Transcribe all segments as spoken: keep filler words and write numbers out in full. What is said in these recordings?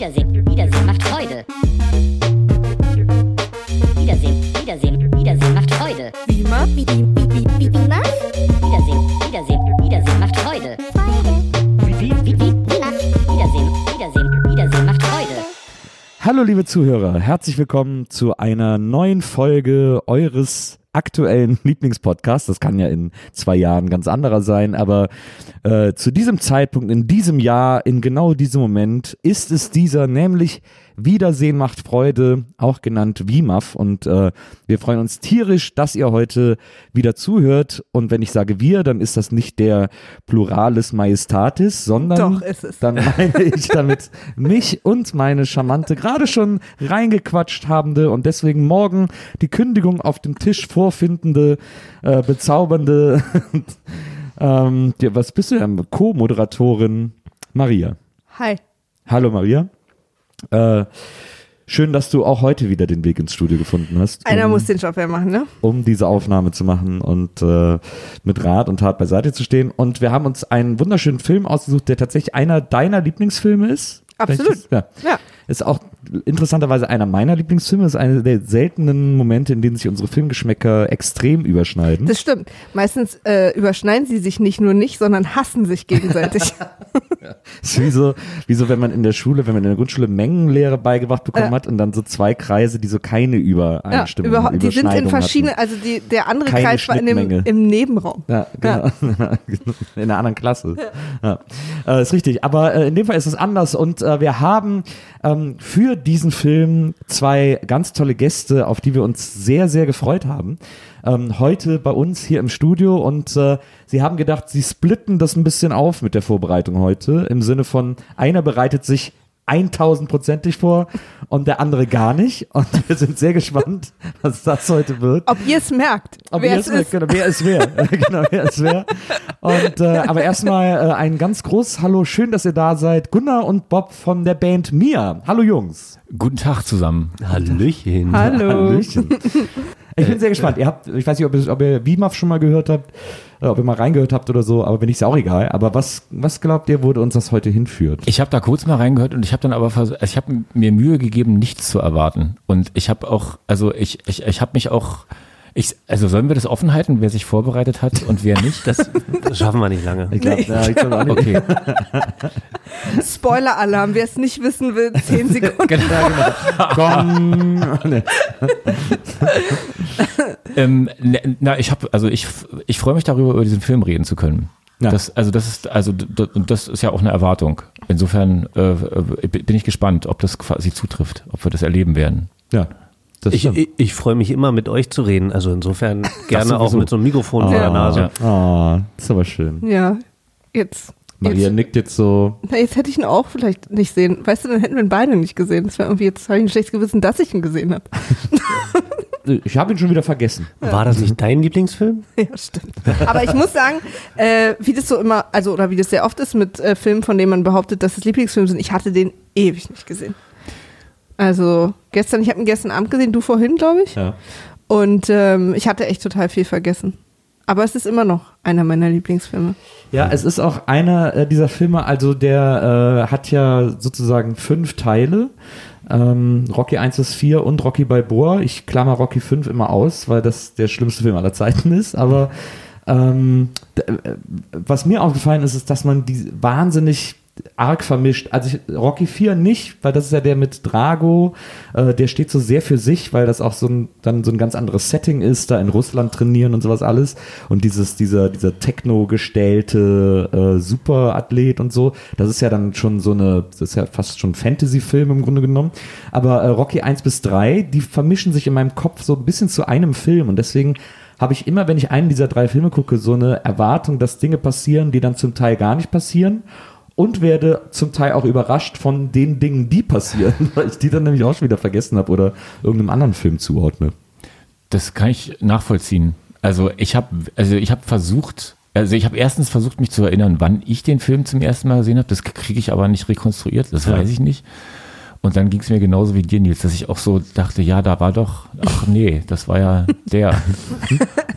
Wiedersehen, Wiedersehen macht Freude. Wiedersehen, Wiedersehen, Wiedersehen macht Freude. Wie ma? Wie, wie, wie, wie, wie ma? Wiedersehen, Wiedersehen, Wiedersehen macht Freude. Wie, wie, wie, wie, wie ma? Wiedersehen, Wiedersehen, Wiedersehen macht Freude. Hallo liebe Zuhörer, herzlich willkommen zu einer neuen Folge eures aktuellen Lieblingspodcasts. Das kann ja in zwei Jahren ganz anderer sein, aber äh, zu diesem Zeitpunkt, in diesem Jahr, in genau diesem Moment ist es dieser, nämlich Wiedersehen macht Freude, auch genannt W M A F, und äh, wir freuen uns tierisch, dass ihr heute wieder zuhört, und wenn ich sage wir, dann ist das nicht der Pluralis Majestatis, sondern Doch, ist es. Dann meine ich damit mich und meine charmante, gerade schon reingequatscht habende und deswegen morgen die Kündigung auf dem Tisch vorfindende, äh, bezaubernde, ähm, die, was bist du denn? Co-Moderatorin Maria. Hi. Hallo Maria. Äh, schön, dass du auch heute wieder den Weg ins Studio gefunden hast. Einer um, muss den Job ja machen, ne? Um diese Aufnahme zu machen und äh, mit Rat und Tat beiseite zu stehen. Und wir haben uns einen wunderschönen Film ausgesucht, der tatsächlich einer deiner Lieblingsfilme ist. Absolut. Ja. Ja. Ist auch interessanterweise einer meiner Lieblingsfilme. Ist einer der seltenen Momente, in denen sich unsere Filmgeschmäcker extrem überschneiden. Das stimmt. Meistens äh, überschneiden sie sich nicht nur nicht, sondern hassen sich gegenseitig. Ja. Ist wie so, wie so, wenn man in der Schule, wenn man in der Grundschule Mengenlehre beigebracht bekommen Ja. hat und dann so zwei Kreise, die so keine Übereinstimmung, ja, überhaupt, die sind in Überschneidung verschiedenen, hatten. also die, der andere Keine Kreis war in dem, Schnittmenge. im Nebenraum. Ja, genau. Ja. In einer anderen Klasse. Ja. Ja. Äh, ist richtig. Aber äh, in dem Fall ist es anders, und äh, wir haben ähm, für diesen Film zwei ganz tolle Gäste, auf die wir uns sehr, sehr gefreut haben. Ähm, heute bei uns hier im Studio, und äh, sie haben gedacht, sie splitten das ein bisschen auf mit der Vorbereitung heute, im Sinne von, einer bereitet sich eintausendprozentig vor und der andere gar nicht, und wir sind sehr gespannt, was das heute wird. Ob ihr es merkt, Ob wer ihr es es merkt, ist. genau, wer es wer. genau, wer es wer. Und, äh, aber erstmal äh, ein ganz großes Hallo, schön, dass ihr da seid. Gunnar und Bob von der Band Mia. Hallo Jungs. Guten Tag zusammen. Hallöchen. Hallo. Hallöchen. Ich bin sehr gespannt. Ihr habt, ich weiß nicht, ob ihr, ob ihr W M A F schon mal gehört habt, äh, ob ihr mal reingehört habt oder so, aber wenn nicht, ist auch egal. Aber was, was glaubt ihr, wo uns das heute hinführt? Ich habe da kurz mal reingehört und ich habe dann aber vers- ich habe mir Mühe gegeben, nichts zu erwarten. Und ich habe auch, also ich, ich, ich habe mich auch, ich, also sollen wir das offen halten, wer sich vorbereitet hat und wer nicht? Das, das schaffen wir nicht lange. Ich glaube, Nee. ja, ich glaub auch nicht. Okay. Spoiler-Alarm, wer es nicht wissen will, zehn Sekunden. Komm. Nee. ähm, ne, na, ich habe, also ich, ich freue mich darüber, über diesen Film reden zu können. Ja. Das, also das ist, also d- und das ist ja auch eine Erwartung. Insofern äh, äh, bin ich gespannt, ob das quasi zutrifft, ob wir das erleben werden. Ja. Das Ich, stimmt. ich, ich freue mich immer, mit euch zu reden. Also insofern gerne auch sowieso. mit so einem Mikrofon vor Ja. der Nase. Ja. Ah, das ist aber schön. Ja, jetzt. Maria Jetzt, nickt jetzt so. na, jetzt hätte ich ihn auch vielleicht nicht sehen. Weißt du, dann hätten wir ihn beide nicht gesehen. Das wäre irgendwie, jetzt habe ich ein schlechtes Gewissen, dass ich ihn gesehen habe. Ich habe ihn schon wieder vergessen. War das nicht dein Lieblingsfilm? Ja, stimmt. Aber ich muss sagen, äh, wie das so immer, also oder wie das sehr oft ist mit äh, Filmen, von denen man behauptet, dass es Lieblingsfilme sind, ich hatte den ewig nicht gesehen. Also gestern, ich habe ihn gestern Abend gesehen, du vorhin, glaube ich. Ja. Und ähm, ich hatte echt total viel vergessen. Aber es ist immer noch einer meiner Lieblingsfilme. Ja, es ist auch einer äh, dieser Filme, also der äh, hat ja sozusagen fünf Teile. Ähm, Rocky eins bis vier und Rocky Balboa. Ich klammer Rocky fünf immer aus, weil das der schlimmste Film aller Zeiten ist. Aber ähm, d- äh, was mir aufgefallen ist, ist, dass man die wahnsinnig arg vermischt. Also ich, Rocky vier nicht, weil das ist ja der mit Drago, äh, der steht so sehr für sich, weil das auch so ein, dann so ein ganz anderes Setting ist, da in Russland trainieren und sowas alles, und dieses, dieser, dieser techno-gestellte äh, Superathlet und so, das ist ja dann schon so eine, das ist ja fast schon Fantasy-Film im Grunde genommen, aber äh, Rocky eins bis drei, die vermischen sich in meinem Kopf so ein bisschen zu einem Film, und deswegen habe ich immer, wenn ich einen dieser drei Filme gucke, so eine Erwartung, dass Dinge passieren, die dann zum Teil gar nicht passieren, und werde zum Teil auch überrascht von den Dingen, die passieren, weil ich die dann nämlich auch schon wieder vergessen habe oder irgendeinem anderen Film zuordne. Das kann ich nachvollziehen. Also ich habe, also ich habe versucht, also ich habe erstens versucht, mich zu erinnern, wann ich den Film zum ersten Mal gesehen habe. Das kriege ich aber nicht rekonstruiert, das Ja. weiß ich nicht. Und dann ging es mir genauso wie dir, Nils, dass ich auch so dachte, ja, da war doch, ach nee, das war ja der.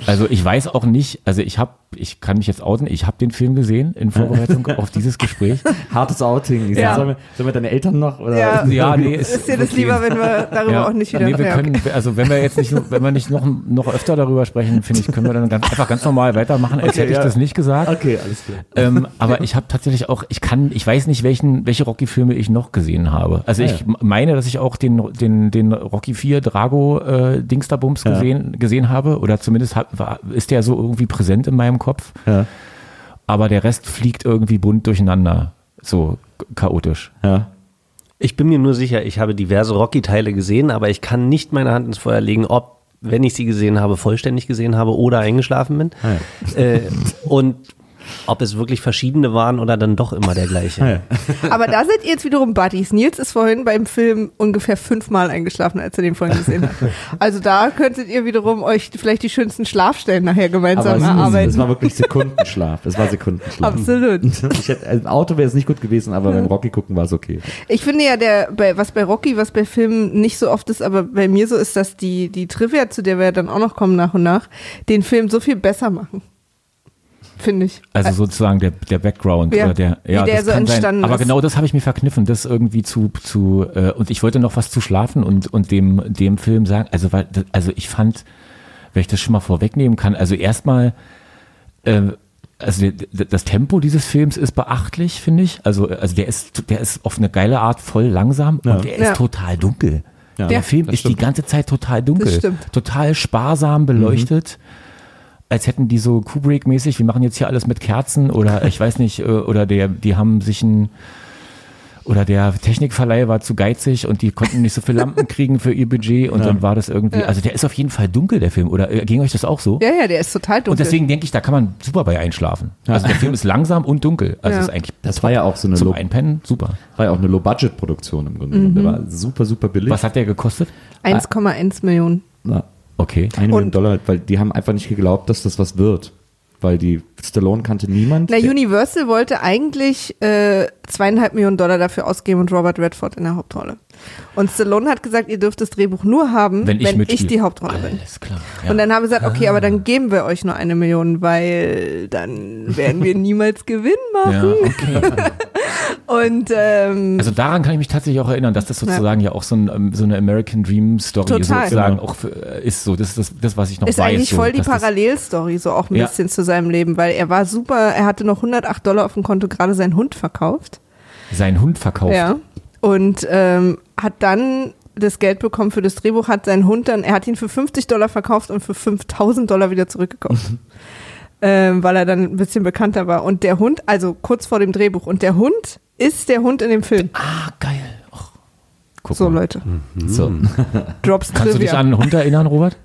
Also ich weiß auch nicht, also ich habe, ich kann mich jetzt outen, ich habe den Film gesehen in Vorbereitung auf dieses Gespräch. Hartes Outing. Ja. Sollen, wir, sollen wir deine Eltern noch? Oder? Ja, Ja, nee, ist dir das lieber, wenn wir darüber ja, auch nicht wieder nee, wir ja, können, okay. also wenn wir jetzt nicht, wenn wir nicht noch, noch öfter darüber sprechen, finde ich, können wir dann ganz, einfach ganz normal weitermachen, als Okay, hätte ich ja. das nicht gesagt. Okay, alles klar. Ähm, aber ich habe tatsächlich auch, ich kann, ich weiß nicht, welchen, welche Rocky-Filme ich noch gesehen habe. Also Ah, ich ja. meine, dass ich auch den, den, den Rocky vier Drago äh, Dingsterbums Ja. gesehen, gesehen habe. Oder zumindest hat, war, ist der so irgendwie präsent in meinem Kopf. Ja, Aber der Rest fliegt irgendwie bunt durcheinander. So chaotisch. ja. Ich bin mir nur sicher, ich habe diverse Rocky-Teile gesehen, aber ich kann nicht meine Hand ins Feuer legen, ob, wenn ich sie gesehen habe, vollständig gesehen habe oder eingeschlafen bin. Ah, ja. Äh, und ob es wirklich verschiedene waren oder dann doch immer der gleiche. Ah, ja. Aber da seid ihr jetzt wiederum Buddies. Nils ist vorhin beim Film ungefähr fünfmal eingeschlafen, als er den vorhin gesehen hat. Also da könntet ihr wiederum euch vielleicht die schönsten Schlafstellen nachher Aber gemeinsam es, erarbeiten. es war wirklich Sekundenschlaf. Es war Sekundenschlaf. Absolut. Ich hätte, im Auto wäre es nicht gut gewesen, aber beim Rocky gucken war es okay. Ich finde ja, der, bei, was bei Rocky, was bei Filmen nicht so oft ist, aber bei mir so ist, dass die, die Trivia, zu der wir dann auch noch kommen nach und nach, den Film so viel besser machen. Finde ich. Also sozusagen der, der Background Ja, oder der, wie ja, der das so kann entstanden sein. Aber ist. genau das habe ich mir verkniffen, das irgendwie zu, zu äh, und ich wollte noch was zu Schlafen und, und dem, dem Film sagen, also, weil, also ich fand, wenn ich das schon mal vorwegnehmen kann, also erstmal, äh, also der, der, das Tempo dieses Films ist beachtlich, finde ich. Also, also der ist, der ist auf eine geile Art voll langsam Ja. und der Ja. ist total dunkel. Ja, der Film das ist die stimmt. ganze Zeit total dunkel, Das stimmt. total sparsam beleuchtet. Als hätten die so Kubrick-mäßig, wir machen jetzt hier alles mit Kerzen oder ich weiß nicht, äh, oder der, die haben sich ein, oder der Technikverleih war zu geizig und die konnten nicht so viel Lampen kriegen für ihr Budget und Ja. dann war das irgendwie, Ja. also der ist auf jeden Fall dunkel, der Film, oder äh, ging euch das auch so? Ja, ja, der ist total dunkel. Und deswegen denke ich, da kann man super bei einschlafen. Also der Film ist langsam und dunkel, also Ja. ist eigentlich Das war ja auch so eine zum Low, Einpennen super. war ja auch eine Low-Budget-Produktion im Grunde. genommen. Der war super, super billig. Was hat der gekostet? eins Komma eins Millionen. Na, Okay. eine Million Und- Dollar, weil die haben einfach nicht geglaubt, dass das was wird. Weil die Stallone kannte niemand. Na, Der- Universal wollte eigentlich äh, zweieinhalb Millionen Dollar dafür ausgeben und Robert Redford in der Hauptrolle. Und Stallone hat gesagt, ihr dürft das Drehbuch nur haben, Wenn wenn, ich mitspiele. ich die Hauptrolle bin. Alles klar. Ja. Und dann haben wir gesagt, okay, aber dann geben wir euch nur eine Million, weil dann werden wir niemals Gewinn ja, machen. okay. Und ähm, Also daran kann ich mich tatsächlich auch erinnern, dass das sozusagen ja, auch so, ein, ähm, so eine American Dream Story Total. sozusagen Genau. auch für, äh, ist so. Das ist das, das was ich noch ist weiß. eigentlich so, voll die dass das- Parallelstory, so auch ein Ja. bisschen zu seinem Leben, weil er war super, er hatte noch hundertacht Dollar auf dem Konto, gerade seinen Hund verkauft. Seinen Hund verkauft. Ja. Und ähm, hat dann das Geld bekommen für das Drehbuch, hat seinen Hund dann, er hat ihn für fünfzig Dollar verkauft und für fünftausend Dollar wieder zurückgekauft. ähm, weil er dann ein bisschen bekannter war. Und der Hund, also kurz vor dem Drehbuch, und der Hund ist der Hund in dem Film. Ah, geil. Och. Guck So, mal. Leute. So. Drops Kannst du dich Trivia. an einen Hund erinnern, Robert?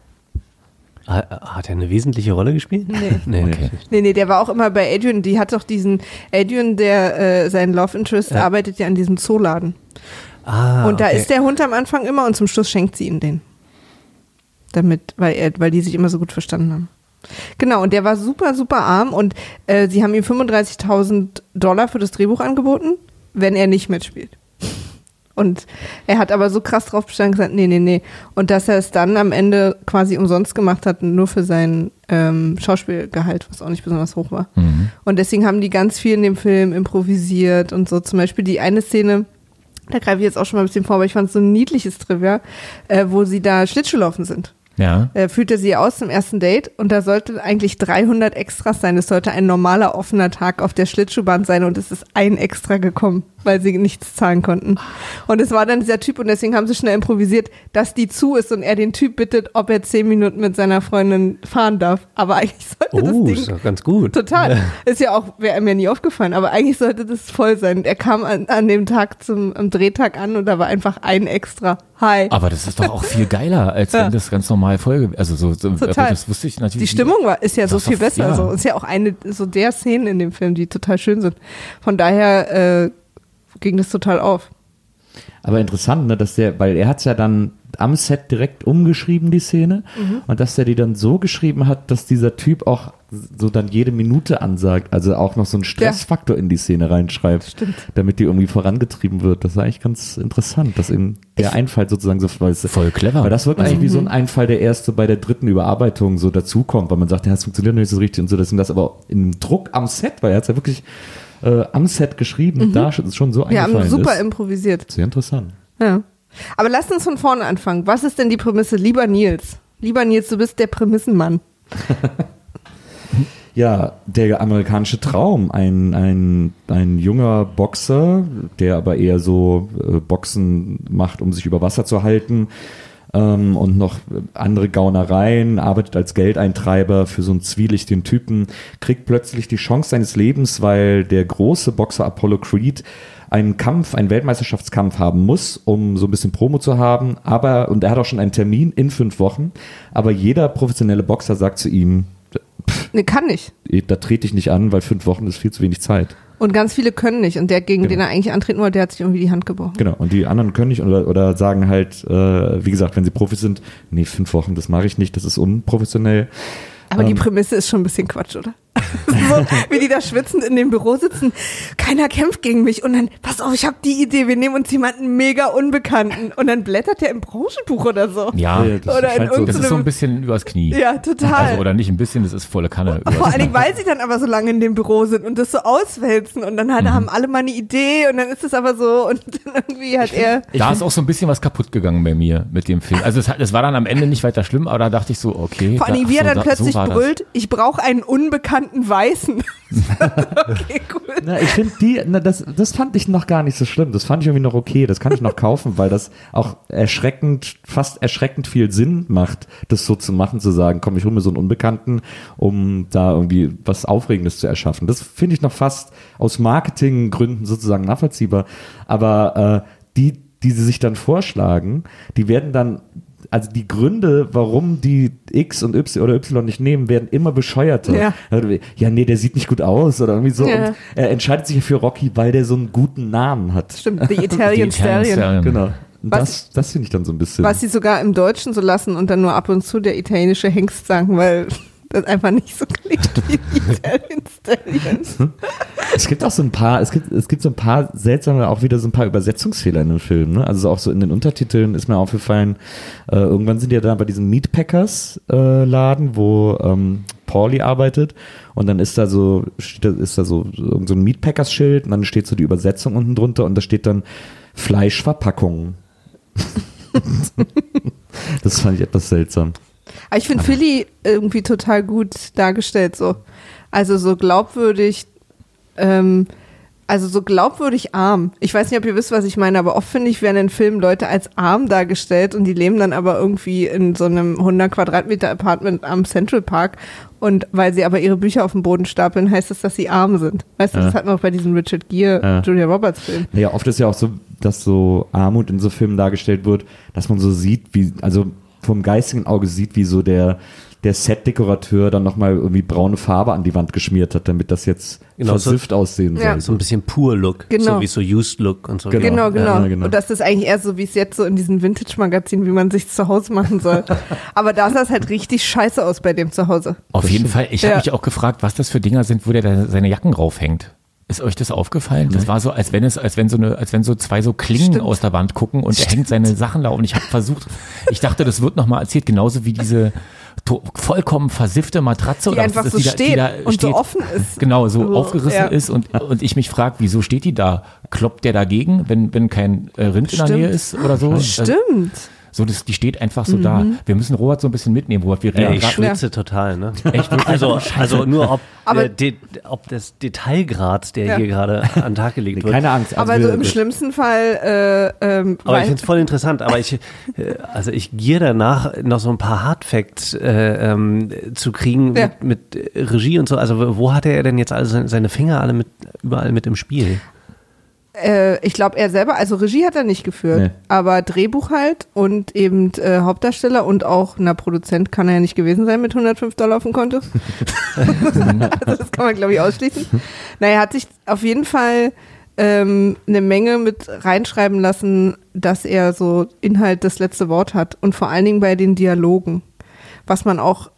Ha- Hat er eine wesentliche Rolle gespielt? Nee. Nee. Okay. Nee, nee, der war auch immer bei Adrian. Die hat doch diesen, Adrian, der äh, sein Love Interest, Ja. arbeitet ja an diesem Zooladen. Ah, und da okay. ist der Hund am Anfang immer und zum Schluss schenkt sie ihn den. Damit, weil er, weil die sich immer so gut verstanden haben. Genau, und der war super, super arm und äh, sie haben ihm fünfunddreißigtausend Dollar für das Drehbuch angeboten, wenn er nicht mitspielt. Und er hat aber so krass drauf bestanden gesagt, nee, nee, nee. Und dass er es dann am Ende quasi umsonst gemacht hat, nur für sein ähm, Schauspielgehalt, was auch nicht besonders hoch war. Mhm. Und deswegen haben die ganz viel in dem Film improvisiert und so. Zum Beispiel die eine Szene, da greife ich jetzt auch schon mal ein bisschen vor, aber ich fand es so ein niedliches Trivia, äh, wo sie da Schlittschuhlaufen sind. Ja. Äh, führt er sie aus zum ersten Date und da sollte eigentlich dreihundert Extras sein. Es sollte ein normaler offener Tag auf der Schlittschuhbahn sein und es ist ein Extra gekommen, weil sie nichts zahlen konnten. Und es war dann dieser Typ und deswegen haben sie schnell improvisiert, dass die zu ist und er den Typ bittet, ob er zehn Minuten mit seiner Freundin fahren darf. Aber eigentlich sollte Oh, das ist Ding doch ganz gut. total. Ist ja auch, wäre mir nie aufgefallen, aber eigentlich sollte das voll sein. Er kam an, an dem Tag zum am Drehtag an und da war einfach ein Extra. Hi. Aber das ist doch auch viel geiler, als Ja. wenn das ganz normal Folge, also so, so Total. das wusste ich natürlich. Die Stimmung war, ist ja Das so ist viel doch- besser. ja. So. Ist ja auch eine so der Szenen in dem Film, die total schön sind. Von daher äh, ging das total auf. Aber interessant, ne, dass der, weil er hat's ja dann am Set direkt umgeschrieben, die Szene. Mhm. Und dass der die dann so geschrieben hat, dass dieser Typ auch so dann jede Minute ansagt, also auch noch so einen Stressfaktor ja. in die Szene reinschreibt, Stimmt. damit die irgendwie vorangetrieben wird. Das war eigentlich ganz interessant, dass eben der ich Einfall sozusagen so, weil es, voll clever. Weil das wirkt eigentlich mhm. wie so ein Einfall, der erst so bei der dritten Überarbeitung so dazukommt, weil man sagt, ja, es funktioniert nicht so richtig und so, das und das, aber im Druck am Set, weil er hat es ja wirklich äh, am Set geschrieben, mhm. da ist es schon so eingefallen. Ja, super ist. improvisiert. Sehr interessant. Ja. Aber lasst uns von vorne anfangen. Was ist denn die Prämisse? Lieber Nils. Lieber Nils, du bist der Prämissenmann. Ja, der amerikanische Traum. Ein, ein, ein junger Boxer, der aber eher so äh, Boxen macht, um sich über Wasser zu halten ähm, und noch andere Gaunereien, arbeitet als Geldeintreiber für so einen zwielichtigen Typen, kriegt plötzlich die Chance seines Lebens, weil der große Boxer Apollo Creed einen Kampf, einen Weltmeisterschaftskampf haben muss, um so ein bisschen Promo zu haben. Aber, und er hat auch schon einen Termin in fünf Wochen, aber jeder professionelle Boxer sagt zu ihm, pff, nee, kann nicht. Da trete ich nicht an, weil fünf Wochen ist viel zu wenig Zeit. Und ganz viele können nicht. Und der, gegen genau. den er eigentlich antreten wollte, der hat sich irgendwie die Hand gebrochen. Genau, und die anderen können nicht oder, oder sagen halt, äh, wie gesagt, wenn sie Profis sind, nee, fünf Wochen, das mache ich nicht, das ist unprofessionell. Aber ähm, die Prämisse ist schon ein bisschen Quatsch, oder? So, wie die da schwitzend in dem Büro sitzen. Keiner kämpft gegen mich. Und dann, pass auf, ich habe die Idee, wir nehmen uns jemanden mega Unbekannten. Und dann blättert der im Branchenbuch oder so. Ja, ja das, oder in so. das ist so ein bisschen übers Knie. Ja, total. Also, oder nicht ein bisschen, das ist volle Kanne. Vor allen Dingen, weil sie dann aber so lange in dem Büro sind und das so auswälzen. Und dann halt, mhm. haben alle mal eine Idee und dann ist es aber so und dann irgendwie hat er... Da ist auch so ein bisschen was kaputt gegangen bei mir mit dem Film. Also es, hat, es war dann am Ende nicht weiter schlimm, aber da dachte ich so, okay. Vor allen Dingen, da, wie er so, dann da, plötzlich so brüllt, ich brauche einen unbekannten Weißen. Okay, cool. Na, ich finde die, na, das, das fand ich noch gar nicht so schlimm. Das fand ich irgendwie noch okay. Das kann ich noch kaufen, weil das auch erschreckend, fast erschreckend viel Sinn macht, das so zu machen, zu sagen, komm, ich hole mir so einen Unbekannten, um da irgendwie was Aufregendes zu erschaffen. Das finde ich noch fast aus Marketinggründen sozusagen nachvollziehbar. Aber äh, die, die sie sich dann vorschlagen, die werden dann also die Gründe, warum die X und Y oder Y nicht nehmen, werden immer bescheuerter. Ja, ja nee, der sieht nicht gut aus oder irgendwie so. Ja. Und er entscheidet sich für Rocky, weil der so einen guten Namen hat. Stimmt, The Italian Stallion. Stallion. Genau. Und Was- das, das finde ich dann so ein bisschen. Was sie sogar im Deutschen so lassen und dann nur ab und zu der italienische Hengst sagen, weil das einfach nicht so klingt wie die Italian Stallion. Es gibt auch so ein paar, es gibt, es gibt so ein paar seltsame, auch wieder so ein paar Übersetzungsfehler in dem Film. Ne? Also auch so in den Untertiteln ist mir aufgefallen, äh, irgendwann sind die ja da bei diesem Meatpackers äh, Laden, wo ähm, Paulie arbeitet und dann ist da so, steht da, ist da so, so, so ein Meatpackers Schild und dann steht so die Übersetzung unten drunter und da steht dann Fleischverpackung. Das fand ich etwas seltsam. Aber ich finde Philly irgendwie total gut dargestellt so. Also so glaubwürdig, ähm, also so glaubwürdig arm. Ich weiß nicht, ob ihr wisst, was ich meine, aber oft finde ich, werden in Filmen Leute als arm dargestellt und die leben dann aber irgendwie in so einem hundert Quadratmeter Apartment am Central Park und weil sie aber ihre Bücher auf dem Boden stapeln, heißt das, dass sie arm sind. Weißt du, Ja. das hat man auch bei diesem Richard Gere, Ja. Julia Roberts Film. Naja, oft ist ja auch so, dass so Armut in so Filmen dargestellt wird, dass man so sieht, wie, also vom geistigen Auge sieht, wie so der, der Set-Dekorateur dann nochmal irgendwie braune Farbe an die Wand geschmiert hat, damit das jetzt Genau, so- versifft aussehen soll. Ja. So ein bisschen Pur-Look, Genau. so wie so Used-Look und so. Genau. Genau, genau. Ja, genau. Und das ist eigentlich eher so, wie es jetzt so in diesen Vintage-Magazinen, wie man sich zu Hause machen soll. Aber da sah es halt richtig scheiße aus bei dem zu Hause. Auf jeden Fall. Ich Ja. habe mich auch gefragt, was das für Dinger sind, wo der da seine Jacken raufhängt. Ist euch das aufgefallen? Das war so, als wenn es, als wenn so eine, als wenn so zwei so Klingen Stimmt. aus der Wand gucken und er hängt seine Sachen da und ich habe versucht, ich dachte, das wird nochmal erzählt, genauso wie diese to- vollkommen versiffte Matratze Die oder einfach was so ist, die da- die steht da und steht. so offen ist. Genau, so So, aufgerissen ja. ist und, und ich mich frage, wieso steht die da? Kloppt der dagegen, wenn, wenn kein äh, Rind in der Stimmt. Nähe ist oder so? Also, Stimmt. so, das, die steht einfach so da. Wir müssen Robert so ein bisschen mitnehmen, Robert. Wir Ey, reden ich grad- schwitze total, ne? Echt wirklich? Also, also nur ob, Aber- der, de, ob des Detailgrads, der Ja. hier gerade an den Tag gelegt wird. Keine Angst. Also Aber so wir- im schlimmsten Fall, äh, ähm, Aber weil- ich finde es voll interessant, aber ich, äh, also ich gier danach, noch so ein paar Hardfacts äh, ähm, zu kriegen Ja. mit, mit Regie und so. Also wo hatte er denn jetzt alle seine- seine Finger alle mit, überall mit im Spiel? äh, ich glaube, er selber, also Regie hat er nicht geführt, Nee. aber Drehbuch halt und eben äh, Hauptdarsteller und auch, na, Produzent kann er ja nicht gewesen sein mit hundertfünf Dollar auf dem Konto. Also das kann man, glaube ich, ausschließen. Na, er hat sich auf jeden Fall ähm, eine Menge mit reinschreiben lassen, dass er so Inhalt das letzte Wort hat. Und vor allen Dingen bei den Dialogen. Was man auch,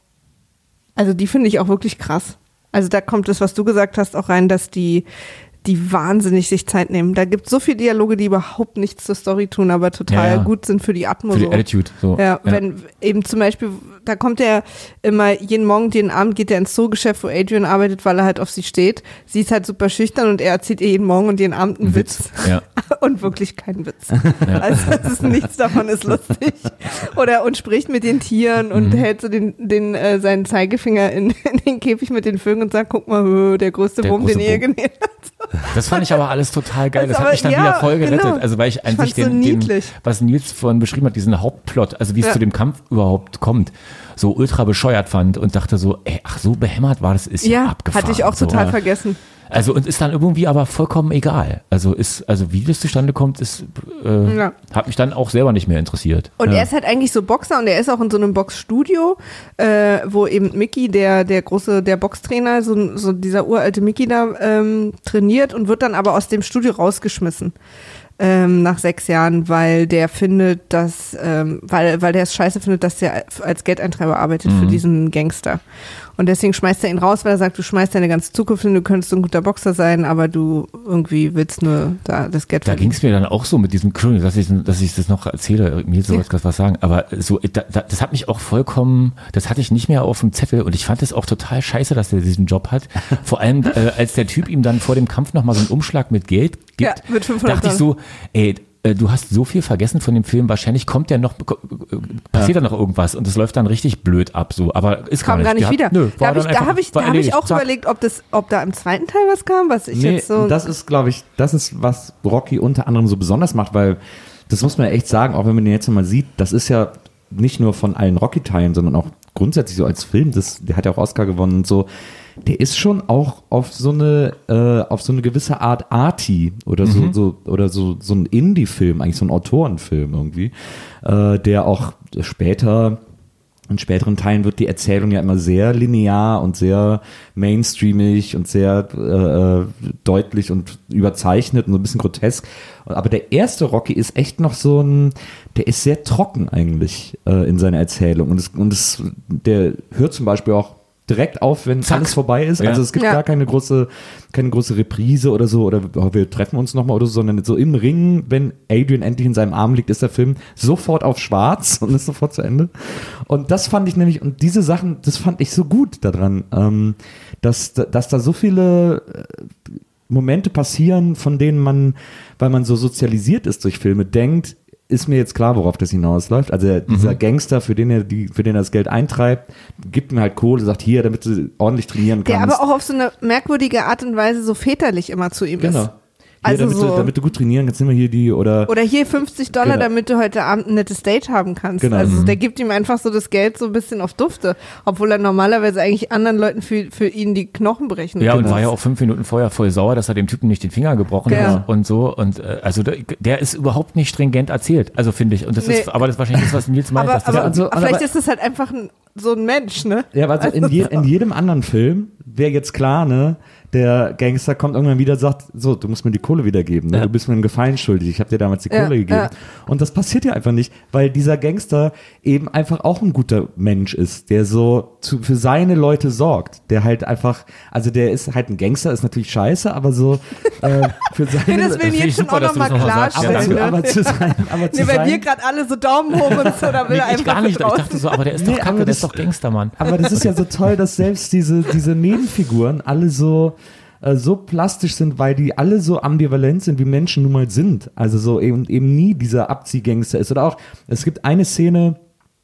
also die finde ich auch wirklich krass. Also da kommt das, was du gesagt hast, auch rein, dass die die wahnsinnig sich Zeit nehmen. Da gibt es so viele Dialoge, die überhaupt nichts zur Story tun, aber total ja, ja. gut sind für die Atmo. Für die so. Attitude. So. Ja, Ja. wenn eben zum Beispiel, da kommt er immer jeden Morgen, jeden Abend geht er ins Zoogeschäft, wo Adrian arbeitet, weil er halt auf sie steht. Sie ist halt super schüchtern und er erzählt ihr jeden Morgen und jeden Abend einen Witz. Ja. Und wirklich kein Witz. Also es ist, nichts davon ist lustig. Oder und spricht mit den Tieren und Mhm. hält so den, den, äh, seinen Zeigefinger in, in den Käfig mit den Vögeln und sagt, guck mal, hö, der größte Der Wurm, große den ihr Wurm. genäht habt. Das fand ich aber alles total geil. Das Also, hat mich dann aber- wieder ja, voll gerettet. genau. Also weil ich Ich an sich fand's so den, den, niedlich. was Nils vorhin beschrieben hat, diesen Hauptplot, also wie es Ja. zu dem Kampf überhaupt kommt, so ultra bescheuert fand und dachte so, ey, ach so behämmert war das, ist ja, Ja, abgefahren. hatte ich auch so. total vergessen. Also und ist dann irgendwie aber vollkommen egal. Also ist, also wie das zustande kommt, ist, äh, Ja. hat mich dann auch selber nicht mehr interessiert. Und ja. er ist halt eigentlich so Boxer und er ist auch in so einem Boxstudio, äh, wo eben Mickey, der, der große, der Boxtrainer, so, so dieser uralte Mickey da ähm, trainiert und wird dann aber aus dem Studio rausgeschmissen. Ähm, nach sechs Jahren, weil der findet, dass, ähm, weil, weil der es scheiße findet, dass der als Geldeintreiber arbeitet Mhm. für diesen Gangster. Und deswegen schmeißt er ihn raus, weil er sagt, du schmeißt deine ganze Zukunft hin, du könntest so ein guter Boxer sein, aber du irgendwie willst nur da das Geld Da ging es mir dann auch so mit diesem, Entschuldigung, dass ich, dass ich das noch erzähle, mir soll Ja. jetzt gerade was sagen, aber so, da, da, das hat mich auch vollkommen, das hatte ich nicht mehr auf dem Zettel und ich fand es auch total scheiße, dass er diesen Job hat. Vor allem, äh, als der Typ ihm dann vor dem Kampf nochmal so einen Umschlag mit Geld gibt, Ja, mit fünfhundert dachte ich so, ey, äh, du hast so viel vergessen von dem Film, wahrscheinlich kommt ja noch, äh, passiert da noch irgendwas und es läuft dann richtig blöd ab, so, aber ist kam gar nicht Gehabt- wieder. Nö, da war habe ich, dann da einfach- hab ich, war da hab ich erledigt. auch Zack. überlegt, ob, das, ob da im zweiten Teil was kam, was ich Nee, jetzt so. das ist, glaube ich, das ist, was Rocky unter anderem so besonders macht, weil das muss man ja echt sagen, auch wenn man den jetzt mal sieht, das ist ja nicht nur von allen Rocky-Teilen, sondern auch grundsätzlich so als Film, das, der hat ja auch Oscar gewonnen und so, der ist schon auch auf so eine, äh, auf so eine gewisse Art Arty oder so, Mhm. so oder so, so ein Indie-Film, eigentlich so ein Autorenfilm irgendwie, äh, der auch später in späteren Teilen wird die Erzählung ja immer sehr linear und sehr mainstreamig und sehr äh, deutlich und überzeichnet und so ein bisschen grotesk. Aber der erste Rocky ist echt noch so ein, der ist sehr trocken eigentlich äh, in seiner Erzählung. Und, es, und es, der hört zum Beispiel auch direkt auf, wenn Zack. alles vorbei ist. Ja. Also es gibt Ja. gar keine große, keine große Reprise oder so, oder oh, wir treffen uns nochmal oder so, sondern so im Ring, wenn Adrian endlich in seinem Arm liegt, ist der Film sofort auf schwarz und ist sofort zu Ende. Und das fand ich nämlich, und diese Sachen, das fand ich so gut daran, ähm, dass, dass da so viele äh, Momente passieren, von denen man, weil man so sozialisiert ist durch Filme, denkt, ist mir jetzt klar, worauf das hinausläuft. Also dieser Gangster, für den er die, für den er das Geld eintreibt, gibt mir halt Kohle, sagt hier, damit du ordentlich trainieren der kannst. aber auch auf so eine merkwürdige Art und Weise so väterlich immer zu ihm genau. ist. Hier, Also damit, so- du, damit du gut trainieren kannst, nimm mal hier die oder Oder hier fünfzig Dollar, Genau. damit du heute Abend ein nettes Date haben kannst. Genau. Also Mhm. der gibt ihm einfach so das Geld so ein bisschen auf Dufte, obwohl er normalerweise eigentlich anderen Leuten für, für ihn die Knochen brechen Ja, und muss. war ja auch fünf Minuten vorher voll sauer, dass er dem Typen nicht den Finger gebrochen Ja. hat und so. Und äh, also der, der ist überhaupt nicht stringent erzählt, also finde ich. Und das Nee. ist, aber das ist wahrscheinlich das, was Nils meint. aber dass das aber, also- aber vielleicht aber- ist es halt einfach ein, so ein Mensch, ne? ja, also in, je, in jedem anderen Film wäre jetzt klar, ne, der Gangster kommt irgendwann wieder und sagt, so, du musst mir die Kohle wiedergeben, ne? Ja. Du bist mir einen Gefallen schuldig, ich habe dir damals die Ja, Kohle gegeben. ja. Und das passiert ja einfach nicht, weil dieser Gangster eben einfach auch ein guter Mensch ist, der so zu, für seine Leute sorgt, der halt einfach, also der ist halt ein Gangster, ist natürlich scheiße, aber so äh, für seine Nee, das will finde jetzt ich schon super, auch dass du nochmal das noch mal sagst. aber, klarstellen. zu, ne? aber zu sein, aber zu Nee, weil sein, wir gerade alle so Daumen hoch und so, da will Nee, er ich einfach gar nicht. Ich raus. dachte so, aber der ist Nee, doch kacke, aber der das- ist doch Gangstermann. Aber das ist ja so toll, dass selbst diese, diese Nebenfiguren alle so, äh, so plastisch sind, weil die alle so ambivalent sind, wie Menschen nun mal sind. Also so eben, eben nie dieser Abziehgangster ist. Oder auch, es gibt eine Szene,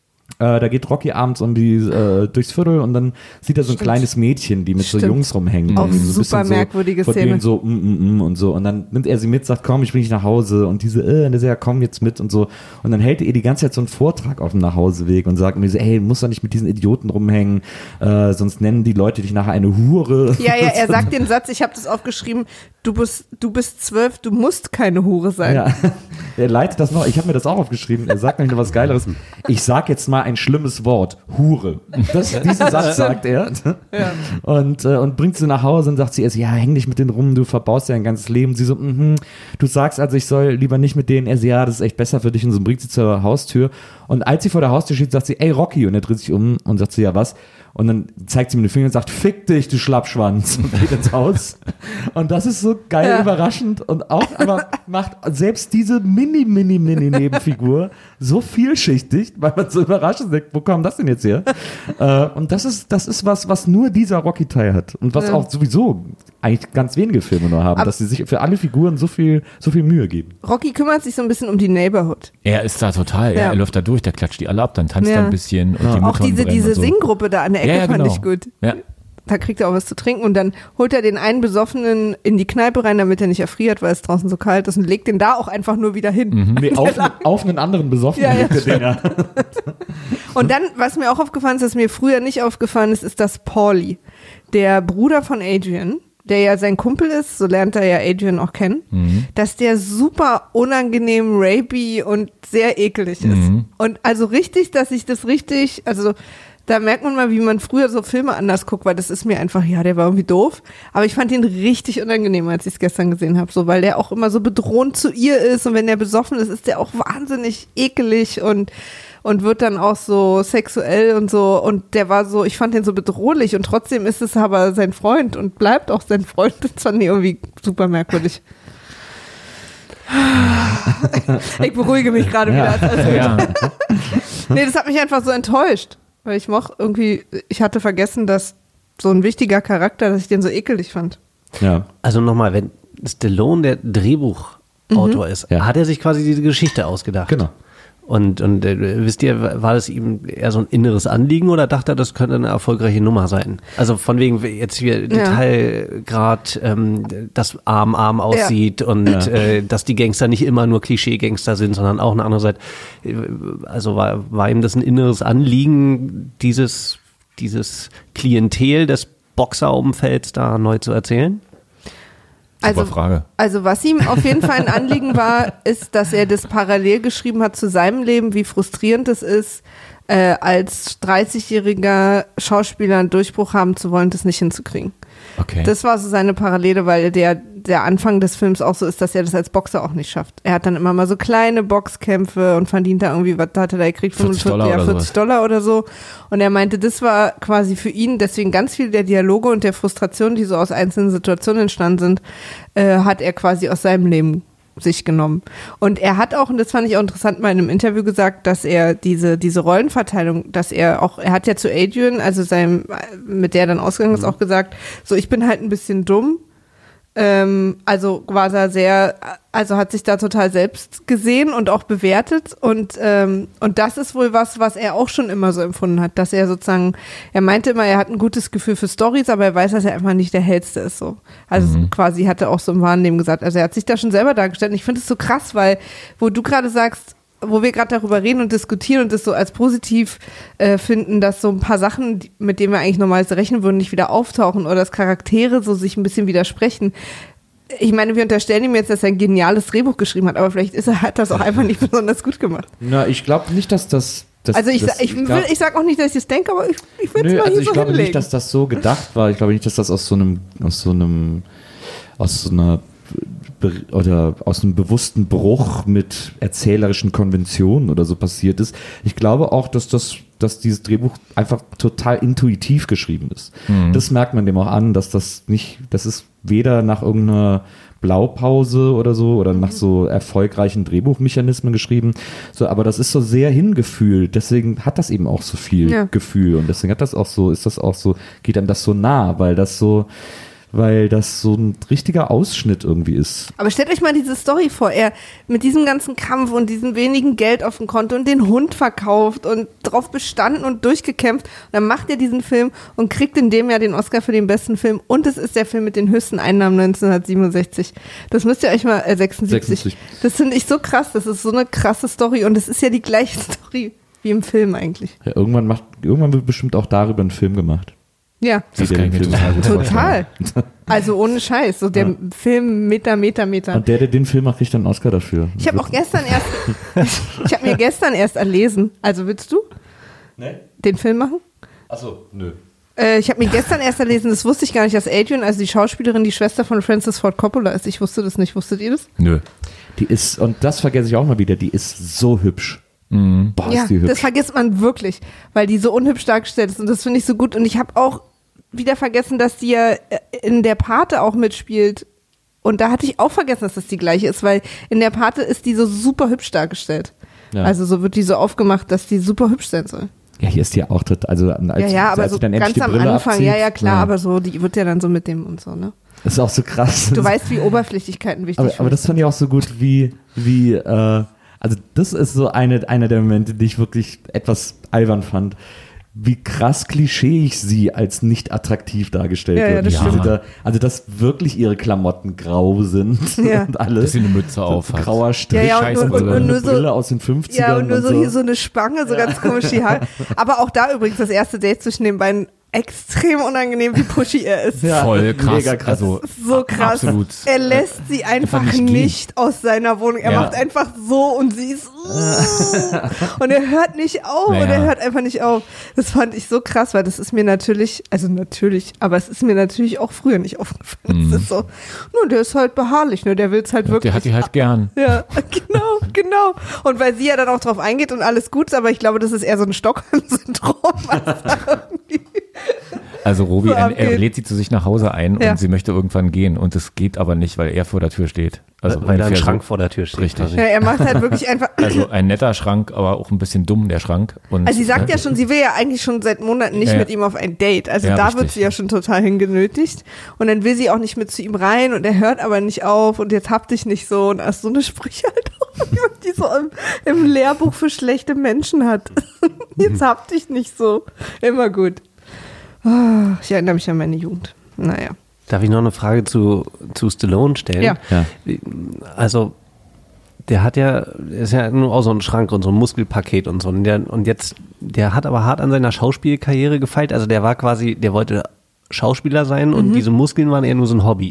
äh, da geht Rocky abends um die, äh, durchs Viertel und dann sieht er so ein Stimmt. kleines Mädchen, die mit so Stimmt. Jungs rumhängen. Auch die so ein super bisschen so, merkwürdige von Szene. denen so, mm, mm, mm und so. Und dann nimmt er sie mit, sagt, komm, ich bring dich nach Hause. Und diese, äh, und der sagt, ja, komm jetzt mit und so. Und dann hält er ihr die ganze Zeit so einen Vortrag auf dem Nachhauseweg und sagt mir so, ey, du musst doch nicht mit diesen Idioten rumhängen, äh, sonst nennen die Leute dich nachher eine Hure. Ja, ja, er sagt den Satz, ich habe das aufgeschrieben, du bist, du bist zwölf, du musst keine Hure sein. Ja. er leitet das noch, ich habe mir das auch aufgeschrieben, er sagt nämlich noch was Geileres. Ich sag jetzt mal ein schlimmes Wort, Hure. Das, diesen Satz sagt er. Ja. Und, äh, und bringt sie nach Hause und sagt sie, ja, häng nicht mit denen rum, du verbaust ja dein ganzes Leben. Sie so, mhm, du sagst also, ich soll lieber nicht mit denen. Er so, ja, das ist echt besser für dich. Und so bringt sie zur Haustür. Und als sie vor der Haustür steht, sagt sie, ey, Rocky. Und er dreht sich um und sagt sie, ja, was? Und dann zeigt sie mir den Finger und sagt, fick dich, du Schlappschwanz. Und geht ins Haus. Und das ist so geil Ja. überraschend. Und auch, aber macht selbst diese mini, mini, mini Nebenfigur so vielschichtig, weil man so überrascht ist und denkt, wo kam das denn jetzt her? äh, und das ist, das ist was, was nur dieser Rocky-Teil hat. Und was Ja. auch sowieso eigentlich ganz wenige Filme nur haben, Ab- dass sie sich für alle Figuren so viel, so viel Mühe geben. Rocky kümmert sich so ein bisschen um die Neighborhood. Er ist da total, Ja. ja. er läuft da durch, der klatscht die alle ab, dann tanzt Ja. er ein bisschen und die Auch Mütter diese, brennen diese und so. Singgruppe da an der Ecke Ja, ja, fand genau. ich gut. Ja. Da kriegt er auch was zu trinken und dann holt er den einen Besoffenen in die Kneipe rein, damit er nicht erfriert, weil es draußen so kalt ist und legt den da auch einfach nur wieder hin. Mhm. Nee, auf, auf einen anderen Besoffenen. Ja, ja, legt er den, ja. Und dann, was mir auch aufgefallen ist, was mir früher nicht aufgefallen ist, ist, dass Paulie, der Bruder von Adrian, der ja sein Kumpel ist, so lernt er ja Adrian auch kennen, Mhm. dass der super unangenehm, rapey und sehr ekelig ist. Mhm. Und also richtig, dass ich das richtig, also da merkt man mal, wie man früher so Filme anders guckt, weil das ist mir einfach, ja, der war irgendwie doof. Aber ich fand ihn richtig unangenehm, als ich es gestern gesehen habe, so, weil der auch immer so bedrohend zu ihr ist und wenn der besoffen ist, ist der auch wahnsinnig ekelig und und wird dann auch so sexuell und so und der war so, ich fand den so bedrohlich und trotzdem ist es aber sein Freund und bleibt auch sein Freund. Das fand ich irgendwie super merkwürdig. Ich beruhige mich gerade wieder. Also, Ja. nee, das hat mich einfach so enttäuscht, weil ich moch irgendwie, ich hatte vergessen, dass so ein wichtiger Charakter, dass ich den so ekelig fand. Ja. Also nochmal, wenn Stallone der Drehbuchautor Mhm. ist, Ja. hat er sich quasi diese Geschichte ausgedacht. Genau. Und, und äh, wisst ihr, war das ihm eher so ein inneres Anliegen oder dachte er, das könnte eine erfolgreiche Nummer sein? Also von wegen jetzt hier Detailgrad, ähm, dass Arm Arm aussieht und Ja. äh, dass die Gangster nicht immer nur Klischee-Gangster sind, sondern auch eine andere Seite. Äh, Also war, war ihm das ein inneres Anliegen, dieses, dieses Klientel des Boxerumfelds da neu zu erzählen? Also, Super Frage. also was ihm auf jeden Fall ein Anliegen war, ist, dass er das parallel geschrieben hat zu seinem Leben, wie frustrierend es ist, äh, als dreißigjähriger Schauspieler einen Durchbruch haben zu wollen, das nicht hinzukriegen. Okay. Das war so seine Parallele, weil der, der Anfang des Films auch so ist, dass er das als Boxer auch nicht schafft. Er hat dann immer mal so kleine Boxkämpfe und verdient da irgendwie, was hat er da gekriegt? vierzig fünfundvierzig, Dollar ja, oder vierzig Dollar oder so. Und er meinte, das war quasi für ihn, deswegen ganz viel der Dialoge und der Frustration, die so aus einzelnen Situationen entstanden sind, äh, hat er quasi aus seinem Leben sich genommen. Und er hat auch, und das fand ich auch interessant, mal in einem Interview gesagt, dass er diese, diese Rollenverteilung, dass er auch, er hat ja zu Adrian, also seinem, mit der er dann ausgegangen ist, auch gesagt, so, ich bin halt ein bisschen dumm. Ähm, also war er sehr, also hat sich da total selbst gesehen und auch bewertet und, ähm, und das ist wohl was, was er auch schon immer so empfunden hat, dass er sozusagen, er meinte immer, er hat ein gutes Gefühl für Storys, aber er weiß, dass er einfach nicht der Hellste ist, so. Also Mhm. quasi hat er auch so im Wahrnehmen gesagt, also er hat sich da schon selber dargestellt und ich finde es so krass, weil, wo du gerade sagst, wo wir gerade darüber reden und diskutieren und das so als positiv äh, finden, dass so ein paar Sachen, die- mit denen wir eigentlich normalerweise rechnen würden, nicht wieder auftauchen oder dass Charaktere so sich ein bisschen widersprechen. Ich meine, wir unterstellen ihm jetzt, dass er ein geniales Drehbuch geschrieben hat, aber vielleicht ist er, hat das auch einfach nicht besonders gut gemacht. Na, ich glaube nicht, dass das. das Also ich, das, sa- ich, will, glaub- ich sag auch nicht, dass ich das denke, aber ich, ich will es Nö, mal also hier ich so glaube hinlegen. nicht, dass das so gedacht war. Ich glaube nicht, dass das aus so einem, aus so einem, aus so einer Be- oder aus einem bewussten Bruch mit erzählerischen Konventionen oder so passiert ist. Ich glaube auch, dass das, dass dieses Drehbuch einfach total intuitiv geschrieben ist. Das merkt man dem auch an, dass das nicht, das ist weder nach irgendeiner Blaupause oder so oder nach so erfolgreichen Drehbuchmechanismen geschrieben, so, aber das ist so sehr hingefühlt, deswegen hat das eben auch so viel Ja. Gefühl und deswegen hat das auch so, ist das auch so, geht einem das so nah, weil das so, weil das so ein richtiger Ausschnitt irgendwie ist. Aber stellt euch mal diese Story vor, er mit diesem ganzen Kampf und diesem wenigen Geld auf dem Konto und den Hund verkauft und drauf bestanden und durchgekämpft. Und dann macht er diesen Film und kriegt in dem Jahr den Oscar für den besten Film. Und es ist der Film mit den höchsten Einnahmen neunzehnhundertsiebenundsechzig. Das müsst ihr euch mal, äh, sechsundsiebzig. sechsundsiebzig. Das finde ich so krass. Das ist so eine krasse Story und es ist ja die gleiche Story wie im Film eigentlich. Ja, irgendwann macht, irgendwann wird bestimmt auch darüber ein Film gemacht. Ja, Das kann ich mir total gut total. Also ohne Scheiß. So der Ja. Film Meter, Meter, Meter. Und der, der den Film macht, kriegt dann einen Oscar dafür. Ich habe auch gestern erst, ich habe mir gestern erst erlesen. Also willst du Ne? den Film machen? Achso, nö. Äh, ich habe mir gestern erst erlesen, das wusste ich gar nicht, dass Adrian, also die Schauspielerin, die Schwester von Francis Ford Coppola ist. Ich wusste das nicht. Wusstet ihr das? Nö. Die ist, und das vergesse ich auch mal wieder, die ist so hübsch. Mhm. Boah, Ja, ist die hübsch. das vergisst man wirklich, weil die so unhübsch dargestellt ist und das finde ich so gut. Und ich habe auch wieder vergessen, dass die ja in der Pate auch mitspielt. Und da hatte ich auch vergessen, dass das die gleiche ist, weil in der Pate ist die so super hübsch dargestellt. Ja. Also so wird die so aufgemacht, dass die super hübsch sein soll. Ja, hier ist die auch total, also als, Ja, ja, aber als so sie dann endlich ganz die am Brille Anfang, abzieht, ja, ja, klar, aber so, die wird ja dann so mit dem und so, ne? Das ist auch so krass. Du weißt, wie Oberflächlichkeiten wichtig aber, sind. aber das fand ich auch so gut, wie, wie, äh, also das ist so eine, einer der Momente, die ich wirklich etwas albern fand. Wie krass klischeeig sie als nicht attraktiv dargestellt Ja, ja, wird. das also, stimmt. da, also, dass wirklich ihre Klamotten grau sind Ja. und alles. Dass sie eine Mütze So auf hat. grauer Strich, Ja, ja, und Scheiße, nur, und, Brille. und nur eine so, Brille aus den fünfzigern. ja, und nur so, so. hier so eine Spange, so ganz komisch die Haare. Aber auch da übrigens das erste Date zwischen den beiden extrem unangenehm, wie pushy er ist. Ja, Voll krass. mega krass. Also, So krass. Absolut. Er lässt sie einfach nicht nicht, gehen. aus seiner Wohnung. Er Ja. macht einfach so und sie ist und er hört nicht auf Ja. und er hört einfach nicht auf. Das fand ich so krass, weil das ist mir natürlich, also natürlich, aber es ist mir natürlich auch früher nicht aufgefallen. Mhm. Es ist so, nur der ist halt beharrlich, ne? Der will es halt wirklich. Der hat die halt gern. Ja, genau, genau. Und weil sie ja dann auch drauf eingeht und alles gut ist, aber ich glaube, das ist eher so ein Stockholm-Syndrom. was da irgendwie- Also Robi, So er, er abgeht. lädt sie zu sich nach Hause ein Ja. und sie möchte irgendwann gehen und es geht aber nicht, weil er vor der Tür steht. Also weil da ein ungefähr Schrank so. vor der Tür steht. Richtig. quasi. Ja, er macht halt wirklich einfach. Also ein netter Schrank, aber auch ein bisschen dumm, der Schrank. Und, Also sie sagt ja schon, sie will ja eigentlich schon seit Monaten nicht Ja, ja. mit ihm auf ein Date. Also Ja, da richtig. wird sie ja schon total hingenötigt. Und dann will sie auch nicht mit zu ihm rein und er hört aber nicht auf und jetzt hab dich nicht so. Und erst so eine Sprüche halt auch, die so im, im Lehrbuch für schlechte Menschen hat. Jetzt hab dich nicht so. Immer gut. Ah, ich erinnere mich an meine Jugend. Naja. Darf ich noch eine Frage zu, zu Stallone stellen? Ja. Ja. Also, der hat ja, der ist ja nur auch so ein Schrank und so ein Muskelpaket und so. Und, der, und jetzt, der hat aber hart an seiner Schauspielkarriere gefeilt. Also der war quasi, der wollte Schauspieler sein und diese Muskeln waren eher nur so ein Hobby.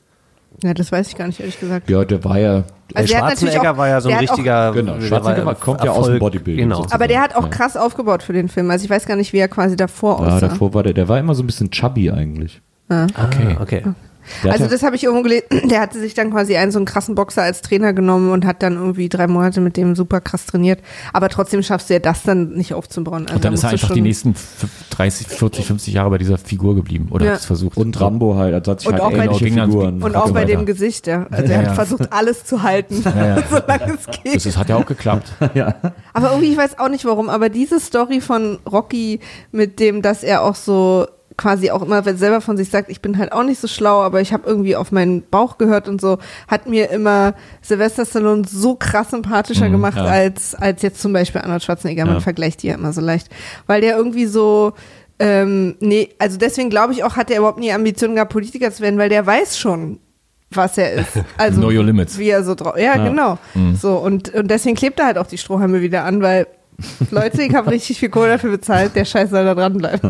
Ja, das weiß ich gar nicht, ehrlich gesagt. Ja, der war ja, Also der hat natürlich Schwarzenegger auch- war ja so ein der hat auch- richtiger. Genau, der Schwarzenegger war kommt ja aus dem Bodybuilding Genau. sozusagen. Aber der hat auch Ja. krass aufgebaut für den Film. Also ich weiß gar nicht, wie er quasi davor ja, aussah. davor war der, der war immer so ein bisschen chubby eigentlich. okay. Ah, okay. Der hat Also ja- das habe ich irgendwo gelesen, der hatte sich dann quasi einen so einen krassen Boxer als Trainer genommen und hat dann irgendwie drei Monate mit dem super krass trainiert. Aber trotzdem schaffst du ja das dann nicht aufzubauen. Also Und dann da ist er musst du einfach schon- die nächsten f- dreißig, vierzig, fünfzig Jahre bei dieser Figur geblieben. Oder Ja. hat es versucht? Und Rambo halt, also hat sich Und halt auch bei ähnliche den- Figuren. Und Hat auch so bei weiter. dem Gesicht, ja. Also er Ja, hat ja. versucht, alles zu halten, ja. solange es geht. Das ist, hat ja auch geklappt. Aber irgendwie, ich weiß auch nicht warum, aber diese Story von Rocky mit dem, dass er auch so quasi auch immer selber von sich sagt, ich bin halt auch nicht so schlau, aber ich habe irgendwie auf meinen Bauch gehört und so, hat mir immer Sylvester Stallone so krass sympathischer Mhm, gemacht ja. als, als jetzt zum Beispiel Arnold Schwarzenegger. Man Ja. vergleicht die ja immer so leicht. Weil der irgendwie so, ähm, nee, also deswegen glaube ich auch, hat er überhaupt nie Ambitionen gehabt, Politiker zu werden, weil der weiß schon, was er ist. Also Know your limits. wie er so drauf. Ja, Ja. genau. So, und, und deswegen klebt er halt auch die Strohhalme wieder an, weil Leute, ich habe richtig viel Kohle dafür bezahlt, der Scheiß soll da dranbleiben.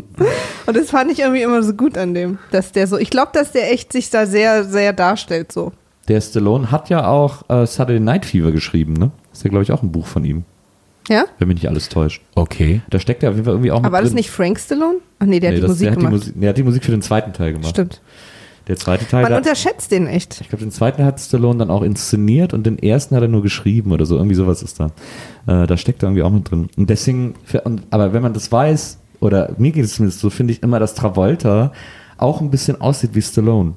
Und das fand ich irgendwie immer so gut an dem, dass der so, ich glaube, dass der echt sich da sehr, sehr darstellt so. Der Stallone hat ja auch äh, Saturday Night Fever geschrieben, ne? Ist ja, glaube ich, auch ein Buch von ihm, Ja? wenn mich nicht alles täuscht. Okay. Da steckt er auf jeden Fall irgendwie auch Aber mit war das drin. nicht Frank Stallone? Ach nee, der Nee, hat die das- Musik der hat gemacht. Die Musik, der hat die Musik für den zweiten Teil gemacht. Stimmt. Der zweite Teil, Man da, unterschätzt den echt. ich glaube, den zweiten hat Stallone dann auch inszeniert und den ersten hat er nur geschrieben oder so. Irgendwie sowas ist da. Äh, da steckt er irgendwie auch mit drin. Und deswegen, für, und, aber wenn man das weiß, oder mir geht es zumindest so, finde ich immer, dass Travolta auch ein bisschen aussieht wie Stallone.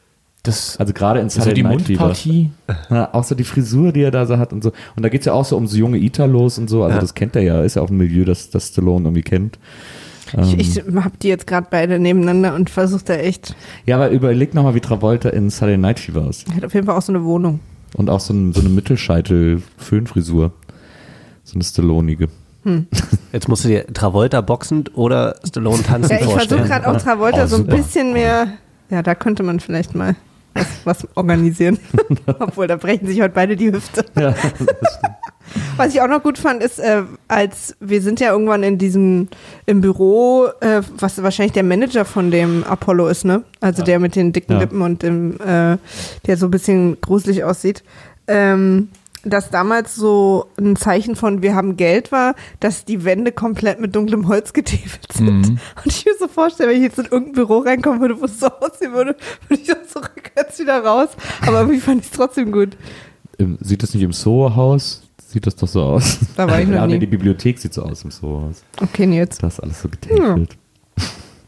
Das, Also gerade in also Saturday die Night Fever. Mundpartie. Ja, auch so die Frisur, die er da so hat und so. Und da geht es ja auch so um so junge Italos und so. Also Ja. das kennt er ja, ist ja auch ein Milieu, das, das Stallone irgendwie kennt. Ich, Ähm, ich habe die jetzt gerade beide nebeneinander und versuche da echt, ja, aber überleg nochmal, wie Travolta in Saturday Night Fever aussieht. er hat auf jeden Fall auch so eine Wohnung. Und auch so, ein, so eine Mittelscheitel-Föhnfrisur. So eine Stallonige. Jetzt musst du dir Travolta boxend oder Stallone tanzen Ja, ich versuche vorstellen. gerade auch Travolta Oh, so ein super. bisschen mehr, ja, da könnte man vielleicht mal was, was organisieren. Obwohl, da brechen sich heute beide die Hüfte. Ja, Was ich auch noch gut fand, ist, äh, als wir sind ja irgendwann in diesem, im Büro, äh, was wahrscheinlich der Manager von dem Apollo ist, ne? Also ja. der mit den dicken ja. Lippen und dem, äh, der so ein bisschen gruselig aussieht. Ähm, dass damals so ein Zeichen von wir haben Geld war, dass die Wände komplett mit dunklem Holz getäfelt sind. Mhm. Und ich mir so vorstellen, wenn ich jetzt in irgendein Büro reinkommen würde, wo es so aussehen würde, würde ich dann so rückwärts wieder raus. Aber irgendwie fand ich es trotzdem gut. Sieht das nicht im Soho-Haus? Sieht das doch so aus. Da war ich noch ja, nie. Nee, die Bibliothek sieht so aus im Soho-Haus. Okay, jetzt. Das ist alles so getäfelt. Ja.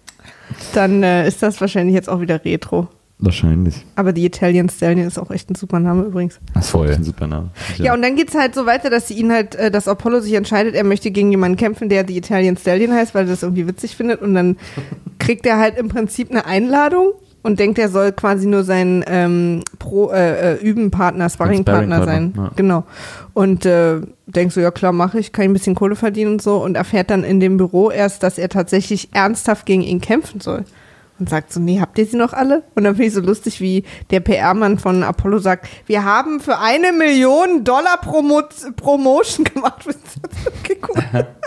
Dann äh, ist das wahrscheinlich jetzt auch wieder Retro. Wahrscheinlich. Aber die Italian Stallion ist auch echt ein super Name übrigens. Das ist voll ein super Name. Ja. ja, und dann geht's halt so weiter, dass sie ihn halt, äh, dass Apollo sich entscheidet, er möchte gegen jemanden kämpfen, der die Italian Stallion heißt, weil er das irgendwie witzig findet. Und dann kriegt er halt im Prinzip eine Einladung und denkt, er soll quasi nur sein ähm, Pro, äh, Übenpartner, Sparringpartner sein. Ja. Genau. Und äh, denkt so, ja klar, mache ich, kann ich ein bisschen Kohle verdienen und so. Und erfährt dann in dem Büro erst, dass er tatsächlich ernsthaft gegen ihn kämpfen soll. Und sagt so, nee, habt ihr sie noch alle? Und dann finde ich so lustig, wie der P R-Mann von Apollo sagt, wir haben für eine Million Dollar Promo- Promotion gemacht. Okay, cool.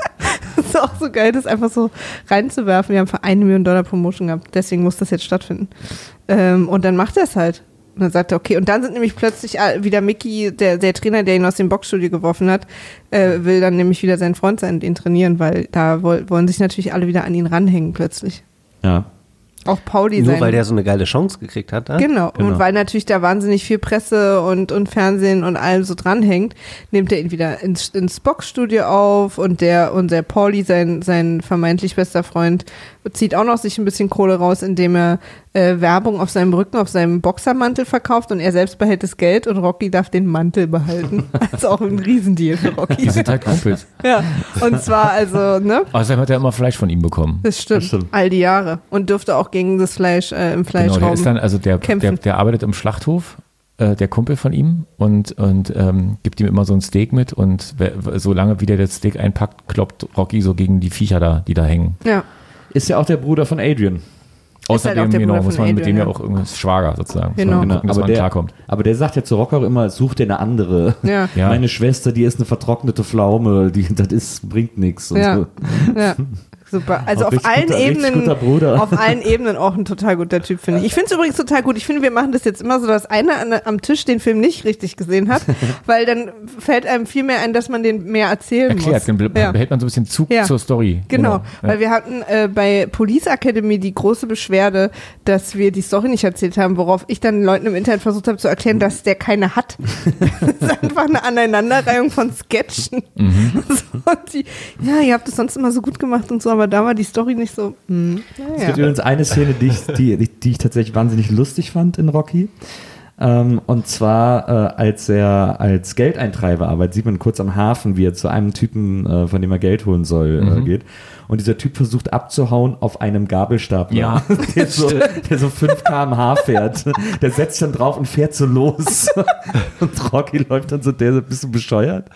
Das ist auch so geil, das einfach so reinzuwerfen. Wir haben für eine Million Dollar Promotion gehabt, deswegen muss das jetzt stattfinden. Ähm, und dann macht er es halt. Und dann sagt er, okay, und dann sind nämlich plötzlich wieder Mickey, der, der Trainer, der ihn aus dem Boxstudio geworfen hat, äh, will dann nämlich wieder sein Freund sein und ihn trainieren, weil da woll, wollen sich natürlich alle wieder an ihn ranhängen plötzlich. Ja. Auch Pauli Nur sein. weil der so eine geile Chance gekriegt hat. Da? Genau. genau, und weil natürlich da wahnsinnig viel Presse und, und Fernsehen und allem so dranhängt, nimmt er ihn wieder ins, ins Boxstudio auf und der, und der Pauli, sein, sein vermeintlich bester Freund, zieht auch noch sich ein bisschen Kohle raus, indem er äh, Werbung auf seinem Rücken, auf seinem Boxermantel verkauft und er selbst behält das Geld und Rocky darf den Mantel behalten. Also auch ein Riesendeal für Rocky. Die sind halt Kumpels. Ja, und zwar also, ne? Außerdem hat er immer Fleisch von ihm bekommen. Das stimmt, das stimmt. All die Jahre. Und dürfte auch gegen das Fleisch äh, im Fleischraum Genau, der ist dann, also der, kämpfen. der, der arbeitet im Schlachthof, äh, der Kumpel von ihm und, und ähm, gibt ihm immer so ein Steak mit und wer, solange wie der das Steak einpackt, kloppt Rocky so gegen die Viecher da, die da hängen. Ja. Ist ja auch der Bruder von Adrian. Außerdem, halt genau, muss man Adrian, mit dem ja, ja auch irgendwie Schwager sozusagen, genau. dass man, dass aber man der, klarkommt. Aber der sagt ja zu Rocky auch immer, such dir eine andere. Ja. Ja. Meine Schwester, die ist eine vertrocknete Pflaume, die, das ist, bringt nichts. Ja. So. Ja. Super. Also Auch auf allen guter, Ebenen, auf allen Ebenen auch ein total guter Typ, finde ich. Ich finde es übrigens total gut. Ich finde, wir machen das jetzt immer so, dass einer an, am Tisch den Film nicht richtig gesehen hat, weil dann fällt einem viel mehr ein, dass man den mehr erzählen Erklärt, muss. dann be- Ja. behält man so ein bisschen Zug Ja. zur Story. Genau, Ja. weil wir hatten äh, bei Police Academy die große Beschwerde, dass wir die Story nicht erzählt haben, worauf ich dann Leuten im Internet versucht habe zu erklären, dass der keine hat. Das ist einfach eine Aneinanderreihung von Sketchen. Mhm. So, und die, ja, ihr habt es sonst immer so gut gemacht und so, aber da war die Story nicht so. Hm, Es naja. gibt übrigens eine Szene, die ich, die, die ich tatsächlich wahnsinnig lustig fand in Rocky. Ähm, und zwar, äh, als er als Geldeintreiber arbeitet, sieht man kurz am Hafen, wie er zu einem Typen, äh, von dem er Geld holen soll, äh, Mhm. geht. Und dieser Typ versucht abzuhauen auf einem Gabelstapler, Ja. der, so, der so fünf Kilometer pro Stunde fährt. Der setzt dann drauf und fährt so los. Und Rocky läuft dann so, der ist ein bisschen bescheuert.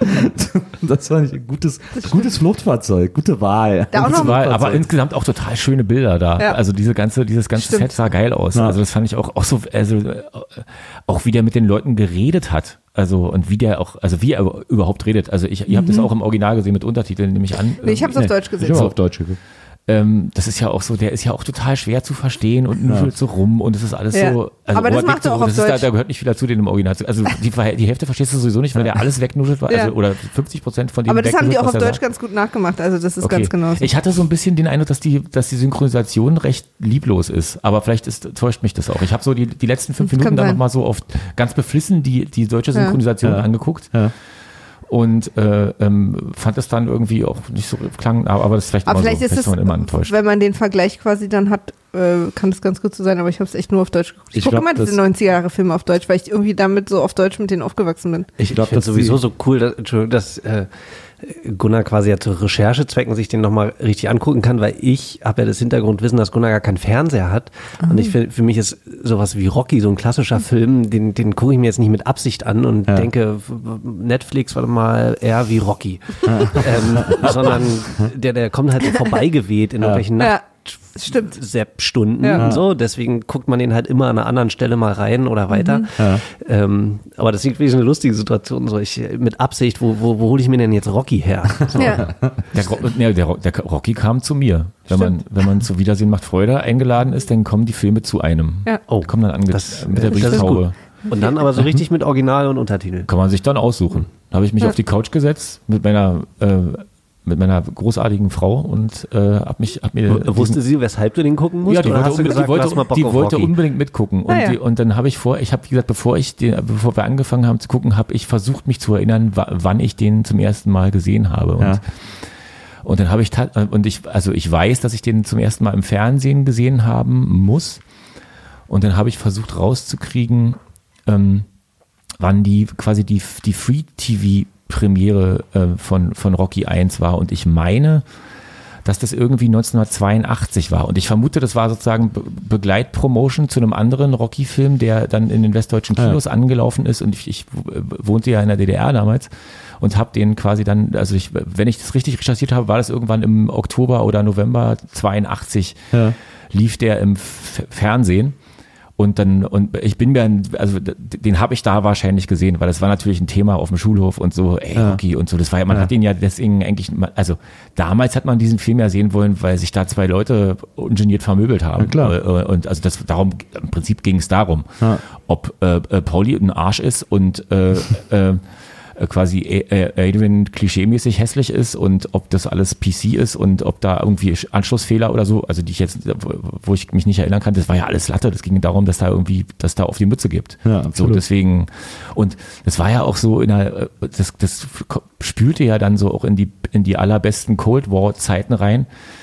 Das fand ich ein gutes, gutes Fluchtfahrzeug, gute Wahl. Da auch Gutes noch- War, aber Fluchtfahrzeug. insgesamt auch total schöne Bilder da. Ja. Also diese ganze, dieses ganze Stimmt. Set sah geil aus. Ja. Also das fand ich auch, auch so, also äh, auch wie der mit den Leuten geredet hat. Also und wie der auch, also wie er überhaupt redet. Also ich, ihr habt das auch im Original gesehen mit Untertiteln, nehme ich an. Nee, ich habe es auf Deutsch Ich gesehen. habe auf Deutsch geguckt. Ähm, das ist ja auch so, der ist ja auch total schwer zu verstehen und nuschelt so rum und es ist alles Ja. so. Also Aber das Ohrdick macht er so, auch auf das ist da, Deutsch. da gehört nicht viel dazu, den im Original zu. Also die, Verhält- die Hälfte verstehst du sowieso nicht, weil der alles wegnuschelt war. Ja. Also, oder fünfzig Prozent von dem Aber das haben die wegnuschelt, auch auf was er Deutsch sagt. ganz gut nachgemacht. Also das ist Okay. ganz genau so. Ich hatte so ein bisschen den Eindruck, dass die, dass die Synchronisation recht lieblos ist. Aber vielleicht ist, täuscht mich das auch. Ich habe so die, die letzten fünf Das kann Minuten dann sein. nochmal so oft ganz beflissen die, die deutsche Ja. Synchronisation Ja. angeguckt. Ja. Und äh, ähm, fand es dann irgendwie auch nicht so klang, aber, aber das ist vielleicht Aber immer vielleicht so, ist es, man immer enttäuscht. wenn man den Vergleich quasi dann hat, äh, kann das ganz gut so sein, aber ich habe es echt nur auf Deutsch geguckt. Ich, Ich gucke glaub, immer diese das- neunziger-Jahre-Filme auf Deutsch, weil ich irgendwie damit so auf Deutsch mit denen aufgewachsen bin. Ich glaube, Ich finde dass sowieso die- so cool, dass, Entschuldigung, dass äh, Gunnar quasi ja zu Recherchezwecken sich den nochmal richtig angucken kann, weil ich habe ja das Hintergrundwissen, dass Gunnar gar keinen Fernseher hat. Und ich finde, für mich ist sowas wie Rocky so ein klassischer Film, den, den gucke ich mir jetzt nicht mit Absicht an und Ja. denke, Netflix, warte mal, eher wie Rocky. ähm, sondern der, der kommt halt so vorbeigeweht in irgendwelchen Ja, Stimmt. Sepp-Stunden Ja. und so. Deswegen guckt man den halt immer an einer anderen Stelle mal rein oder weiter. Mhm. Ja. Ähm, aber das ist wirklich eine lustige Situation. So ich, mit Absicht, wo, wo, wo hole ich mir denn jetzt Rocky her? So. Ja. Der, Ro- nee, der, Ro- der Rocky kam zu mir. Wenn man, wenn man zu Wiedersehen macht Freude eingeladen ist, dann kommen die Filme zu einem. Ja. Oh, Die kommen dann ange das, mit der das ist Brieftaube. gut. Und dann aber so richtig mit Original und Untertitel. Kann man sich dann aussuchen. Da habe ich mich Ja. auf die Couch gesetzt mit meiner äh, mit meiner großartigen Frau und äh, hab mich hab mir W- Wusste sie, weshalb du den gucken musst? ja, die oder wollte, hast du unbedingt, gesagt, die wollte, du hast mal Bock die auf wollte Rocky? unbedingt mitgucken. Und, Ah, ja. die, und dann habe ich vor, ich habe, wie gesagt, bevor ich den, bevor wir angefangen haben zu gucken, habe ich versucht, mich zu erinnern, wa- wann ich den zum ersten Mal gesehen habe. Und, Ja. und dann habe ich, ta- und ich, also ich weiß, dass ich den zum ersten Mal im Fernsehen gesehen haben muss. Und dann habe ich versucht rauszukriegen, ähm, wann die quasi die, die Free-T V-Premiere äh, von, von Rocky eins war. Und ich meine, dass das irgendwie neunzehnhundertzweiundachtzig war. Und ich vermute, das war sozusagen Be- Begleitpromotion zu einem anderen Rocky-Film, der dann in den westdeutschen Kinos Ja. angelaufen ist. Und ich, ich wohnte ja in der D D R damals und habe den quasi dann, also ich, wenn ich das richtig recherchiert habe, war das irgendwann im Oktober oder November zweiundachtzig, Ja. lief der im F- Fernsehen. Und dann, und ich bin mir, also den habe ich da wahrscheinlich gesehen, weil das war natürlich ein Thema auf dem Schulhof und so, ey, Ja. Rocky und so. Das war ja, man Ja. hat ihn ja deswegen eigentlich, also damals hat man diesen Film ja sehen wollen, weil sich da zwei Leute ungeniert vermöbelt haben. Ja, klar. Äh, Und also das, darum, im Prinzip ging es darum, Ja. ob äh, äh, Pauli ein Arsch ist und äh, äh, quasi äh, Adrian klischeemäßig hässlich ist und ob das alles P C ist und ob da irgendwie Anschlussfehler oder so, also die ich jetzt, wo ich mich nicht erinnern kann, das war ja alles Latte, das ging darum, dass da irgendwie, dass da auf die Mütze gibt. Ja, so absolut. deswegen, und das war ja auch so in der, das, das spülte ja dann so auch in die, in die allerbesten Cold War Zeiten rein.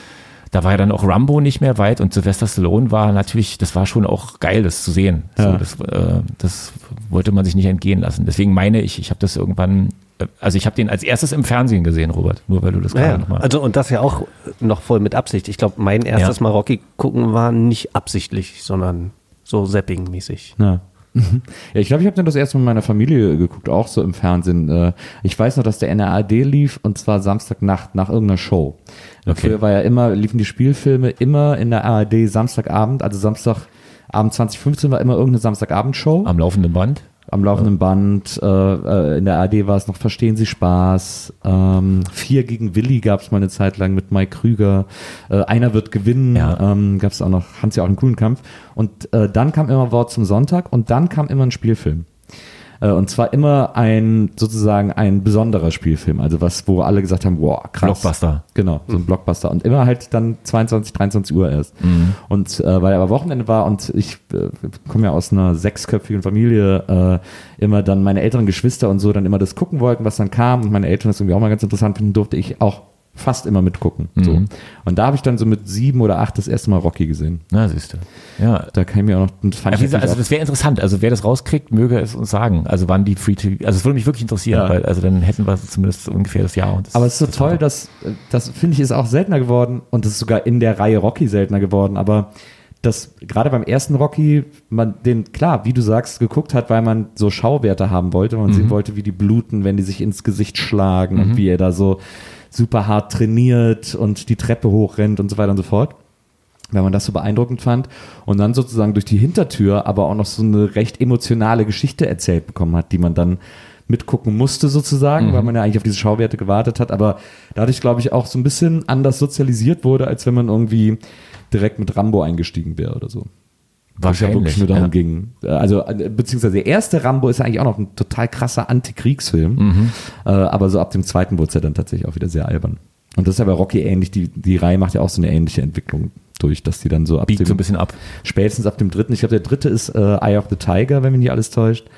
Da war ja dann auch Rambo nicht mehr weit und Sylvester Stallone war natürlich, das war schon auch geil, das zu sehen. Ja. So, das, äh, das wollte man sich nicht entgehen lassen. Deswegen meine ich, ich habe das irgendwann, äh, also ich habe den als erstes im Fernsehen gesehen, Robert, nur weil du das Ja, gerade ja. nochmal. Also und das ja auch noch voll mit Absicht. Ich glaube, mein erstes Ja. Mal Rocky gucken war nicht absichtlich, sondern so Zapping-mäßig. Ja. Ja, ich glaube, ich habe den das erste Mal mit meiner Familie geguckt, auch so im Fernsehen. Äh, Ich weiß noch, dass der N R A D lief und zwar Samstagnacht nach irgendeiner Show. Okay. Früher war ja immer, liefen die Spielfilme immer in der A R D Samstagabend, also Samstagabend zwanzig fünfzehn war immer irgendeine Samstagabendshow. Am laufenden Band. Am laufenden Band, äh, äh, in der A R D war es noch Verstehen Sie Spaß, ähm, Vier gegen Willi gab es mal eine Zeit lang mit Mike Krüger, äh, Einer wird gewinnen, Ja. ähm, gab es auch noch, Hans ja auch einen coolen Kampf und äh, dann kam immer Wort zum Sonntag und dann kam immer ein Spielfilm. Äh, und zwar immer ein, sozusagen ein besonderer Spielfilm, also was, wo alle gesagt haben, wow, krass. Blockbuster. Genau, so ein Blockbuster. Und immer halt dann zweiundzwanzig, dreiundzwanzig Uhr erst. Und äh, weil aber Wochenende war und ich äh, komme ja aus einer sechsköpfigen Familie, äh, immer dann meine älteren Geschwister und so dann immer das gucken wollten, was dann kam und meine Eltern das irgendwie auch mal ganz interessant finden, durfte ich auch fast immer mitgucken. So. Und da habe ich dann so mit sieben oder acht das erste Mal Rocky gesehen. Na, siehst du. Ja. Da kann ich mir auch noch, und fand Ja, wie ich gesagt, also natürlich das wäre interessant. Also wer das rauskriegt, möge es uns sagen. Also wann die Free-T V, also es würde mich wirklich interessieren, Ja. weil also dann hätten wir zumindest ungefähr das Jahr. Und das, Aber es ist so das toll, dass, das finde ich ist auch seltener geworden und es ist sogar in der Reihe Rocky seltener geworden, aber dass gerade beim ersten Rocky man den, klar, wie du sagst, geguckt hat, weil man so Schauwerte haben wollte, weil man sehen wollte, wie die bluten, wenn die sich ins Gesicht schlagen und wie er da so super hart trainiert und die Treppe hochrennt und so weiter und so fort. Weil man das so beeindruckend fand und dann sozusagen durch die Hintertür aber auch noch so eine recht emotionale Geschichte erzählt bekommen hat, die man dann mitgucken musste sozusagen, weil man ja eigentlich auf diese Schauwerte gewartet hat, aber dadurch, glaube ich, auch so ein bisschen anders sozialisiert wurde, als wenn man irgendwie direkt mit Rambo eingestiegen wäre oder so. Was ja wirklich wahrscheinlich. nur darum Ja. ging. Also, äh, beziehungsweise der erste Rambo ist ja eigentlich auch noch ein total krasser Antikriegsfilm, Mhm. äh, aber so ab dem zweiten wurde es ja dann tatsächlich auch wieder sehr albern. Und das ist ja bei Rocky ähnlich, die, die Reihe macht ja auch so eine ähnliche Entwicklung durch, dass die dann so ab Biegt dem, so ein bisschen ab. spätestens ab dem dritten, ich glaube der dritte ist äh, Eye of the Tiger, wenn mich nicht alles täuscht.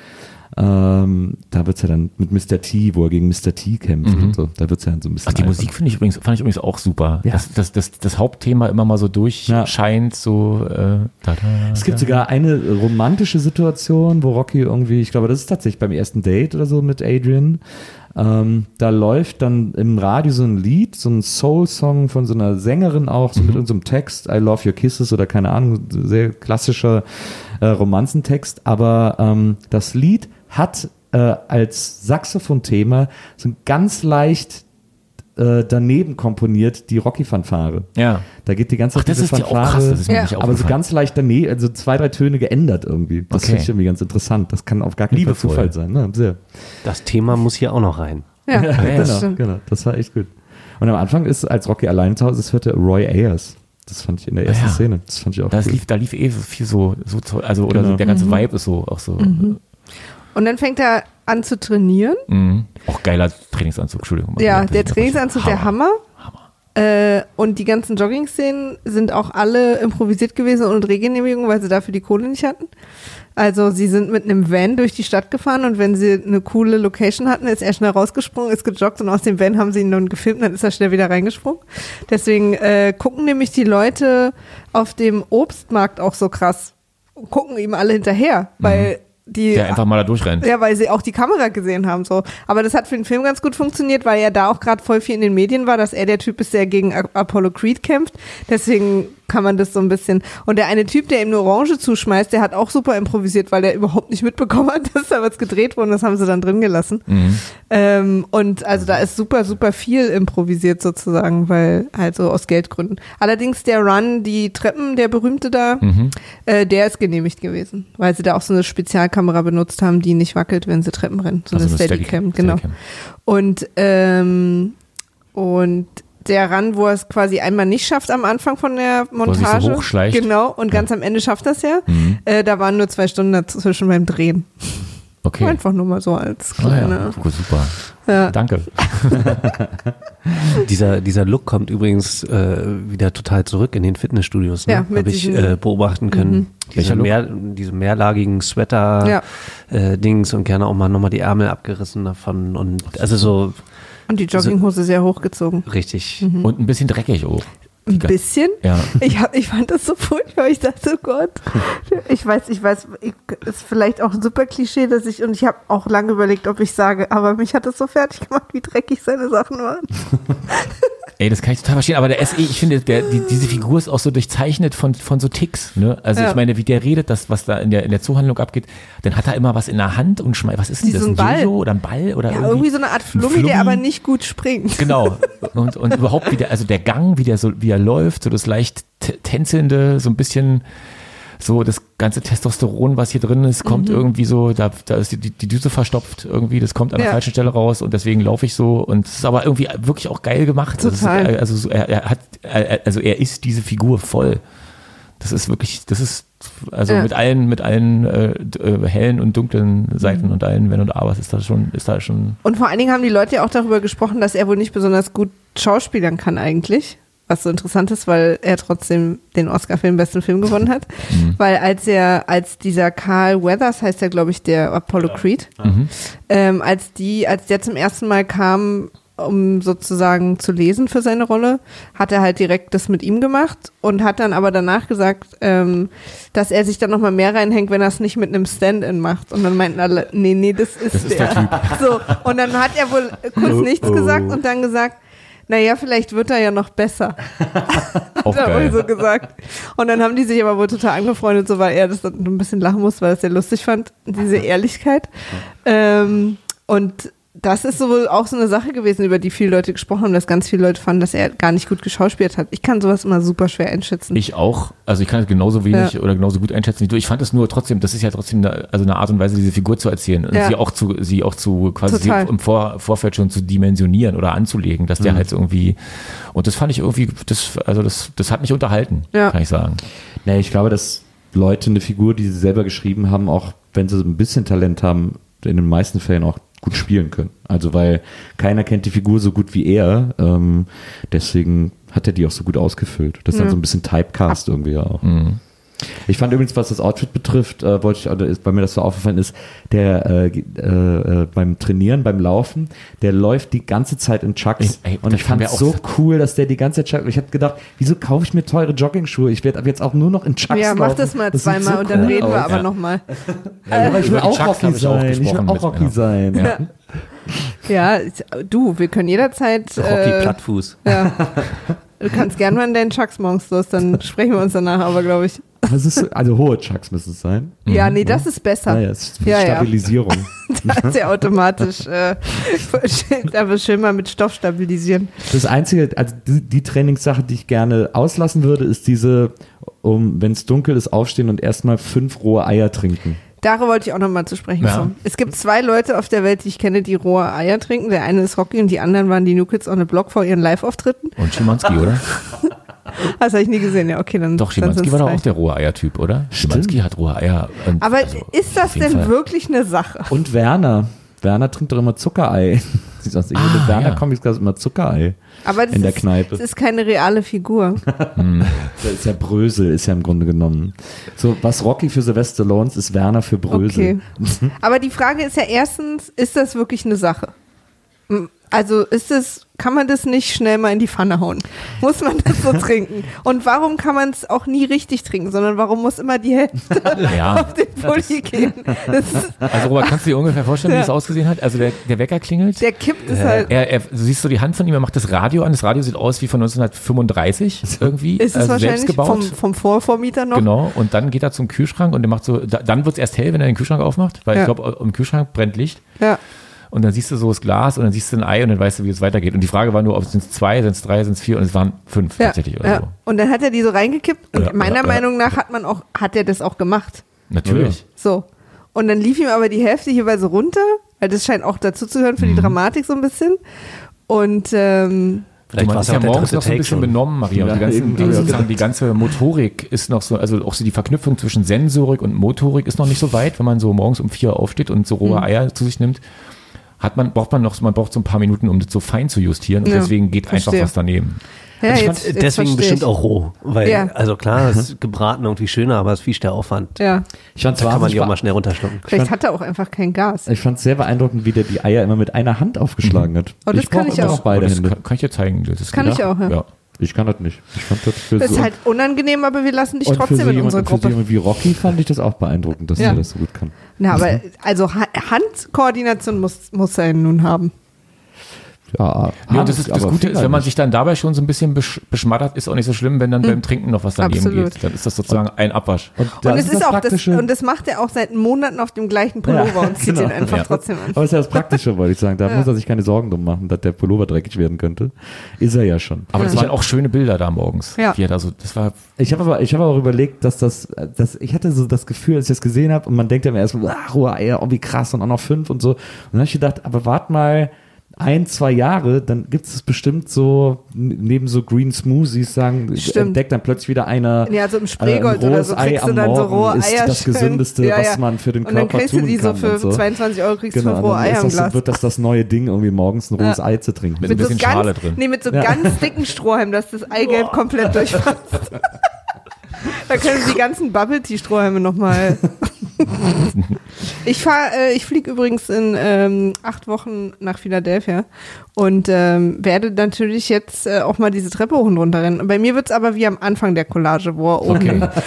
Ähm, da wird's ja dann mit Mister T, wo er gegen Mister T kämpft und so, da wird's ja dann so ein bisschen Ach, die albern. Musik finde ich übrigens, fand ich übrigens auch super. Ja. Dass das, das, das Hauptthema immer mal so durchscheint, so äh, da, da, Es gibt da. sogar eine romantische Situation, wo Rocky irgendwie, ich glaube, das ist tatsächlich beim ersten Date oder so mit Adrian. Ähm, da läuft dann im Radio so ein Lied, so ein Soul-Song von so einer Sängerin auch, so mit irgendeinem Text, I love your kisses oder keine Ahnung, sehr klassischer äh, Romanzentext. Aber ähm, das Lied hat äh, als Saxophon-Thema so ein ganz leicht äh, daneben komponiert die Rocky-Fanfare. Ja. Da geht die ganze Ach, Zeit das diese ist ja auch Fanfare, krass, das ist mir Ja. nicht aber so aufgefallen. ganz leicht daneben, also zwei, drei Töne geändert irgendwie. Das Okay. finde ich irgendwie ganz interessant. Das kann auf gar keinen Fall Liebevoll. Zufall sein. Ne? Sehr. Das Thema muss hier auch noch rein. Ja, das genau, stimmt. genau, das war echt gut. Und am Anfang ist, als Rocky allein zu Hause ist, hörte Roy Ayers. Das fand ich in der ersten Ja. Szene. Das fand ich auch Das cool. lief, da lief eh so viel so, so toll, also oder Genau. so, der ganze Mhm. Vibe ist so auch so. Und dann fängt er an zu trainieren. Mhm. Auch geiler Trainingsanzug, Entschuldigung. Ja, der Trainingsanzug, der Hammer. Äh, und die ganzen Jogging-Szenen sind auch alle improvisiert gewesen und Drehgenehmigung, weil sie dafür die Kohle nicht hatten. Also sie sind mit einem Van durch die Stadt gefahren und wenn sie eine coole Location hatten, ist er schnell rausgesprungen, ist gejoggt und aus dem Van haben sie ihn dann gefilmt, dann ist er schnell wieder reingesprungen. Deswegen äh, gucken nämlich die Leute auf dem Obstmarkt auch so krass, gucken ihm alle hinterher, weil die Der einfach mal da durchrennt. ja, weil sie auch die Kamera gesehen haben. So. Aber das hat für den Film ganz gut funktioniert, weil er da auch gerade voll viel in den Medien war, dass er der Typ ist, der gegen A- Apollo Creed kämpft. Deswegen kann man das so ein bisschen. Und der eine Typ, der ihm eine Orange zuschmeißt, der hat auch super improvisiert, weil der überhaupt nicht mitbekommen hat, dass da was gedreht wurde. Das haben sie dann drin gelassen. Mhm. Ähm, und also da ist super, super viel improvisiert sozusagen, weil also aus Geldgründen. Allerdings der Run, die Treppen, der berühmte da, Mhm. äh, der ist genehmigt gewesen, weil sie da auch so eine Spezialkamera benutzt haben, die nicht wackelt, wenn sie Treppen rennen. So Also eine eine Steadicam, Steady- genau. Steadicam. Und, ähm, und der Run, wo er es quasi einmal nicht schafft am Anfang von der er sich so Montage. hochschleicht. Genau, und ganz am Ende schafft das ja. Mhm. Äh, da waren nur zwei Stunden dazwischen beim Drehen. Okay. Einfach nur mal so als Ah, kleine. ja. Gut, super. Ja. Danke. Dieser, dieser Look kommt übrigens äh, wieder total zurück in den Fitnessstudios. Ne? Ja, mit Habe ich diesen- äh, beobachten können. Mhm. Diese, Welcher Look? mehr, diese mehrlagigen Sweater-Dings Ja. äh, und gerne auch mal nochmal die Ärmel abgerissen davon. Und also so Und die Jogginghose sehr hochgezogen. richtig. Mhm. Und ein bisschen dreckig auch. Ein bisschen. Ja. Ich, hab, ich fand das so furchtbar. Ich dachte, oh Gott. Ich weiß, ich weiß, ich, ist vielleicht auch ein super Klischee, dass ich, und ich habe auch lange überlegt, ob ich sage, aber mich hat das so fertig gemacht, wie dreckig seine Sachen waren. Ey, das kann ich total verstehen. Aber der S E, ich finde, der, die, diese Figur ist auch so durchzeichnet von, von so Ticks. Ne? Also Ja. ich meine, wie der redet, das, was da in der, in der Zoohandlung abgeht, dann hat er immer was in der Hand und schmeißt, was ist denn Wie das? so ein Ball. Jojo oder ein Ball? Oder Ja, irgendwie so eine Art Flummi, Flummi. der aber nicht gut springt. Genau. Und, und überhaupt, wie der, also der Gang, wie der so, wie er läuft, so das leicht t- tänzelnde, so ein bisschen, so das ganze Testosteron, was hier drin ist, kommt Mhm. irgendwie so, da, da ist die, die, die Düse verstopft irgendwie, das kommt an der Ja. falschen Stelle raus und deswegen laufe ich so und es ist aber irgendwie wirklich auch geil gemacht. Total. Das ist, also so, er, er hat, er, also er ist diese Figur voll. Das ist wirklich, das ist, also Ja. mit allen, mit allen äh, d- äh, hellen und dunklen Seiten Mhm. und allen Wenn und Abers ist da schon, ist da schon. Und vor allen Dingen haben die Leute ja auch darüber gesprochen, dass er wohl nicht besonders gut schauspielern kann eigentlich. Was so interessant ist, weil er trotzdem den Oscar für den besten Film gewonnen hat. Mhm. Weil als er, als dieser Carl Weathers, heißt er glaube ich, der Apollo Creed, Mhm. ähm, als die, als der zum ersten Mal kam, um sozusagen zu lesen für seine Rolle, hat er halt direkt das mit ihm gemacht und hat dann aber danach gesagt, ähm, dass er sich dann nochmal mehr reinhängt, wenn er es nicht mit einem Stand-in macht. Und dann meinten alle, nee, nee, das ist, Das ist der. der Typ. So, und dann hat er wohl kurz Oh, nichts oh. gesagt und dann gesagt, naja, vielleicht wird er ja noch besser. Auch Hat er wohl geil. so gesagt. Und dann haben die sich aber wohl total angefreundet, so weil er das dann ein bisschen lachen musste, weil er es sehr lustig fand, diese Ehrlichkeit. Ähm, und das ist wohl auch so eine Sache gewesen, über die viele Leute gesprochen haben, dass ganz viele Leute fanden, dass er gar nicht gut geschauspielt hat. Ich kann sowas immer super schwer einschätzen. Ich auch. Also ich kann es genauso wenig Ja. oder genauso gut einschätzen wie du. Ich fand es nur trotzdem, das ist ja trotzdem eine, also eine Art und Weise, diese Figur zu erzählen und Ja. sie auch zu, sie auch zu quasi sie Total. im Vor, Vorfeld schon zu dimensionieren oder anzulegen, dass der halt irgendwie, und das fand ich irgendwie, das, also das, das hat mich unterhalten, Ja. kann ich sagen. Nee, ich glaube, dass Leute eine Figur, die sie selber geschrieben haben, auch wenn sie so ein bisschen Talent haben, in den meisten Fällen auch gut spielen können. Also weil keiner kennt die Figur so gut wie er, ähm, deswegen hat er die auch so gut ausgefüllt. Das ist dann Ja. so ein bisschen Typecast irgendwie auch. Mhm. Ich fand übrigens, was das Outfit betrifft, äh, wollte ich, oder ist, bei mir das so aufgefallen ist, der äh, äh, äh, beim Trainieren, beim Laufen, der läuft die ganze Zeit in Chucks. Ey, ey, und das ich haben fand wir es auch- so cool, dass der die ganze Zeit Chucks. Ich habe gedacht, wieso kaufe ich mir teure Joggingschuhe? Ich werde ab jetzt auch nur noch in Chucks Ja, laufen. mach das mal sieht zweimal so und dann cool reden wir aus. aber Ja. nochmal. Ja, aber ich will Über die auch Chucks Rocky habe ich auch sein. Ich will gesprochen auch mit- Rocky ja. sein. Ja. Ja, du, wir können jederzeit. Rocky Äh, Plattfuß. ja. Du kannst gerne mal in deinen Chucks morgens los, dann sprechen wir uns danach, aber glaube ich. Was ist, also hohe Chucks müssen es sein. Ja, nee, das ist besser. Naja, es ist Ja, ja. Stabilisierung. Da ist ja automatisch, äh, da will schön mal mit Stoff stabilisieren. Das Einzige, also die, die Trainingssache, die ich gerne auslassen würde, ist diese, um, wenn es dunkel ist, aufstehen und erstmal fünf rohe Eier trinken. Darüber wollte ich auch nochmal zu sprechen Ja. kommen. Es gibt zwei Leute auf der Welt, die ich kenne, die rohe Eier trinken. Der eine ist Rocky und die anderen waren die New Kids on the Block vor ihren Live-Auftritten. Und Schimanski, oder? Das habe ich nie gesehen. Ja, okay, dann Doch, dann Schimanski sind's war doch drei. auch der rohe Eiertyp, oder? Stimmt. Schimanski hat rohe Eier. Und Aber also, ist das auf jeden denn Fall. wirklich eine Sache? Und Werner. Werner trinkt doch immer Zuckerei. Siehst du, aus Ah, ah, Werner ja. Comics gab es immer Zuckerei. Aber das In der ist, Kneipe. das ist keine reale Figur. Das ist ja Brösel, ist ja im Grunde genommen. So, was Rocky für Sylvester Stallone ist, ist Werner für Brösel. Okay. Aber die Frage ist ja erstens, ist das wirklich eine Sache? Also ist es, kann man das nicht schnell mal in die Pfanne hauen? Muss man das so trinken? Und warum kann man es auch nie richtig trinken, sondern warum muss immer die Hälfte Ja. auf den Pulli gehen? Das ist, Also Robert, kannst du dir ungefähr vorstellen, wie Ja. das ausgesehen hat? Also der, der Wecker klingelt. der kippt es halt. Er, er, du siehst so die Hand von ihm, er macht das Radio an. Das Radio sieht aus wie von neunzehnhundertfünfunddreißig irgendwie. Ist es also wahrscheinlich selbst gebaut. vom, vom Vorvormieter noch? Genau, und dann geht er zum Kühlschrank und der macht so, da, dann wird es erst hell, wenn er den Kühlschrank aufmacht, weil Ja. ich glaube, im Kühlschrank brennt Licht. Ja. Und dann siehst du so das Glas und dann siehst du ein Ei und dann weißt du, wie es weitergeht. Und die Frage war nur, ob es sind zwei, sind es drei, sind es vier und es waren fünf Ja, tatsächlich oder ja. so. Und dann hat er die so reingekippt und Ja, meiner ja, ja. Meinung nach hat man auch, hat er das auch gemacht. Natürlich. So. Und dann lief ihm aber die Hälfte jeweils so runter, weil das scheint auch dazu zu hören für die Dramatik so ein bisschen. Und ähm, Vielleicht man war ist es ja auch der morgens dritte noch so ein Take bisschen schon. benommen, Maria. Ja, und die, ganzen, eben, die, ja. sozusagen die ganze Motorik ist noch so, also auch so die Verknüpfung zwischen Sensorik und Motorik ist noch nicht so weit, wenn man so morgens um vier aufsteht und so rohe Eier zu sich nimmt. Hat man, braucht man noch, man braucht so ein paar Minuten, um das so fein zu justieren und Ja, deswegen geht verstehe. einfach was daneben. ja, ich jetzt, fand jetzt deswegen verstehe bestimmt ich. auch roh. Weil, Ja. also klar, es ist gebraten irgendwie schöner, aber es ist viel der Aufwand. Ja, Ich fand es Da kann man wahnsinnig die auch bee- mal schnell runterschlucken. vielleicht hat er auch einfach kein Gas. ich fand's sehr beeindruckend, wie der die Eier immer mit einer Hand aufgeschlagen hat. Oh, das kann brauch ich immer auch. noch beide das Hände. kann, kann ich dir zeigen. Das, Das kann geht. ich auch, ja. ja. Ich kann das nicht. Ich fand das für Das so, ist halt unangenehm, aber wir lassen dich und für trotzdem so in unserer jemanden, für so Gruppe. jemanden wie Rocky fand ich das auch beeindruckend, dass Ja. er das so gut kann. Na, aber also ha Handkoordination muss, muss er nun haben. Ja, Ja, und das, ist, das aber Gute ist, Finger wenn man nicht. sich dann dabei schon so ein bisschen besch beschmattert, ist auch nicht so schlimm, wenn dann beim Trinken noch was daneben Absolut. geht. Dann ist das sozusagen ein Abwasch. Und, das Und es ist das auch das, Praktische. und das macht er auch seit Monaten auf dem gleichen Pullover Ja, und zieht genau. den einfach Ja. trotzdem an. Aber das ist ja das Praktische, wollte ich sagen. Da Ja. muss er sich keine Sorgen drum machen, dass der Pullover dreckig werden könnte. Ist er ja schon. Aber das Ja. waren auch schöne Bilder da morgens. Ja. Wie er da so, das war Ich habe aber, ich habe auch überlegt, dass das, dass ich hatte so das Gefühl, als ich das gesehen habe, und man denkt ja immer erstmal, ah, rohe Eier, oh wie krass, und auch noch fünf und so. Und dann habe ich gedacht, aber wart mal ein, zwei Jahre, dann gibt es bestimmt so, n- neben so Green Smoothies sagen, Stimmt. entdeckt dann plötzlich wieder einer, Ja, so im Spreegold äh, ein oder so rohes Ei kriegst du am dann so Morgen rohe ist Eier. das schön. Gesündeste, Ja, was ja. man für den Und dann Körper kriegst du tun die so kann für und so. zweiundzwanzig Euro kriegst du Genau, fünf und rohe dann Eier ist im das, so- Glas. wird das das neue Ding, irgendwie morgens ein rohes Ja. Ei zu trinken. Mit ein bisschen so ganz, Schale drin. Nee, mit so Ja. ganz dicken Strohhalmen, dass das Eigelb komplett durchfasst. Da können die ganzen Bubble-Tea-Strohhalme nochmal. Ich fahr, äh, ich fliege übrigens in ähm, acht Wochen nach Philadelphia und ähm, werde natürlich jetzt äh, auch mal diese Treppe hoch und runter rennen. Bei mir wird es aber wie am Anfang der Collage, wo er oben. okay.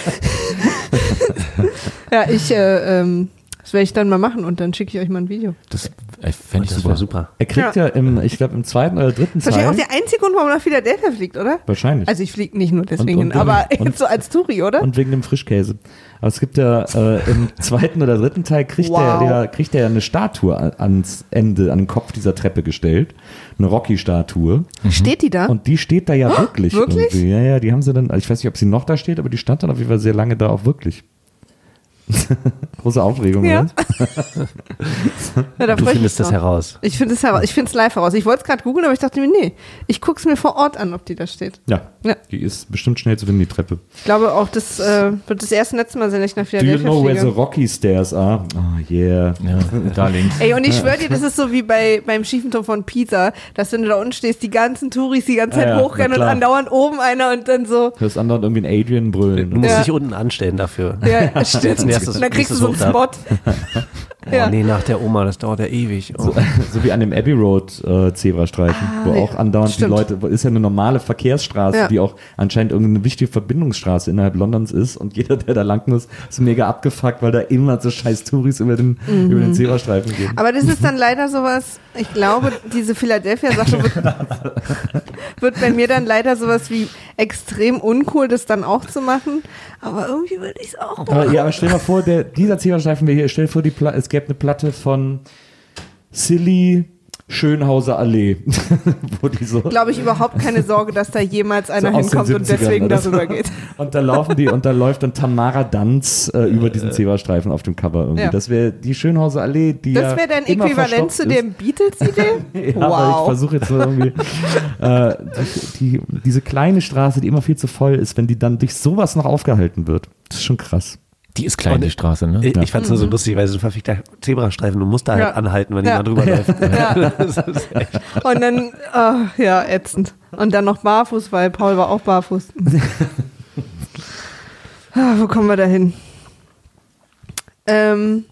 Ja, ich, äh, ähm, das werde ich dann mal machen und dann schicke ich euch mal ein Video. Das äh, fände ich Das super. wäre super. Er kriegt ja, im, ich glaube, im zweiten oder dritten Das ist wahrscheinlich Teil. auch der einzige Grund, warum er nach Philadelphia fliegt, oder? Wahrscheinlich. Also ich fliege nicht nur deswegen Und- und hin, aber wegen- und- so als Touri, oder? Und wegen dem Frischkäse. Aber es gibt ja äh, im zweiten oder dritten Teil kriegt Wow. er der, kriegt er ja eine Statue an- ans Ende, an den Kopf dieser Treppe gestellt. Eine Rocky-Statue. Steht die da? Und die steht da ja wirklich. wirklich? Irgendwie. Ja, ja, die haben sie dann, also ich weiß nicht, ob sie noch da steht, aber die stand dann auf jeden Fall sehr lange da auch wirklich. Große Aufregung, Ja. oder? Ja, da Du freu ich findest mich das drauf. heraus. Ich finde es heraus. Ich finde es live heraus. Ich wollte es gerade googeln, aber ich dachte mir, nee, ich gucke es mir vor Ort an, ob die da steht. Ja. Ja. Die ist bestimmt schnell zu finden, die Treppe. Ich glaube auch, das äh, wird das erste und letzte Mal sein, dass ich nach Do you Philadelphia know where the fliege. Rocky Stairs are? Oh, yeah. Ja, da links. Ey, und ich schwöre dir, das ist so wie bei, beim schiefen Turm von Pisa, dass wenn du da unten stehst, die ganzen Touris die ganze Zeit Ah ja, hochrennen na und klar. andauernd oben einer und dann so. Hörst andauernd irgendwie einen Adrian brüllen. Du musst Ja. dich unten anstellen dafür. Ja, stimmt. Jetzt nächstes- Und dann kriegst du nächstes so einen hoch Spot. Oh Ja. nee, nach der Oma, das dauert ja ewig. Oh. So, so wie an dem Abbey Road äh, Zebrastreifen, Ah, wo ja, auch andauernd stimmt. die Leute, wo ist ja eine normale Verkehrsstraße, Ja. die auch anscheinend irgendeine wichtige Verbindungsstraße innerhalb Londons ist und jeder, der da lang muss, ist mega abgefuckt, weil da immer so scheiß Touris über den, Mhm. über den Zebrastreifen gehen. Aber das ist dann leider sowas, ich glaube, diese Philadelphia-Sache wird, wird bei mir dann leider sowas wie extrem uncool, das dann auch zu machen. Aber irgendwie würde ich es auch machen. Aber, ja, aber stell dir mal vor, der, dieser Zebrastreifen wäre hier, stell dir vor, die Pla- es gäbe eine Platte von Silly Schönhauser Allee. Wo die so, Glaube ich überhaupt keine Sorge, dass da jemals einer so aus den hinkommt und siebzigern deswegen oder so. darüber geht. Und da laufen die und da läuft dann Tamara Danz äh, über diesen Zebrastreifen auf dem Cover irgendwie. Ja. Das wäre die Schönhauser Allee, die Das ja wäre dein immer Äquivalent verstopft zu ist. der Beatles-Idee? Ja, aber ich Wow. versuche jetzt so irgendwie äh, die, die, diese kleine Straße, die immer viel zu voll ist, wenn die dann durch sowas noch aufgehalten wird. Das ist schon krass. Die ist klein, die Straße, ne? Ich, Ja. ich fand es nur so lustig, weil es ein verfickter Zebrastreifen, du musst da Ja. halt anhalten, wenn Ja. jemand drüber läuft. Ja. Das ist echt- Und dann, oh, ja, ätzend. Und dann noch barfuß, weil Paul war auch barfuß. Ah, wo kommen wir da hin? Ähm,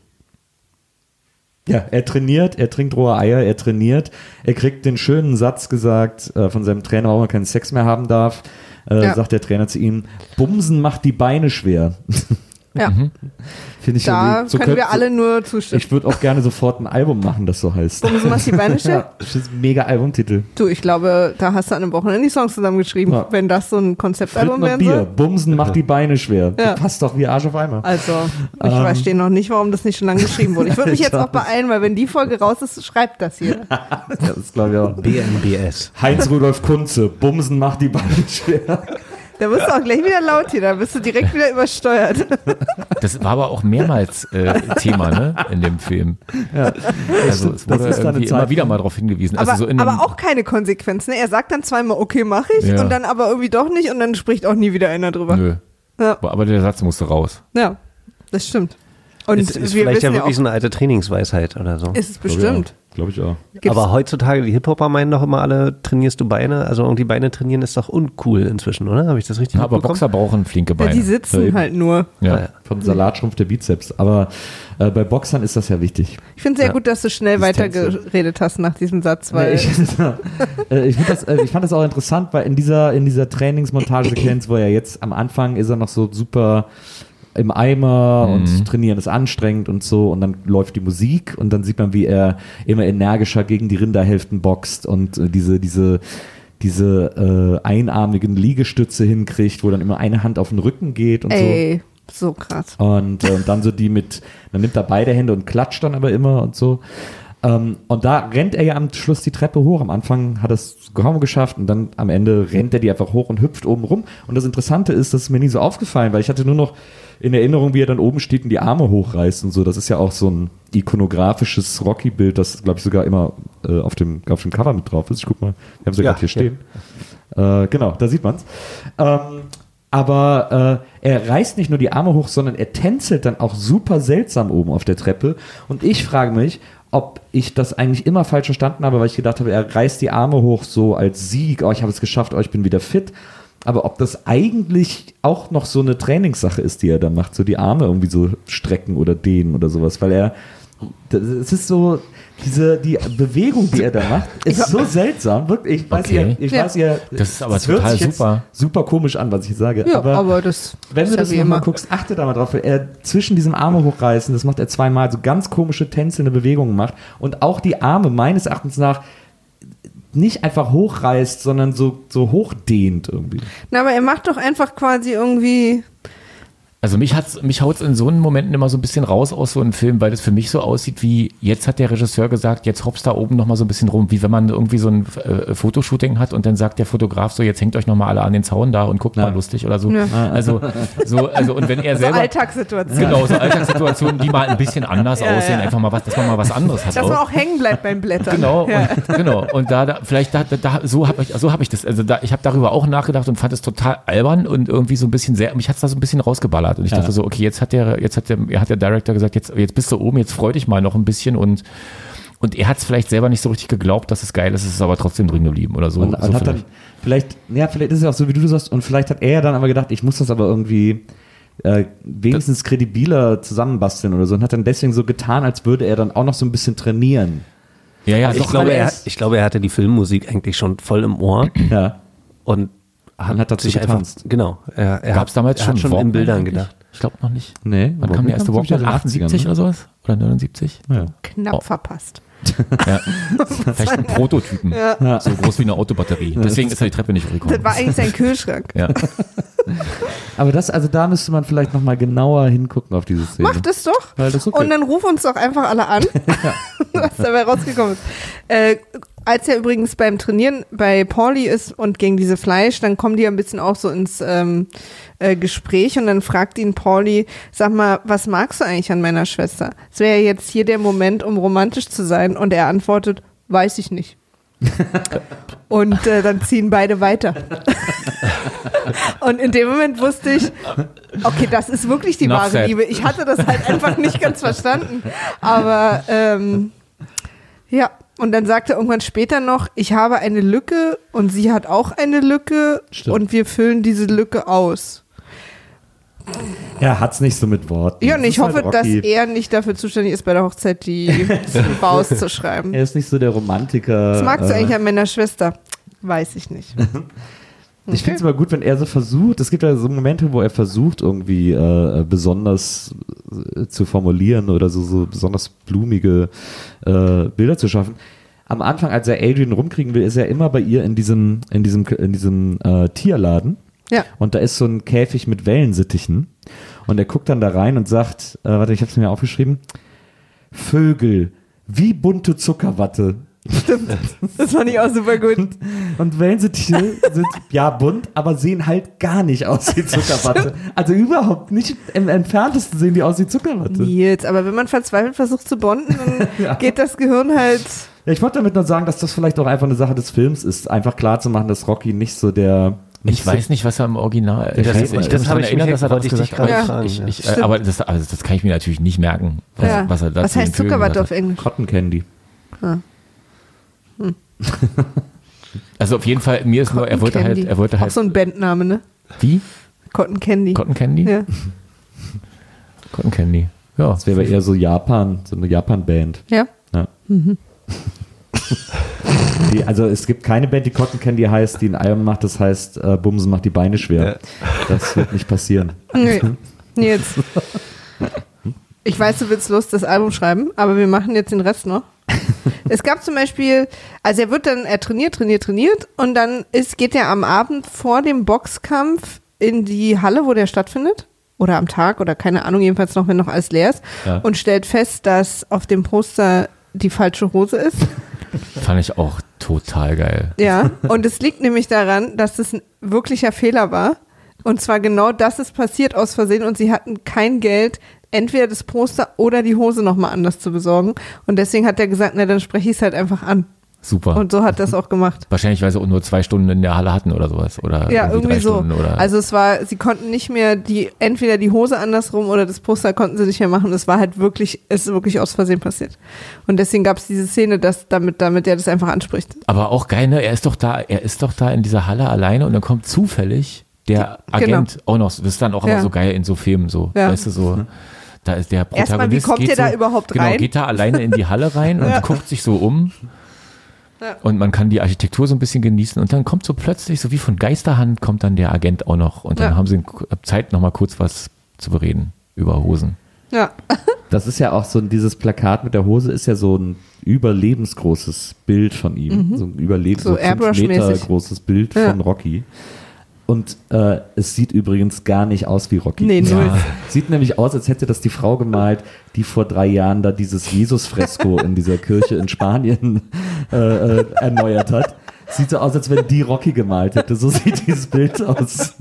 Ja, er trainiert, er trinkt rohe Eier, er trainiert, er kriegt den schönen Satz gesagt äh, von seinem Trainer, warum er keinen Sex mehr haben darf. Äh, Ja. Sagt der Trainer zu ihm, Bumsen macht die Beine schwer. ja, Finde ich da irgendwie- so können wir könnt- alle nur zustimmen. Ich würde auch gerne sofort ein Album machen, das so heißt. Bumsen macht die Beine schwer? Ja, das ist ein mega Albumtitel. Du, ich glaube, da hast du an einem Wochenende die Songs zusammengeschrieben, Ja. wenn das so ein Konzeptalbum Fritten und werden Bier, soll. Bumsen macht die Beine schwer. Ja. Passt doch wie Arsch auf Eimer. Also, ich Ähm. verstehe noch nicht, warum das nicht schon lange geschrieben wurde. Ich würde mich jetzt auch beeilen, weil wenn die Folge raus ist, schreibt das hier. Das ist, glaube ich, auch. B N B S. Heinz-Rudolf Kunze, Bumsen macht die Beine schwer. Da wirst du auch gleich wieder laut hier, da bist du direkt wieder übersteuert. Das war aber auch mehrmals äh, Thema, ne, in dem Film. Also es wurde Das ist dann eine irgendwie Zeit- immer wieder mal darauf hingewiesen. Aber, Also so in einem, aber auch keine Konsequenzen. Ne? Er sagt dann zweimal, okay, mach ich, Ja. und dann aber irgendwie doch nicht und dann spricht auch nie wieder einer drüber. Nö. Ja, Aber der Satz musste raus. ja, das stimmt. Und Ist, ist wir vielleicht wissen ja ja wirklich auch, so eine alte Trainingsweisheit oder so. ist es bestimmt. Glaube ich auch. Gibt's- Aber heutzutage, die Hip-Hopper meinen doch immer alle, trainierst du Beine? Also irgendwie Beine trainieren ist doch uncool inzwischen, oder? Habe ich das richtig Ja, aber mitbekommen? Boxer brauchen flinke Ja, Beine. die sitzen Ja, eben. halt nur. Ja. Ah, ja. Vom Salat schrumpft der Bizeps. Aber äh, bei Boxern ist das ja wichtig. Ich finde es sehr Ja. gut, dass du schnell Das weitergeredet hast nach diesem Satz, weil Nee, ich, äh, ich, find das, äh, ich fand das auch interessant, weil in dieser, in dieser Trainingsmontage-Sequenz, wo er jetzt am Anfang ist er noch so super im Eimer Mhm. und trainieren ist anstrengend und so und dann läuft die Musik und dann sieht man, wie er immer energischer gegen die Rinderhälften boxt und äh, diese, diese, diese äh, einarmigen Liegestütze hinkriegt, wo dann immer eine Hand auf den Rücken geht und so. ey, so krass. Und, äh, und dann so die mit, dann nimmt er beide Hände und klatscht dann aber immer und so. Ähm, und da rennt er ja am Schluss die Treppe hoch. Am Anfang hat er es kaum geschafft und dann am Ende rennt er die einfach hoch und hüpft oben rum. Und das Interessante ist, das ist mir nie so aufgefallen, weil ich hatte nur noch in Erinnerung, wie er dann oben steht und die Arme hochreißt und so. Das ist ja auch so ein ikonografisches Rocky-Bild, das, glaube ich, sogar immer äh, auf, dem, auf dem Cover mit drauf ist. Ich guck mal, wir haben sie Ja, gerade hier stehen. Äh, genau, da sieht man's. Ähm, aber äh, er reißt nicht nur die Arme hoch, sondern er tänzelt dann auch super seltsam oben auf der Treppe. Und ich frage mich, ob ich das eigentlich immer falsch verstanden habe, weil ich gedacht habe, er reißt die Arme hoch so als Sieg, oh, ich habe es geschafft, oh, ich bin wieder fit. Aber ob das eigentlich auch noch so eine Trainingssache ist, die er da macht, so die Arme irgendwie so strecken oder dehnen oder sowas, weil er, es ist so, diese, die Bewegung, die er da macht, ist so seltsam, wirklich, ich weiß, Okay. ihr, ich Ja. weiß, ihr, Das ist aber es hört total sich jetzt super. super komisch an, was ich sage, Ja, aber, aber, das wenn ist du ja das wie nochmal immer. guckst, achte da mal drauf, weil er zwischen diesem Arme hochreißen, das macht er zweimal, so ganz komische tänzelnde Bewegungen macht und auch die Arme meines Erachtens nach nicht einfach hochreißt, sondern so, so hochdehnt irgendwie. Na, aber er macht doch einfach quasi irgendwie. Also mich hat's, mich haut's in so einen Momenten immer so ein bisschen raus aus so einem Film, weil das für mich so aussieht wie, jetzt hat der Regisseur gesagt, jetzt hoppst da oben nochmal so ein bisschen rum, wie wenn man irgendwie so ein äh, Fotoshooting hat und dann sagt der Fotograf so, jetzt hängt euch nochmal alle an den Zaun da und guckt Ja. mal lustig oder so. Ja. Also, so, also und wenn er So selber... Alltagssituation. Genau, so Alltagssituationen, die mal ein bisschen anders Ja, aussehen, ja. einfach mal was, dass man mal was anderes hat. Dass man auch. auch hängen bleibt beim Blättern. Genau, Ja. und, genau. Und da, da vielleicht da, da so habe ich, so habe ich das. Also da, ich habe darüber auch nachgedacht und fand es total albern und irgendwie so ein bisschen sehr. Mich hat es da so ein bisschen rausgeballert und ich Ja. dachte so, okay, jetzt hat der, jetzt hat der, hat der Director gesagt, jetzt, jetzt bist du oben, jetzt freu dich mal noch ein bisschen und und er hat es vielleicht selber nicht so richtig geglaubt, dass es geil ist, es ist aber trotzdem drin geblieben oder so. Und, so und hat dann vielleicht, ja, vielleicht ist es auch so, wie du sagst, und vielleicht hat er dann aber gedacht, ich muss das aber irgendwie äh, wenigstens kredibiler zusammenbasteln oder so und hat dann deswegen so getan, als würde er dann auch noch so ein bisschen trainieren. ja, ja, Ich doch, glaube, weil er, ist- ich glaube, er hatte die Filmmusik eigentlich schon voll im Ohr Ja. und hat, Und hat dazu sich getanzt. einfach, genau, er, er gab es damals er schon hat schon in Walkman Bildern eigentlich? gedacht. Ich glaube noch nicht. Nee. Wann kam der erste Walkman? Walkman? achtziger, achtundsiebzig ne? oder sowas? Oder neunundsiebzig? Ja. Knapp Oh. verpasst. Ja. Vielleicht ein Prototypen. Ja. So groß wie eine Autobatterie. Deswegen ist er die Treppe nicht hochgekommen. Das war eigentlich sein Kühlschrank. Ja. Aber das, also da müsste man vielleicht nochmal genauer hingucken auf diese Szene. Mach das doch. Weil das ist okay. Und dann ruf uns doch einfach alle an, was dabei rausgekommen ist. Äh, als er übrigens beim Trainieren bei Paulie ist und gegen diese Fleisch, dann kommen die ein bisschen auch so ins ähm, äh, Gespräch und dann fragt ihn Paulie, sag mal, was magst du eigentlich an meiner Schwester? Es wäre jetzt hier der Moment, um romantisch zu sein, und er antwortet, weiß ich nicht. Und äh, dann ziehen beide weiter. Und in dem Moment wusste ich, okay, das ist wirklich die Enough wahre said. Liebe. Ich hatte das halt einfach nicht ganz verstanden. Aber ähm, ja, und dann sagt er irgendwann später noch, ich habe eine Lücke und sie hat auch eine Lücke. Stimmt. Und wir füllen diese Lücke aus. Er hat's nicht so mit Worten. Ja, und Das ich ist hoffe, halt dass Rocky. er nicht dafür zuständig ist, bei der Hochzeit die Baus zu schreiben. Er ist nicht so der Romantiker. Was magst du äh, eigentlich an meiner Schwester? Weiß ich nicht. Ich finde es immer gut, wenn er so versucht, es gibt ja so Momente, wo er versucht, irgendwie äh, besonders äh, zu formulieren oder so, so besonders blumige äh, Bilder zu schaffen. Am Anfang, als er Adrian rumkriegen will, ist er immer bei ihr in diesem, in diesem, in diesem äh, Tierladen. Ja. Und da ist so ein Käfig mit Wellensittichen. Und er guckt dann da rein und sagt, äh, warte, ich habe es mir aufgeschrieben, Vögel, wie bunte Zuckerwatte. Stimmt. Das fand ich auch super gut. Und Wellensittiche sind ja bunt, aber sehen halt gar nicht aus wie Zuckerwatte. Also überhaupt nicht, im entferntesten sehen die aus wie Zuckerwatte. Nils, aber wenn man verzweifelt versucht zu bonden, dann Ja. geht das Gehirn halt. Ja, ich wollte damit nur sagen, dass das vielleicht auch einfach eine Sache des Films ist, einfach klar zu machen, dass Rocky nicht so der... Ich weiß nicht, was er im Original. Das- ich, ich, das kann habe mich ich erinnern, mich dass er wollte das ich dich gesagt hat. gerade aber fragen, ich, ja. ich, äh, aber das, also das kann ich mir natürlich nicht merken, was, Ja. was er da Was zu den heißt Vögeln Zuckerwatte gesagt auf Englisch? Cotton Candy. hat. Also auf jeden Fall, mir ist nur, er Cotton wollte halt, Candy. er wollte Auch halt, so ein Bandname, ne? wie? Cotton Candy. Cotton Candy? Ja. Cotton Candy. Ja. Das wäre aber eher so Japan, so eine Japan-Band. Ja. Ja. Die, also es gibt keine Band, die Cotton Candy heißt, die ein Album macht, das heißt äh, Bumsen macht die Beine schwer. Das wird nicht passieren. Nee. Nils. Ich weiß, du willst Lust das Album schreiben, aber wir machen jetzt den Rest noch. Es gab zum Beispiel, also er wird dann, er trainiert, trainiert, trainiert und dann ist, geht er am Abend vor dem Boxkampf in die Halle, wo der stattfindet. Oder am Tag oder keine Ahnung, jedenfalls noch, wenn noch alles leer ist. Ja. Und stellt fest, dass auf dem Poster die falsche Hose ist. Fand ich auch total geil. Ja, und es liegt nämlich daran, dass es ein wirklicher Fehler war. Und zwar genau das ist passiert aus Versehen und sie hatten kein Geld, entweder das Poster oder die Hose nochmal anders zu besorgen. Und deswegen hat er gesagt, na dann spreche ich es halt einfach an. Super. Und so hat er es auch gemacht. Wahrscheinlich, weil sie auch nur zwei Stunden in der Halle hatten oder sowas. Oder Ja, irgendwie drei so. Stunden oder Also es war, sie konnten nicht mehr die, entweder die Hose andersrum oder das Poster konnten sie nicht mehr machen. Es war halt wirklich, es ist wirklich aus Versehen passiert. Und deswegen gab es diese Szene, dass damit, damit er das einfach anspricht. Aber auch geil, ne? Er ist doch da, er ist doch da in dieser Halle alleine und dann kommt zufällig der Die- genau. Agent auch noch. Das ist dann auch Ja. immer so geil in so Filmen, so. Ja. Weißt du, so. Da ist der Protagonist. Erstmal, wie kommt geht der da so, überhaupt genau, rein? geht da alleine in die Halle rein und Ja. guckt sich so um. Ja. Und man kann die Architektur so ein bisschen genießen und dann kommt so plötzlich, so wie von Geisterhand, kommt dann der Agent auch noch und dann Ja. haben sie Zeit, noch mal kurz was zu bereden über Hosen. Ja. Das ist ja auch so, dieses Plakat mit der Hose ist ja so ein überlebensgroßes Bild von ihm. So ein Überlebens, So so, fünf Meter Airbrush-mäßig. großes Bild Ja. von Rocky. Und äh, es sieht übrigens gar nicht aus wie Rocky. Nee, null. Ja. Sieht nämlich aus, als hätte das die Frau gemalt, die vor drei Jahren da dieses Jesus-Fresko in dieser Kirche in Spanien äh, äh, erneuert hat. Sieht so aus, als wenn die Rocky gemalt hätte. So sieht dieses Bild aus.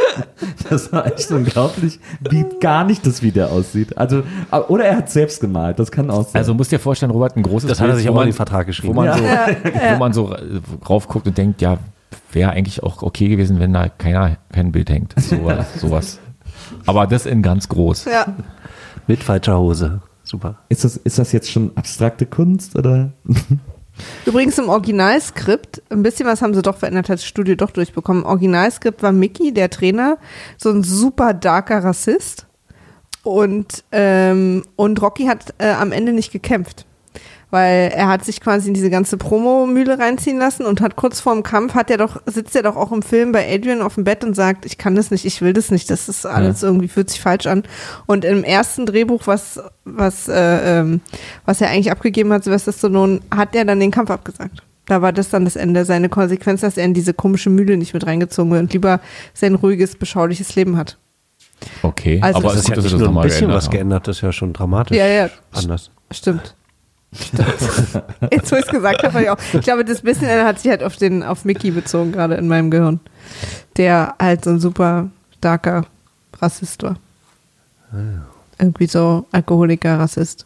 Das war echt unglaublich, wie gar nicht das, wie der aussieht. Also, oder er hat selbst gemalt, das kann auch sein. Also musst dir vorstellen, Robert, ein großes Das hat er Bild, sich wo auch in man- den Vertrag geschrieben. Wo man, Ja. so, Ja. wo man so raufguckt und denkt, ja, wäre eigentlich auch okay gewesen, wenn da keiner kein Bild hängt. Sowas. sowas. Aber das in ganz groß. Ja. Mit falscher Hose. Super. ist, das, ist das jetzt schon abstrakte Kunst, oder? Übrigens im Originalskript, ein bisschen was haben sie doch verändert, hat das Studio doch durchbekommen. Im Originalskript war Mickey, der Trainer, so ein super darker Rassist. Und, ähm, und Rocky hat äh, am Ende nicht gekämpft. Weil er hat sich quasi in diese ganze Promomühle reinziehen lassen und hat kurz vorm Kampf, hat er doch, sitzt er doch auch im Film bei Adrian auf dem Bett und sagt, ich kann das nicht, ich will das nicht, das ist alles ja. irgendwie, fühlt sich falsch an. Und im ersten Drehbuch, was, was, äh, ähm, was er eigentlich abgegeben hat, Sylvester Stallone, hat er dann den Kampf abgesagt. Da war das dann das Ende, seine Konsequenz, dass er in diese komische Mühle nicht mit reingezogen wird und lieber sein ruhiges, beschauliches Leben hat. Okay, also aber das ist ja nicht nur ein bisschen was geändert, das ist ja schon dramatisch ja, ja. anders. Stimmt. Stimmt. Jetzt, wo ich es gesagt habe, ich auch. Ich glaube, das bisschen hat sich halt auf den, auf Mickey bezogen, gerade in meinem Gehirn. Der halt so ein super starker Rassist war. Ah, ja. Irgendwie so Alkoholiker, Rassist.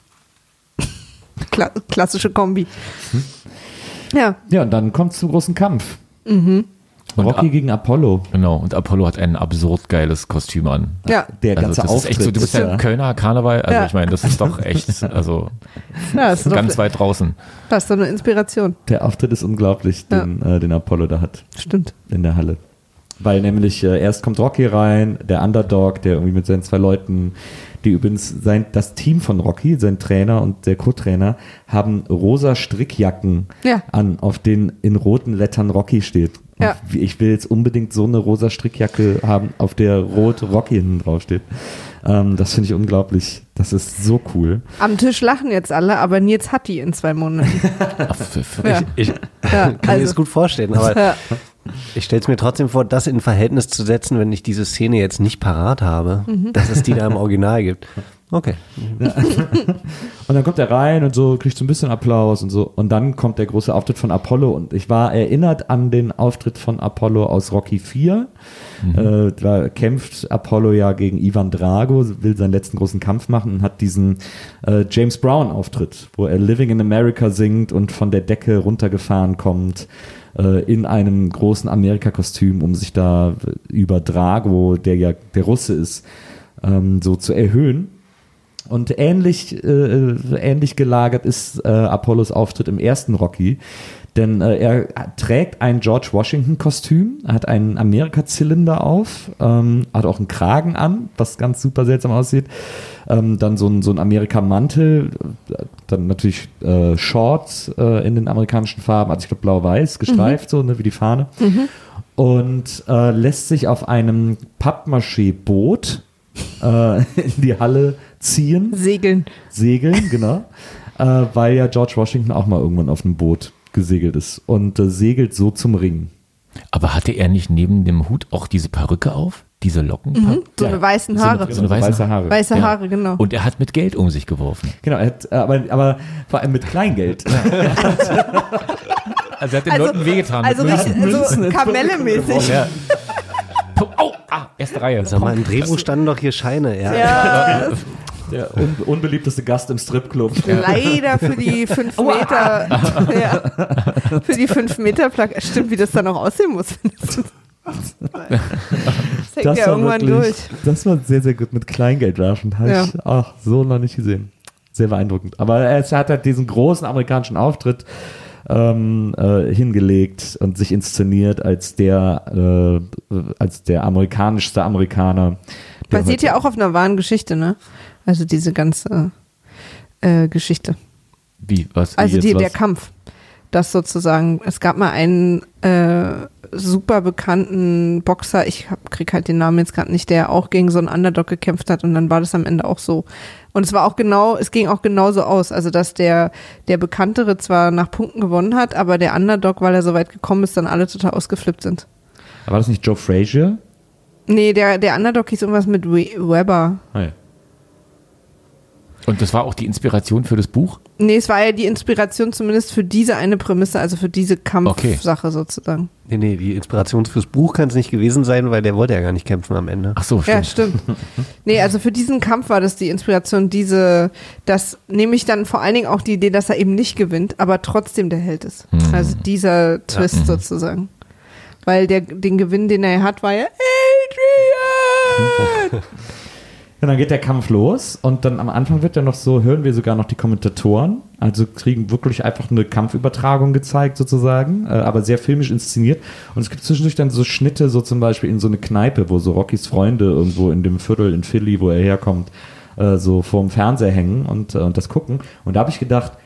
Kla- klassische Kombi. Hm. Ja. Ja, und dann kommt es zum großen Kampf. Mhm. Rocky und, gegen Apollo. Genau, und Apollo hat ein absurd geiles Kostüm an. Ja. Der ganze also das Auftritt. ist echt so, du bist ja Kölner Karneval, also ja. ich meine, das ist doch echt, also ja, ist ganz doch, weit draußen. Das ist doch eine Inspiration. Der Auftritt ist unglaublich, den, ja. äh, den Apollo da hat. Stimmt. In der Halle. Weil nämlich äh, erst kommt Rocky rein, der Underdog, der irgendwie mit seinen zwei Leuten, die übrigens sein, das Team von Rocky, sein Trainer und der Co-Trainer, haben rosa Strickjacken ja. an, auf denen in roten Lettern Rocky steht. Und ja. ich will jetzt unbedingt so eine rosa Strickjacke haben, auf der rot Rocky hinten drauf steht. Ähm, das finde ich unglaublich. Das ist so cool. Am Tisch lachen jetzt alle, aber Nils hat die in zwei Monaten. ja. Ich, ich ja, kann also. mir das gut vorstellen, aber ja. ich stelle es mir trotzdem vor, das in Verhältnis zu setzen, wenn ich diese Szene jetzt nicht parat habe, mhm. dass es die da im Original gibt. Okay. Ja. Und dann kommt er rein und so, kriegt so ein bisschen Applaus und so. Und dann kommt der große Auftritt von Apollo. Und ich war erinnert an den Auftritt von Apollo aus Rocky vier. Mhm. Äh, da kämpft Apollo ja gegen Ivan Drago, will seinen letzten großen Kampf machen und hat diesen äh, James Brown-Auftritt, wo er Living in America singt und von der Decke runtergefahren kommt äh, in einem großen Amerika-Kostüm, um sich da über Drago, der ja der Russe ist, ähm, so zu erhöhen. Und ähnlich, äh, ähnlich gelagert ist äh, Apollos Auftritt im ersten Rocky, denn äh, er trägt ein George Washington-Kostüm, hat einen Amerika-Zylinder auf, ähm, hat auch einen Kragen an, was ganz super seltsam aussieht, ähm, dann so ein, so ein Amerika-Mantel, dann natürlich äh, Shorts äh, in den amerikanischen Farben, also ich glaube blau-weiß, gestreift, mhm. so ne, wie die Fahne, mhm. und äh, lässt sich auf einem Pappmaché-Boot äh, in die Halle ziehen. Segeln. Segeln, genau. äh, weil ja George Washington auch mal irgendwann auf einem Boot gesegelt ist und äh, segelt so zum Ring. Aber hatte er nicht neben dem Hut auch diese Perücke auf? Diese Locken? Mhm, so eine weißen Haare. So eine, so eine weiße, weiße Haare. Weiße ja. Haare, genau. Und er hat mit Geld um sich geworfen. Genau, er hat, aber, aber vor allem mit Kleingeld. Also er hat den also, Leuten wehgetan. Also richtig, so Kamelle-mäßig. Ja. Oh, ah, erste Reihe. Sag mal, im Drehbuch standen doch hier Scheine. Ja. ja. Der un- unbeliebteste Gast im Stripclub. Leider für die fünf Meter, ja, für die fünf Meter Plakette. Stimmt, wie das dann auch aussehen muss. Das hängt Das ja war irgendwann wirklich, durch. Das war sehr, sehr gut mit Kleingeld werfen. Habe Ja. ich ach, so noch nicht gesehen. Sehr beeindruckend. Aber er hat halt diesen großen amerikanischen Auftritt ähm, äh, hingelegt und sich inszeniert als der, äh, als der amerikanischste Amerikaner. Der Basiert ja auch auf einer wahren Geschichte, ne? Also diese ganze äh, Geschichte. Wie, was? Also jetzt die, was? der Kampf. Das sozusagen, es gab mal einen äh, super bekannten Boxer, ich hab, krieg halt den Namen jetzt gerade nicht, der auch gegen so einen Underdog gekämpft hat und dann war das am Ende auch so. Und es war auch genau, es ging auch genauso aus, also dass der, der Bekanntere zwar nach Punkten gewonnen hat, aber der Underdog, weil er so weit gekommen ist, dann alle total ausgeflippt sind. War das nicht Joe Frazier? Nee, der, der Underdog hieß irgendwas mit We- Weber. Ah, ja. Und das war auch die Inspiration für das Buch? Nee, es war ja die Inspiration zumindest für diese eine Prämisse, also für diese Kampfsache okay. sozusagen. Nee, nee, die Inspiration fürs Buch kann es nicht gewesen sein, weil der wollte ja gar nicht kämpfen am Ende. Ach so, stimmt. Ja, stimmt. Nee, also für diesen Kampf war das die Inspiration, diese, das nehme ich dann vor allen Dingen auch die Idee, dass er eben nicht gewinnt, aber trotzdem der Held ist. Hm. Also dieser Twist ja. sozusagen. Weil der, den Gewinn, den er hat, war ja Adrian! Und dann geht der Kampf los und dann am Anfang wird ja noch so, hören wir sogar noch die Kommentatoren, also kriegen wirklich einfach eine Kampfübertragung gezeigt sozusagen, äh, aber sehr filmisch inszeniert und es gibt zwischendurch dann so Schnitte, so zum Beispiel in so eine Kneipe, wo so Rockys Freunde irgendwo in dem Viertel in Philly, wo er herkommt, äh, so vorm Fernseher hängen und, äh, und das gucken und da habe ich gedacht,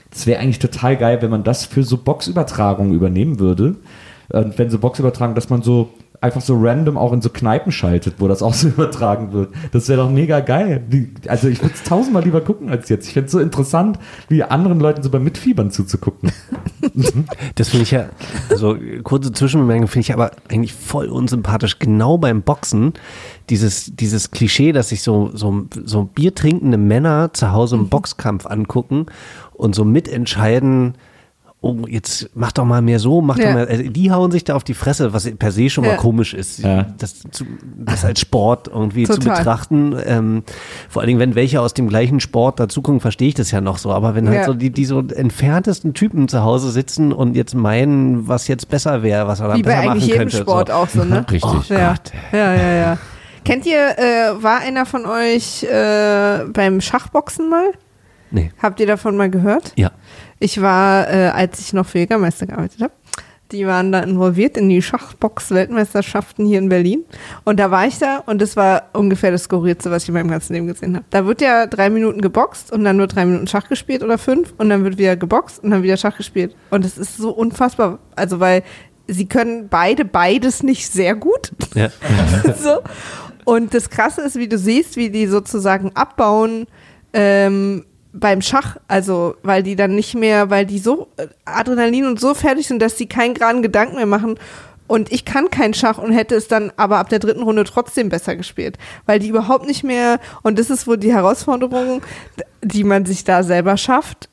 das wäre eigentlich total geil, wenn man das für so Boxübertragungen übernehmen würde. Und wenn so Boxübertragungen, dass man so einfach so random auch in so Kneipen schaltet, wo das auch so übertragen wird. Das wäre doch mega geil. Die, also ich würde es tausendmal lieber gucken als jetzt. Ich finde es so interessant, wie anderen Leuten so beim Mitfiebern zuzugucken. Das finde ich ja, also kurze Zwischenbemerkung finde ich aber eigentlich voll unsympathisch. Genau beim Boxen, dieses, dieses Klischee, dass sich so, so, so biertrinkende Männer zu Hause im Boxkampf angucken und so mitentscheiden, oh, jetzt mach doch mal mehr so, mach Ja. doch mal, also die hauen sich da auf die Fresse, was per se schon mal Ja. komisch ist, Ja. das, zu, das als Sport irgendwie zu Total. betrachten. Ähm, vor allen Dingen, wenn welche aus dem gleichen Sport dazukommen, verstehe ich das ja noch so. Aber wenn halt Ja. so die, die so entferntesten Typen zu Hause sitzen und jetzt meinen, was jetzt besser wäre, was er dann Wie bei besser machen eigentlich jedem könnte. Sport so. auch so, ne? Richtig. Ja. Gott, ja, ja, ja. Kennt ihr, äh, war einer von euch äh, beim Schachboxen mal? Nee. Habt ihr davon mal gehört? Ja. Ich war, äh, als ich noch für Jägermeister gearbeitet habe, die waren da involviert in die Schachbox-Weltmeisterschaften hier in Berlin. Und da war ich da und das war ungefähr das Skurrilste, was ich in meinem ganzen Leben gesehen habe. Da wird ja drei Minuten geboxt und dann wird drei Minuten Schach gespielt oder fünf und dann wird wieder geboxt und dann wieder Schach gespielt. Und das ist so unfassbar, also weil sie können beide beides nicht sehr gut. Ja. so. Und das Krasse ist, wie du siehst, wie die sozusagen abbauen, ähm, beim Schach, also weil die dann nicht mehr, weil die so äh, Adrenalin und so fertig sind, dass sie keinen geraden Gedanken mehr machen. Und ich kann kein Schach und hätte es dann aber ab der dritten Runde trotzdem besser gespielt, weil die überhaupt nicht mehr, und das ist wohl die Herausforderung, die man sich da selber schafft,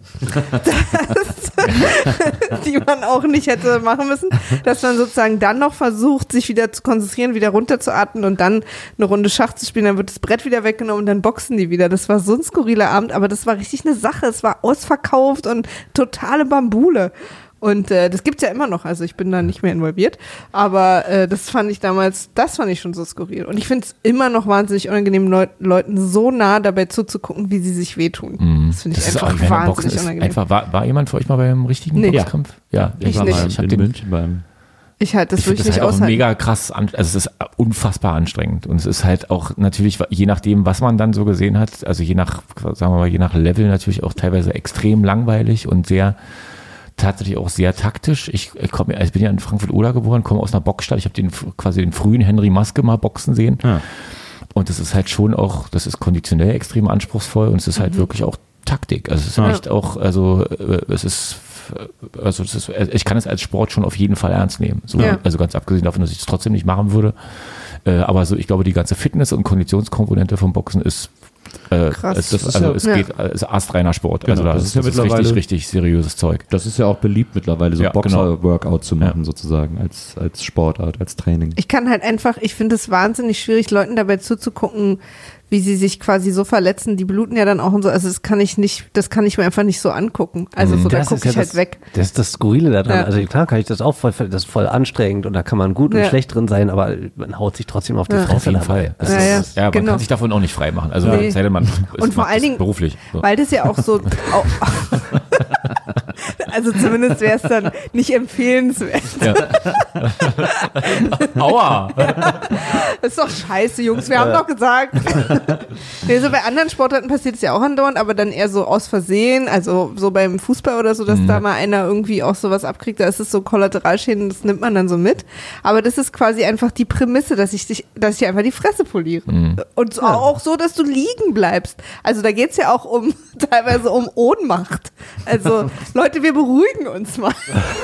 das, die man auch nicht hätte machen müssen, dass man sozusagen dann noch versucht, sich wieder zu konzentrieren, wieder runterzuatmen und dann eine Runde Schach zu spielen, dann wird das Brett wieder weggenommen und dann boxen die wieder. Das war so ein skurriler Abend, aber das war richtig eine Sache, es war ausverkauft und totale Bambule. Und äh, das gibt's ja immer noch, also ich bin da nicht mehr involviert, aber äh, das fand ich damals, das fand ich schon so skurril. Und ich finde es immer noch wahnsinnig unangenehm, Leu- Leuten so nah dabei zuzugucken, wie sie sich wehtun. Mhm. Das finde ich Das ist einfach auch- wenn der Boxen wahnsinnig ist unangenehm. einfach, war, war jemand für euch mal beim richtigen Nee. Boxkampf? Ja, Ich war nicht. mal Ich hab in den- München beim Ich halt, das ich würde finde ich das nicht halt auch aushalten. mega krass, an, also es ist unfassbar anstrengend und es ist halt auch natürlich, je nachdem, was man dann so gesehen hat, also je nach, sagen wir mal, je nach Level natürlich auch teilweise extrem langweilig und sehr, tatsächlich auch sehr taktisch. Ich, ich, komm, ich bin ja in Frankfurt-Oder geboren, komme aus einer Boxstadt, ich habe den quasi den frühen Henry Maske mal boxen sehen Ja. und das ist halt schon auch, das ist konditionell extrem anspruchsvoll und es ist halt wirklich auch Taktik, also es ist Ja. echt auch, also äh, es ist also das ist, ich kann es als Sport schon auf jeden Fall ernst nehmen. So, Ja. also ganz abgesehen davon, dass ich es trotzdem nicht machen würde. Äh, aber so, ich glaube, die ganze Fitness- und Konditionskomponente vom Boxen ist äh, Krass. Es, Das ist also ja- es ja. geht, es ist astreiner Sport. Genau, also da das ist, ist ja das ist mittlerweile- richtig, richtig seriöses Zeug. Das ist ja auch beliebt mittlerweile, so Ja, Boxer-Workout zu machen, Ja. sozusagen, als, als Sportart, als Training. Ich kann halt einfach, ich finde es wahnsinnig schwierig, Leuten dabei zuzugucken, wie sie sich quasi so verletzen. Die bluten ja dann auch und so. Also das kann ich nicht, das kann ich mir einfach nicht so angucken. Also so, da Das gucke ist ja ich halt das, weg. Das ist das Skurrile daran. Ja. Also klar kann ich das auch voll, das ist voll anstrengend und da kann man gut und Ja. schlecht drin sein, aber man haut sich trotzdem auf die Ja. Fresse Auf jeden dabei. Fall. Also Ja, das ja. ist- Ja, man Genau. kann sich davon auch nicht frei machen. Also Nee. sei denn, man ist, Und vor macht allen es Dingen- beruflich. So. Weil das ja auch so, au- also zumindest wäre es dann nicht empfehlenswert. Aua! Das ist doch scheiße, Jungs, wir haben doch gesagt. Nee, so bei anderen Sportarten passiert es ja auch andauernd, aber dann eher so aus Versehen, also so beim Fußball oder so, dass Mhm. da mal einer irgendwie auch sowas abkriegt, da ist es so Kollateralschäden, das nimmt man dann so mit. Aber das ist quasi einfach die Prämisse, dass ich dich, dass ich dir einfach die Fresse poliere. Mhm. Und so, auch so, dass du liegen bleibst. Also da geht's ja auch um, teilweise um Ohnmacht. Also Leute, wir beruhigen uns mal.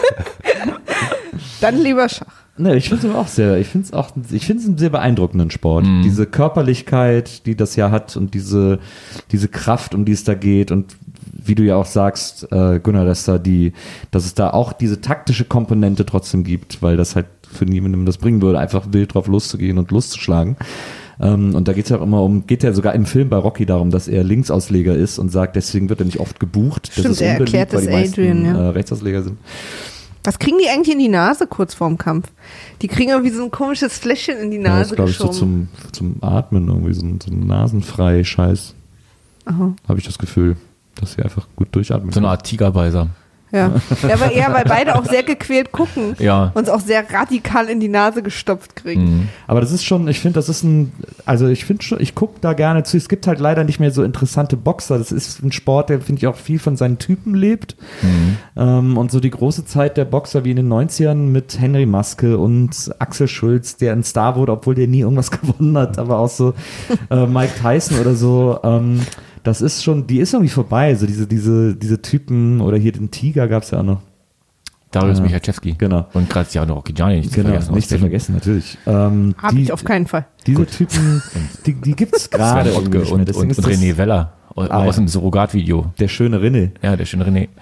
Dann lieber Schach. Ne, ich finde es auch sehr, ich finde es auch, ich finde es einen sehr beeindruckenden Sport. Mhm. Diese Körperlichkeit, die das ja hat und diese, diese Kraft, um die es da geht und wie du ja auch sagst, äh, Gunnar, dass da die, dass es da auch diese taktische Komponente trotzdem gibt, weil das halt für niemandem das bringen würde, einfach wild drauf loszugehen und loszuschlagen. Ähm, und da geht es ja auch immer um, geht ja sogar im Film bei Rocky darum, dass er Linksausleger ist und sagt, deswegen wird er nicht oft gebucht. Das Stimmt, ist er unbeliebt, erklärt weil das die meisten Adrian, ja. äh, Rechtsausleger sind. Was kriegen die eigentlich in die Nase kurz vorm Kampf? Die kriegen irgendwie so ein komisches Fläschchen in die Ja, das Nase ist, glaube ich, so geschoben. zum, zum Atmen irgendwie, so ein, so ein nasenfrei Scheiß. Aha. Habe ich das Gefühl, dass sie einfach gut durchatmen. So eine können. Art Tigerbeißer. Ja. Ja, aber eher, weil beide auch sehr gequält gucken Ja. und es auch sehr radikal in die Nase gestopft kriegen. Mhm. Aber das ist schon, ich finde, das ist ein, also ich finde schon, ich gucke da gerne zu. Es gibt halt leider nicht mehr so interessante Boxer. Das ist ein Sport, der, finde ich, auch viel von seinen Typen lebt. Mhm. Ähm, und so die große Zeit der Boxer wie in den neunzigern mit Henry Maske und Axel Schulz, der ein Star wurde, obwohl der nie irgendwas gewonnen hat, aber auch so äh, Mike Tyson oder so. Ähm, das ist schon, die ist irgendwie vorbei. Also diese, diese, diese Typen oder hier den Tiger gab es ja auch noch. Darius Ja. Michalczewski. Genau. Und Graziano Rocchigiani, nicht zu Genau, vergessen. nicht zu vergessen, natürlich. Ähm, Habe die- ich auf keinen Fall. Diese Typen, die, die gibt es gerade Sven irgendwie Ottke nicht mehr. und, Deswegen und, ist und das René Weller aus Ah, ja. dem Surrogat-Video. der schöne René. Ja, der schöne René.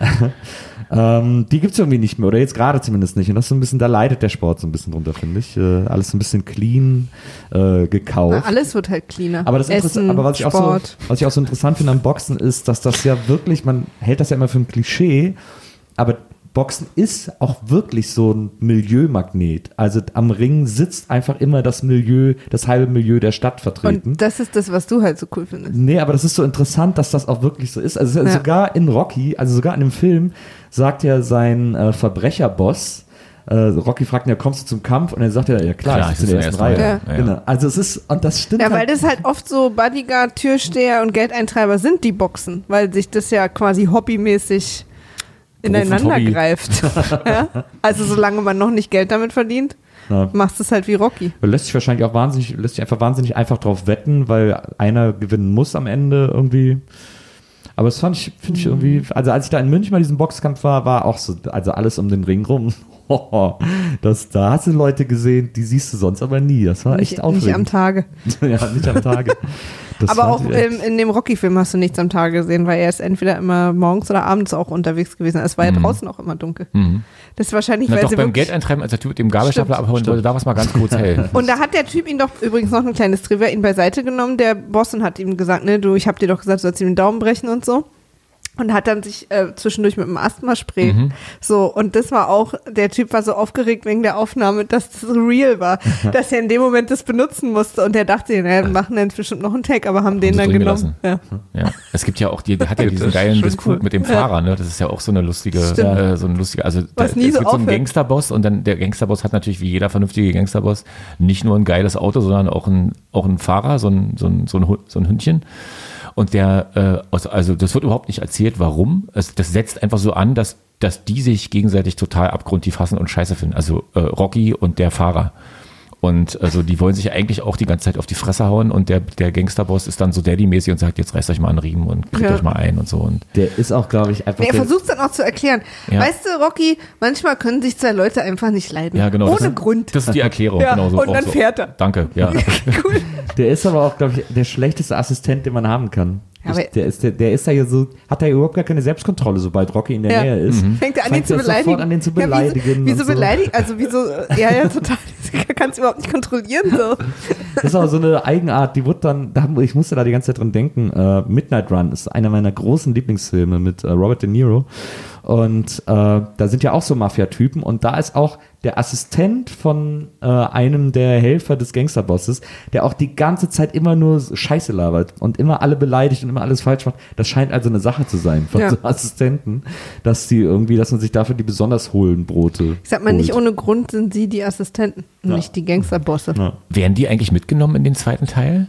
Ähm, die gibt es irgendwie nicht mehr, oder jetzt gerade zumindest nicht. Und das ist so ein bisschen, da leidet der Sport so ein bisschen drunter, finde ich. Äh, alles so ein bisschen clean äh, gekauft. Na, alles wird halt cleaner. Aber, das Interess- Essen, aber was, ich auch so, Sport. was ich auch so interessant finde am Boxen ist, dass das ja wirklich, man hält das ja immer für ein Klischee, aber Boxen ist auch wirklich so ein Milieumagnet. Also am Ring sitzt einfach immer das Milieu, das halbe Milieu der Stadt vertreten. Und das ist das, was du halt so cool findest. Nee, aber das ist so interessant, dass das auch wirklich so ist. Also Ja. sogar in Rocky, also sogar in dem Film, sagt ja sein äh, Verbrecherboss, äh, Rocky fragt ihn ja, kommst du zum Kampf? Und er sagt ja, ja klar, Klar, ich sitze in der ersten Reihe. Ja. Ja. Genau. Also es ist, und das stimmt Ja, weil halt. das halt oft so Bodyguard, Türsteher und Geldeintreiber sind, die Boxen, weil sich das ja quasi hobbymäßig ineinander Hobby. greift. Ja? Also solange man noch nicht Geld damit verdient, Ja. machst du es halt wie Rocky. Lässt sich wahrscheinlich auch wahnsinnig, lässt sich einfach wahnsinnig einfach drauf wetten, weil einer gewinnen muss am Ende irgendwie. Aber das fand ich, finde ich irgendwie, also als ich da in München bei diesem Boxkampf war, war auch so, also alles um den Ring rum. Das, da hast du Leute gesehen, die siehst du sonst aber nie. Das war echt Nicht, aufregend. nicht am Tage. Ja, nicht am Tage. Das Aber fand auch ich echt- ähm, in dem Rocky-Film hast du nichts am Tage gesehen, weil er ist entweder immer morgens oder abends auch unterwegs gewesen. Es war ja Mhm. draußen auch immer dunkel. Mhm. Das ist wahrscheinlich, Na weil doch, sie beim wirklich... Geldeintreiben, als der Typ mit dem Gabelstapler Stimmt, abhauen wollte, da war es mal ganz kurz hell. Und da hat der Typ ihn doch übrigens noch ein kleines Trivia, ihn beiseite genommen, der Boss, und hat ihm gesagt, ne, du, ich hab dir doch gesagt, du sollst ihm den Daumen brechen und so. Und hat dann sich äh, zwischendurch mit dem Asthma-Spray. Mhm. So, und das war auch, der Typ war so aufgeregt wegen der Aufnahme, dass das real war, dass er in dem Moment das benutzen musste. Und der dachte, na, wir machen dann bestimmt noch einen Tag, aber haben den sie dann drin genommen. Ja. Ja. Es gibt ja auch, die, die hat ja diesen ist geilen schon Disput cool. mit dem Fahrer, ne? Das ist ja auch so eine lustige, Stimmt. äh, so ein lustiger, also da, Was nie es so gibt so einen aufhört. Gangsterboss und dann der Gangsterboss hat natürlich wie jeder vernünftige Gangsterboss nicht nur ein geiles Auto, sondern auch ein, auch ein Fahrer, so ein, so ein, so ein, Hu- so ein Hündchen. Und der, äh, also- also das wird überhaupt nicht erzählt, warum. Es, das setzt einfach so an, dass, dass die sich gegenseitig total abgrundtief hassen und scheiße finden. Also äh, Rocky und der Fahrer. Und also die wollen sich eigentlich auch die ganze Zeit auf die Fresse hauen und der, der Gangsterboss ist dann so Daddy-mäßig und sagt, jetzt reißt euch mal einen Riemen und kriegt Ja. euch mal ein und so. Und Der ist auch, glaube ich, einfach. Er der, versucht es dann auch zu erklären. Ja. Weißt du, Rocky, manchmal können sich zwei Leute einfach nicht leiden. ja, genau. Ohne das, Grund. Das ist die Erklärung. Ja, genau so, und auch dann so. fährt er. Danke, ja. Cool. der ist aber auch, glaube ich, der schlechteste Assistent, den man haben kann. Ja, aber- ich, der, ist, der, der ist da ja so, hat da überhaupt gar keine Selbstkontrolle, sobald Rocky in der Ja. Nähe ist. Fängt er an, ihn Fängt zu er beleidigen. sofort an, den zu Ja, beleidigen. wieso und wieso so. beleidigen? Also wieso, ja, ja, total. Kannst du überhaupt nicht kontrollieren. So. Das ist aber so eine Eigenart, die wurde dann, da, haben- ich musste da die ganze Zeit dran denken, äh, Midnight Run ist einer meiner großen Lieblingsfilme mit äh, Robert De Niro. Und äh, da sind ja auch so Mafia-Typen und da ist auch der Assistent von äh, einem der Helfer des Gangsterbosses, der auch die ganze Zeit immer nur Scheiße labert und immer alle beleidigt und immer alles falsch macht. Das scheint also eine Sache zu sein von Ja. so Assistenten, dass die irgendwie, dass man sich dafür die besonders hohlen Brote Ich sag mal, nicht holt. ohne Grund sind sie die Assistenten, und Ja. nicht die Gangsterbosse. Ja. Werden die eigentlich mitgenommen in den zweiten Teil?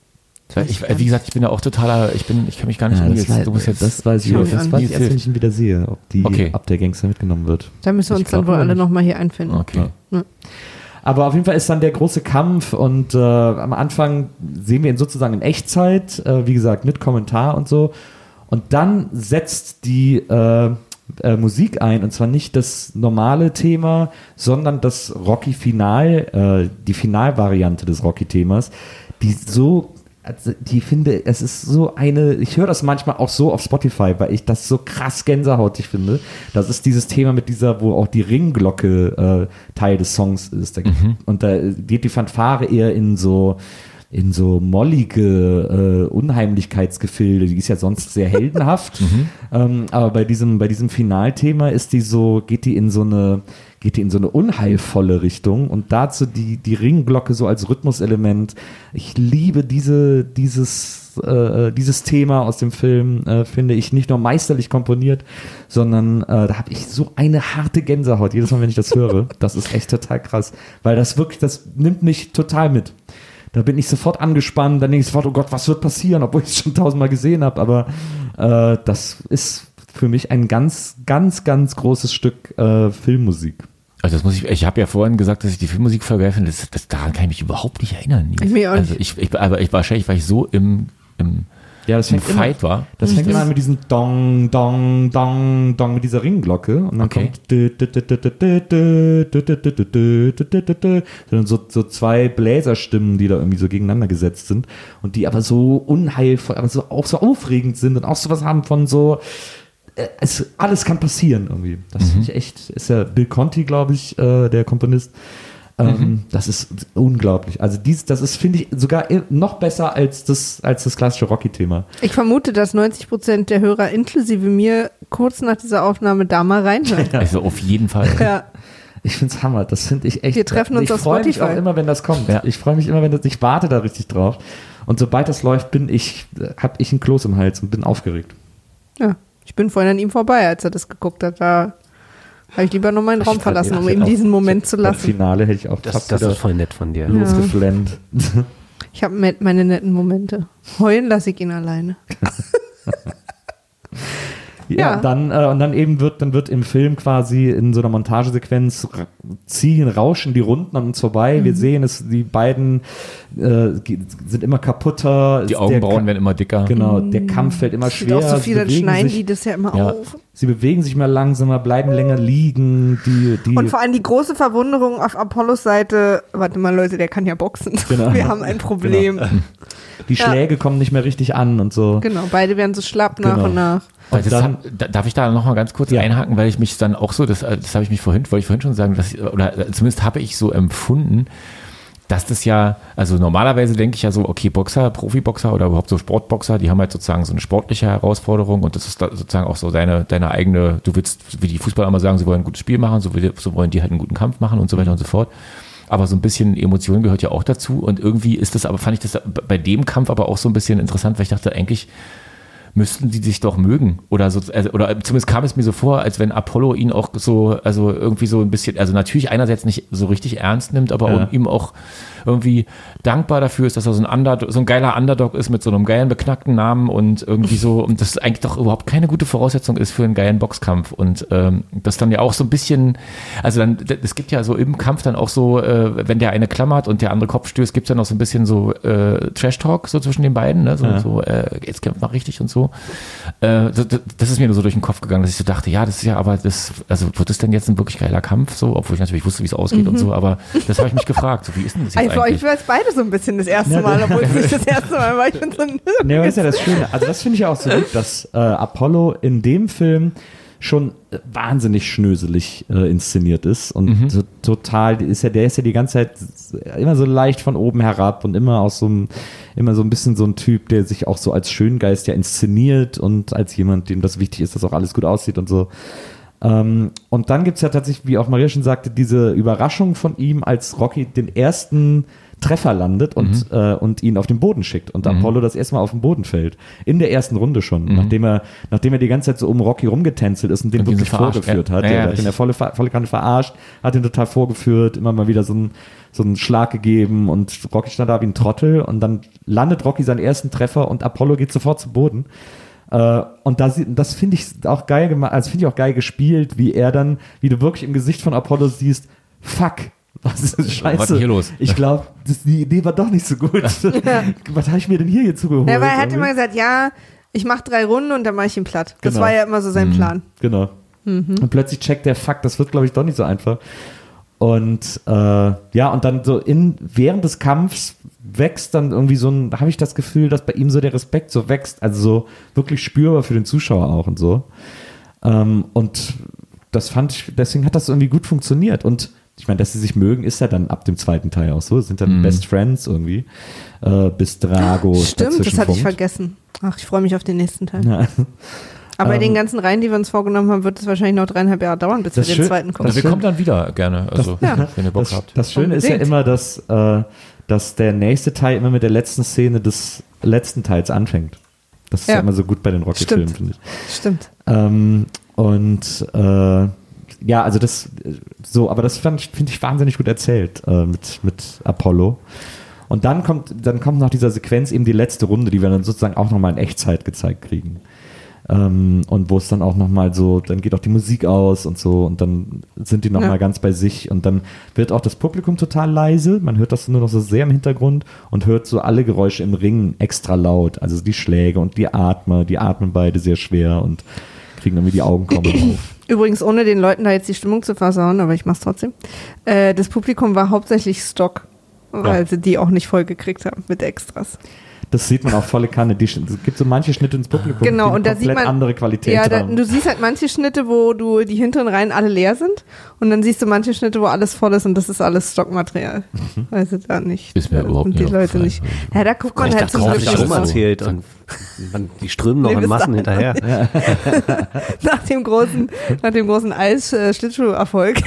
Weil Ich, wie gesagt, ich bin da auch totaler, ich bin, ich kann mich gar nicht Ja, an das, jetzt, weiß, du musst jetzt, das weiß ich, Schau das mir an. weiß ich erst, wenn ich ihn wieder sehe, ob, die, Okay. ob der Gangster mitgenommen wird. Da müssen wir Ich uns dann glaub wohl aber alle nicht. nochmal hier einfinden. okay. Ja. Aber auf jeden Fall ist dann der große Kampf und äh, am Anfang sehen wir ihn sozusagen in Echtzeit, äh, wie gesagt, mit Kommentar und so. Und dann setzt die äh, äh, Musik ein, und zwar nicht das normale Thema, sondern das Rocky-Final, äh, die Finalvariante des Rocky-Themas, die so, also die finde, es ist so eine, ich höre das manchmal auch so auf Spotify, weil ich das so krass gänsehautig finde. Das ist dieses Thema mit dieser, wo auch die Ringglocke äh, Teil des Songs ist. Da, und da geht die Fanfare eher in so in so mollige äh, Unheimlichkeitsgefilde, die ist ja sonst sehr heldenhaft, ähm, aber bei diesem, bei diesem Finalthema ist die so, geht die in so eine geht die in so eine unheilvolle Richtung und dazu die, die Ringglocke so als Rhythmuselement. Ich liebe diese, dieses, äh, dieses Thema aus dem Film, äh, finde ich nicht nur meisterlich komponiert, sondern äh, da habe ich so eine harte Gänsehaut jedes Mal, wenn ich das höre. Das ist echt total krass, weil das wirklich, das nimmt mich total mit. Da bin ich sofort angespannt, dann denke ich sofort, oh Gott, was wird passieren, obwohl ich es schon tausendmal gesehen habe, aber äh, das ist für mich ein ganz, ganz, ganz großes Stück äh, Filmmusik. Also das muss ich, ich habe ja vorhin gesagt, dass ich die Filmmusik voll geil finde, das, das, daran kann ich mich überhaupt nicht erinnern. Ich mir auch also nicht. ich, ich, aber ich, wahrscheinlich, weil ich so im, im, Ja, das im fängt Fight immer, war. Das fängt immer an mit diesem Dong, Dong, Dong, Dong, mit dieser Ringglocke und dann Okay. kommt so, so zwei Bläserstimmen, die da irgendwie so gegeneinander gesetzt sind und die aber so unheilvoll, aber so, auch so aufregend sind und auch so was haben von so, äh, es, alles kann passieren irgendwie. Das Mhm. finde ich echt, ist ja Bill Conti, glaube ich, äh, der Komponist. Ähm, Mhm. Das ist unglaublich. Also dies, das ist, finde ich, sogar noch besser als das, als das klassische Rocky-Thema. Ich vermute, dass neunzig Prozent der Hörer inklusive mir kurz nach dieser Aufnahme da mal reinhören. Also auf jeden Fall. Ja. Ich finde es Hammer. Das finde ich echt. Wir treffen uns ich auf freue mich Spotify. auch immer, wenn das kommt. Ja. Ich freue mich immer, wenn das. Ich warte da richtig drauf. Und sobald das läuft, bin ich, habe ich ein Kloß im Hals und bin aufgeregt. Ja. Ich bin vorhin an ihm vorbei, als er das geguckt hat. Da habe ich lieber noch meinen Raum verlassen, um ihm diesen Moment zu Im lassen. Finale hätte ich auch Das, fast das wieder ist voll nett von dir. Ja. losgeflennt. Ich habe meine netten Momente. Heulen lasse ich ihn alleine. Ja, Ja. Dann, äh, und dann eben wird, dann wird im Film quasi in so einer Montagesequenz ra- ziehen, rauschen die Runden an uns vorbei. Mhm. Wir sehen es, die beiden äh, ge- sind immer kaputter. Die Der Augenbrauen Ka- werden immer dicker. Genau, der Kampf fällt immer Es gibt schwerer. auch so viel, sie, dann bewegen schneiden sich, die das ja immer Ja. auf. sie bewegen sich mehr langsamer, bleiben länger liegen. Die, die, Und vor allem die große Verwunderung auf Apollos Seite, warte mal Leute, der kann ja boxen. Genau. Wir haben ein Problem. Genau, die Ja. Schläge kommen nicht mehr richtig an und so. beide werden so schlapp nach Genau. und nach. Weil Und das dann- hab, da, darf ich da noch mal ganz kurz Ja. einhaken, weil ich mich dann auch so, das, das habe ich mich vorhin, wollte ich vorhin schon sagen, dass ich, oder zumindest habe ich so empfunden, dass das ja, also normalerweise denke ich ja so, okay, Boxer, Profiboxer oder überhaupt so Sportboxer, die haben halt sozusagen so eine sportliche Herausforderung und das ist da sozusagen auch so deine, deine eigene, du willst, wie die Fußballer immer sagen, sie wollen ein gutes Spiel machen, so, will- so wollen die halt einen guten Kampf machen und so weiter und so fort. Aber so ein bisschen Emotion gehört ja auch dazu und irgendwie ist das, aber fand ich das bei dem Kampf aber auch so ein bisschen interessant, weil ich dachte, eigentlich müssten die sich doch mögen oder so, also, oder zumindest kam es mir so vor, als wenn Apollo ihn auch so, also irgendwie so ein bisschen, also natürlich einerseits nicht so richtig ernst nimmt, aber Ja. auch ihm auch irgendwie dankbar dafür ist, dass er so ein Underdog, so ein geiler Underdog ist mit so einem geilen beknackten Namen und irgendwie so, und das eigentlich doch überhaupt keine gute Voraussetzung ist für einen geilen Boxkampf und ähm, das dann ja auch so ein bisschen, also dann, es gibt ja so im Kampf dann auch so, äh, wenn der eine klammert und der andere Kopf stößt, gibt es ja noch so ein bisschen so äh, Trash-Talk so zwischen den beiden, ne? so, Ja. so äh, jetzt kämpft mal richtig und so. Äh, das, das ist mir nur so durch den Kopf gegangen, dass ich so dachte, ja, das ist ja, aber das, also wird das denn jetzt ein wirklich geiler Kampf, so, obwohl ich natürlich wusste, wie es ausgeht und so, aber das habe ich mich gefragt, so, wie ist denn das jetzt Also für euch eigentlich? war es beide so ein bisschen das erste Ja, Mal, das- obwohl es nicht das erste Mal war. Ich bin so ein Nee, aber ist ja das Schöne. Also das finde ich ja auch so gut, dass äh, Apollo in dem Film schon äh, wahnsinnig schnöselig äh, inszeniert ist und Mhm. so, total ist ja, der ist ja die ganze Zeit immer so leicht von oben herab und immer auch so ein, immer so ein bisschen so ein Typ, der sich auch so als Schöngeist ja inszeniert und als jemand, dem das wichtig ist, dass auch alles gut aussieht und so. Ähm, und dann gibt es ja tatsächlich, wie auch Maria schon sagte, diese Überraschung von ihm, als Rocky den ersten Treffer landet und, äh, und ihn auf den Boden schickt und Mhm. Apollo das erstmal auf den Boden fällt. In der ersten Runde schon, Mhm. nachdem er nachdem er die ganze Zeit so um Rocky rumgetänzelt ist und den Und ihn wirklich so verarscht, vorgeführt ja. hat. Ja, ja, der hat ihn richtig. ja volle, volle Kanne verarscht, hat ihn total vorgeführt, immer mal wieder so einen, so einen Schlag gegeben und Rocky stand da wie ein Trottel und dann landet Rocky seinen ersten Treffer und Apollo geht sofort zu Boden. Äh, und das, das finde ich auch geil gemacht, also finde ich auch geil gespielt, wie er dann, wie du wirklich im Gesicht von Apollo siehst, fuck, was ist das Scheiße? Was ist denn hier los? Ich glaube, die Idee war doch nicht so gut. Was habe ich mir denn hier jetzt zugeholt? Ja, weil er hat irgendwie? immer gesagt, ja, ich mache drei Runden und dann mache ich ihn platt. Das Genau. war ja immer so sein Plan. Genau. Und plötzlich checkt der, fuck, das wird, glaube ich, doch nicht so einfach. Und äh, ja, und dann so in während des Kampfs wächst dann irgendwie so ein, habe ich das Gefühl, dass bei ihm so der Respekt so wächst, also so wirklich spürbar für den Zuschauer auch und so. Ähm, und das fand ich, deswegen hat das irgendwie gut funktioniert. Und ich meine, dass sie sich mögen, ist ja dann ab dem zweiten Teil auch so. Sind dann Mhm. Best Friends irgendwie. Äh, bis Drago Stimmt, das dazwischen hatte ich funkt. vergessen. Ach, ich freue mich auf den nächsten Teil. Ja. Aber bei Ähm, den ganzen Reihen, die wir uns vorgenommen haben, wird es wahrscheinlich noch dreieinhalb Jahre dauern, bis Das wir den schön- zweiten kommen. Also wir schön. kommen dann wieder gerne, also ja. wenn ihr Bock Das, habt. das Schöne ist ja Unbedingt. immer, dass, äh, dass der nächste Teil immer mit der letzten Szene des letzten Teils anfängt. Das ist ja, Ja. immer so gut bei den Rocky-Filmen, Stimmt. finde ich. Stimmt. Ähm, und äh, ja, also das so, aber das fand ich- finde ich wahnsinnig gut erzählt äh, mit, mit Apollo. Und dann kommt, dann kommt nach dieser Sequenz eben die letzte Runde, die wir dann sozusagen auch nochmal in Echtzeit gezeigt kriegen. Ähm, und wo es dann auch nochmal so, dann geht auch die Musik aus und so und dann sind die nochmal Ja. ganz bei sich und dann wird auch das Publikum total leise, man hört das nur noch so sehr im Hintergrund und hört so alle Geräusche im Ring extra laut, also die Schläge und die Atmer, die atmen beide sehr schwer und kriegen irgendwie die Augen kommen auf. Übrigens, ohne den Leuten da jetzt die Stimmung zu versauen, aber ich mach's trotzdem. Äh, das Publikum war hauptsächlich Stock, weil sie die auch nicht voll gekriegt haben mit Extras. Das sieht man auch volle Kanne. Die, es gibt so manche Schnitte ins Publikum, Genau, die und da komplett sieht man- andere Qualität Ja, da, haben. du siehst halt manche Schnitte, wo du die hinteren Reihen alle leer sind und dann siehst du manche Schnitte, wo alles voll ist und das ist alles Stockmaterial. Mhm. Also da nicht. Ist mir da überhaupt sind nicht die Leute aufgefallen. nicht. Ja, da guckt man Ich halt dachte, zum kauf Glück ich Strom nicht alles so. so. erzählt und man, die strömen noch Nee, in bis Massen dahin. hinterher. nach dem großen, nach dem großen Eis-Schlittschuh-Erfolg.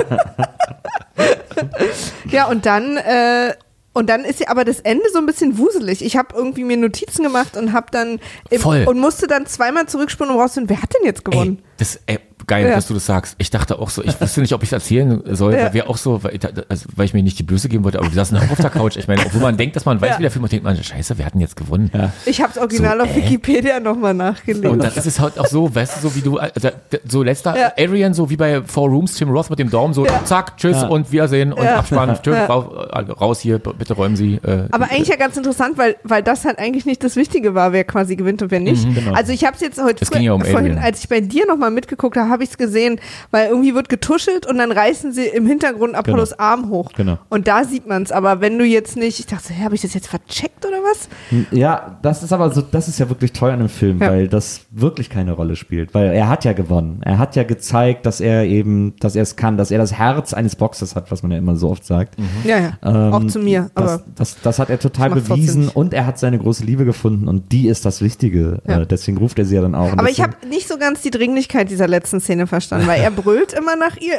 Ja, und dann, äh, und dann ist ja aber das Ende so ein bisschen wuselig. Ich habe irgendwie mir Notizen gemacht und habe dann im, Voll. und musste dann zweimal zurückspulen, um rauszufinden, wer hat denn jetzt gewonnen? Ey, das, ey, geil, Ja. dass du das sagst. Ich dachte auch so, ich wusste nicht, ob ich es erzählen soll, Ja. weil wir auch so, weil ich, also, weil ich mir nicht die Blöße geben wollte, aber wir saßen auch auf der Couch. Ich meine, obwohl man denkt, dass man weiß, Ja. wie der Film und denkt man, scheiße, wir hatten jetzt gewonnen. Ja. Ich habe es original So, auf äh? Wikipedia nochmal nachgelesen. Und dann ist es halt auch so, weißt du, so wie du, also, so letzter Ja. Arian, so wie bei Four Rooms, Tim Roth mit dem Daumen, so Ja. zack, tschüss Ja. und Wiedersehen und Ja. Abspann, tschüss, Ja. raus, raus hier, bitte räumen Sie. Äh, Aber eigentlich ja ganz interessant, weil, weil das halt eigentlich nicht das Wichtige war, wer quasi gewinnt und wer nicht. genau. Also ich habe es jetzt heute Es ging ja um vorhin, Alien. als ich bei dir nochmal mitgeguckt habe, habe ich es gesehen, weil irgendwie wird getuschelt und dann reißen sie im Hintergrund Apollos Genau. Arm hoch. Genau. Und da sieht man es. Aber wenn du jetzt nicht, ich dachte, hä, habe ich das jetzt vercheckt oder was? Ja, das ist aber so, das ist ja wirklich toll an dem Film, Ja. weil das wirklich keine Rolle spielt, weil er hat ja gewonnen. Er hat ja gezeigt, dass er eben, dass er es kann, dass er das Herz eines Boxers hat, was man ja immer so oft sagt. Ja, ja. Ähm, Auch zu mir. Aber Das, das, das hat er total Ich mach's trotzdem bewiesen nicht. und er hat seine große Liebe gefunden und die ist das Wichtige. Ja. Äh, deswegen ruft er sie ja dann auch. Und Aber ich deswegen- habe nicht so ganz die Dringlichkeit dieser letzten Szene verstanden, weil er brüllt immer nach ihr,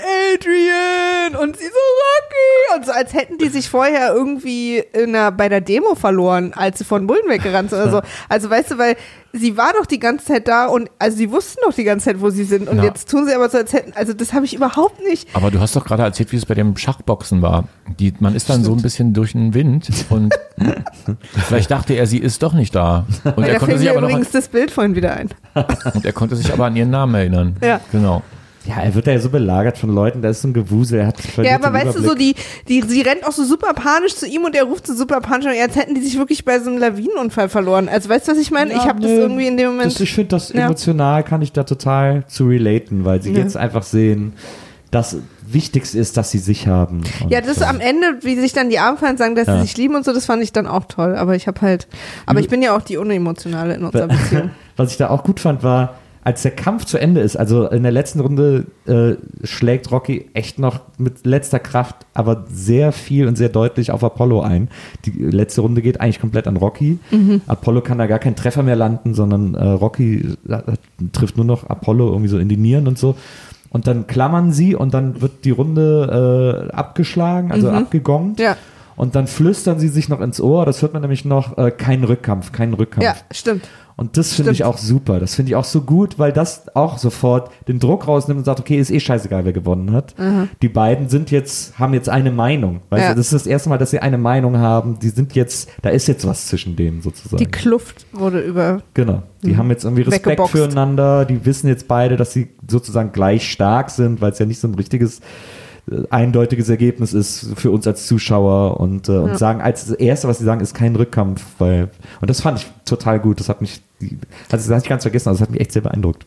Adrian, und sie so, Rocky, und so, als hätten die sich vorher irgendwie in einer, bei der Demo verloren, als sie von Bullen weggerannt sind oder so. Also weißt du, weil sie war doch die ganze Zeit da und, also sie wussten doch die ganze Zeit, wo sie sind und Ja. jetzt tun sie aber so, als hätten, also das habe ich überhaupt nicht. Aber du hast doch gerade erzählt, wie es bei dem Schachboxen war. Die, man ist dann so ein bisschen durch den Wind und vielleicht dachte er, sie ist doch nicht da. Und Weil er da konnte fällt sich mir aber noch an, übrigens das Bild vorhin wieder ein. und er konnte sich aber an ihren Namen erinnern. Ja. Genau. Ja, er wird ja so belagert von Leuten, da ist so ein Gewusel, er hat Ja, verliert aber den weißt du, so Überblick. die, die, sie rennt auch so super panisch zu ihm und er ruft so super panisch und als hätten die sich wirklich bei so einem Lawinenunfall verloren. Also weißt du, was ich meine? Ja, ich habe das nö. irgendwie in dem Moment. Das, ich finde das Ja. emotional, kann ich da total zu relaten, weil sie Ja. jetzt einfach sehen, das Wichtigste ist, dass sie sich haben. Und, Ja, das äh, am Ende, wie sich dann die Arme fallen, sagen, dass Ja. sie sich lieben und so, das fand ich dann auch toll. Aber ich habe halt, aber ich bin ja auch die Unemotionale in unserer Beziehung. Was ich da auch gut fand, war, als der Kampf zu Ende ist, also in der letzten Runde äh, schlägt Rocky echt noch mit letzter Kraft, aber sehr viel und sehr deutlich auf Apollo ein. Die letzte Runde geht eigentlich komplett an Rocky. Apollo kann da gar keinen Treffer mehr landen, sondern äh, Rocky äh, trifft nur noch Apollo irgendwie so in die Nieren und so. Und dann klammern sie und dann wird die Runde äh, abgeschlagen, also abgegongt. Ja. Und dann flüstern sie sich noch ins Ohr, das hört man nämlich noch, äh, kein Rückkampf, kein Rückkampf. Ja, stimmt. Und das finde ich Stimmt. auch super. Das finde ich auch so gut, weil das auch sofort den Druck rausnimmt und sagt, okay, ist eh scheißegal, wer gewonnen hat. Die beiden sind jetzt, haben jetzt eine Meinung. Weißt Ja. du, das ist das erste Mal, dass sie eine Meinung haben. Die sind jetzt, da ist jetzt was zwischen denen sozusagen. Die Kluft wurde über. Genau. Die haben jetzt irgendwie Respekt Weggeboxt. füreinander. Die wissen jetzt beide, dass sie sozusagen gleich stark sind, weil es ja nicht so ein richtiges äh, eindeutiges Ergebnis ist für uns als Zuschauer und, äh, und Ja. sagen, als das Erste, was sie sagen, ist kein Rückkampf, weil, und das fand ich total gut, das hat mich, also das hatte ich ganz vergessen, also das hat mich echt sehr beeindruckt.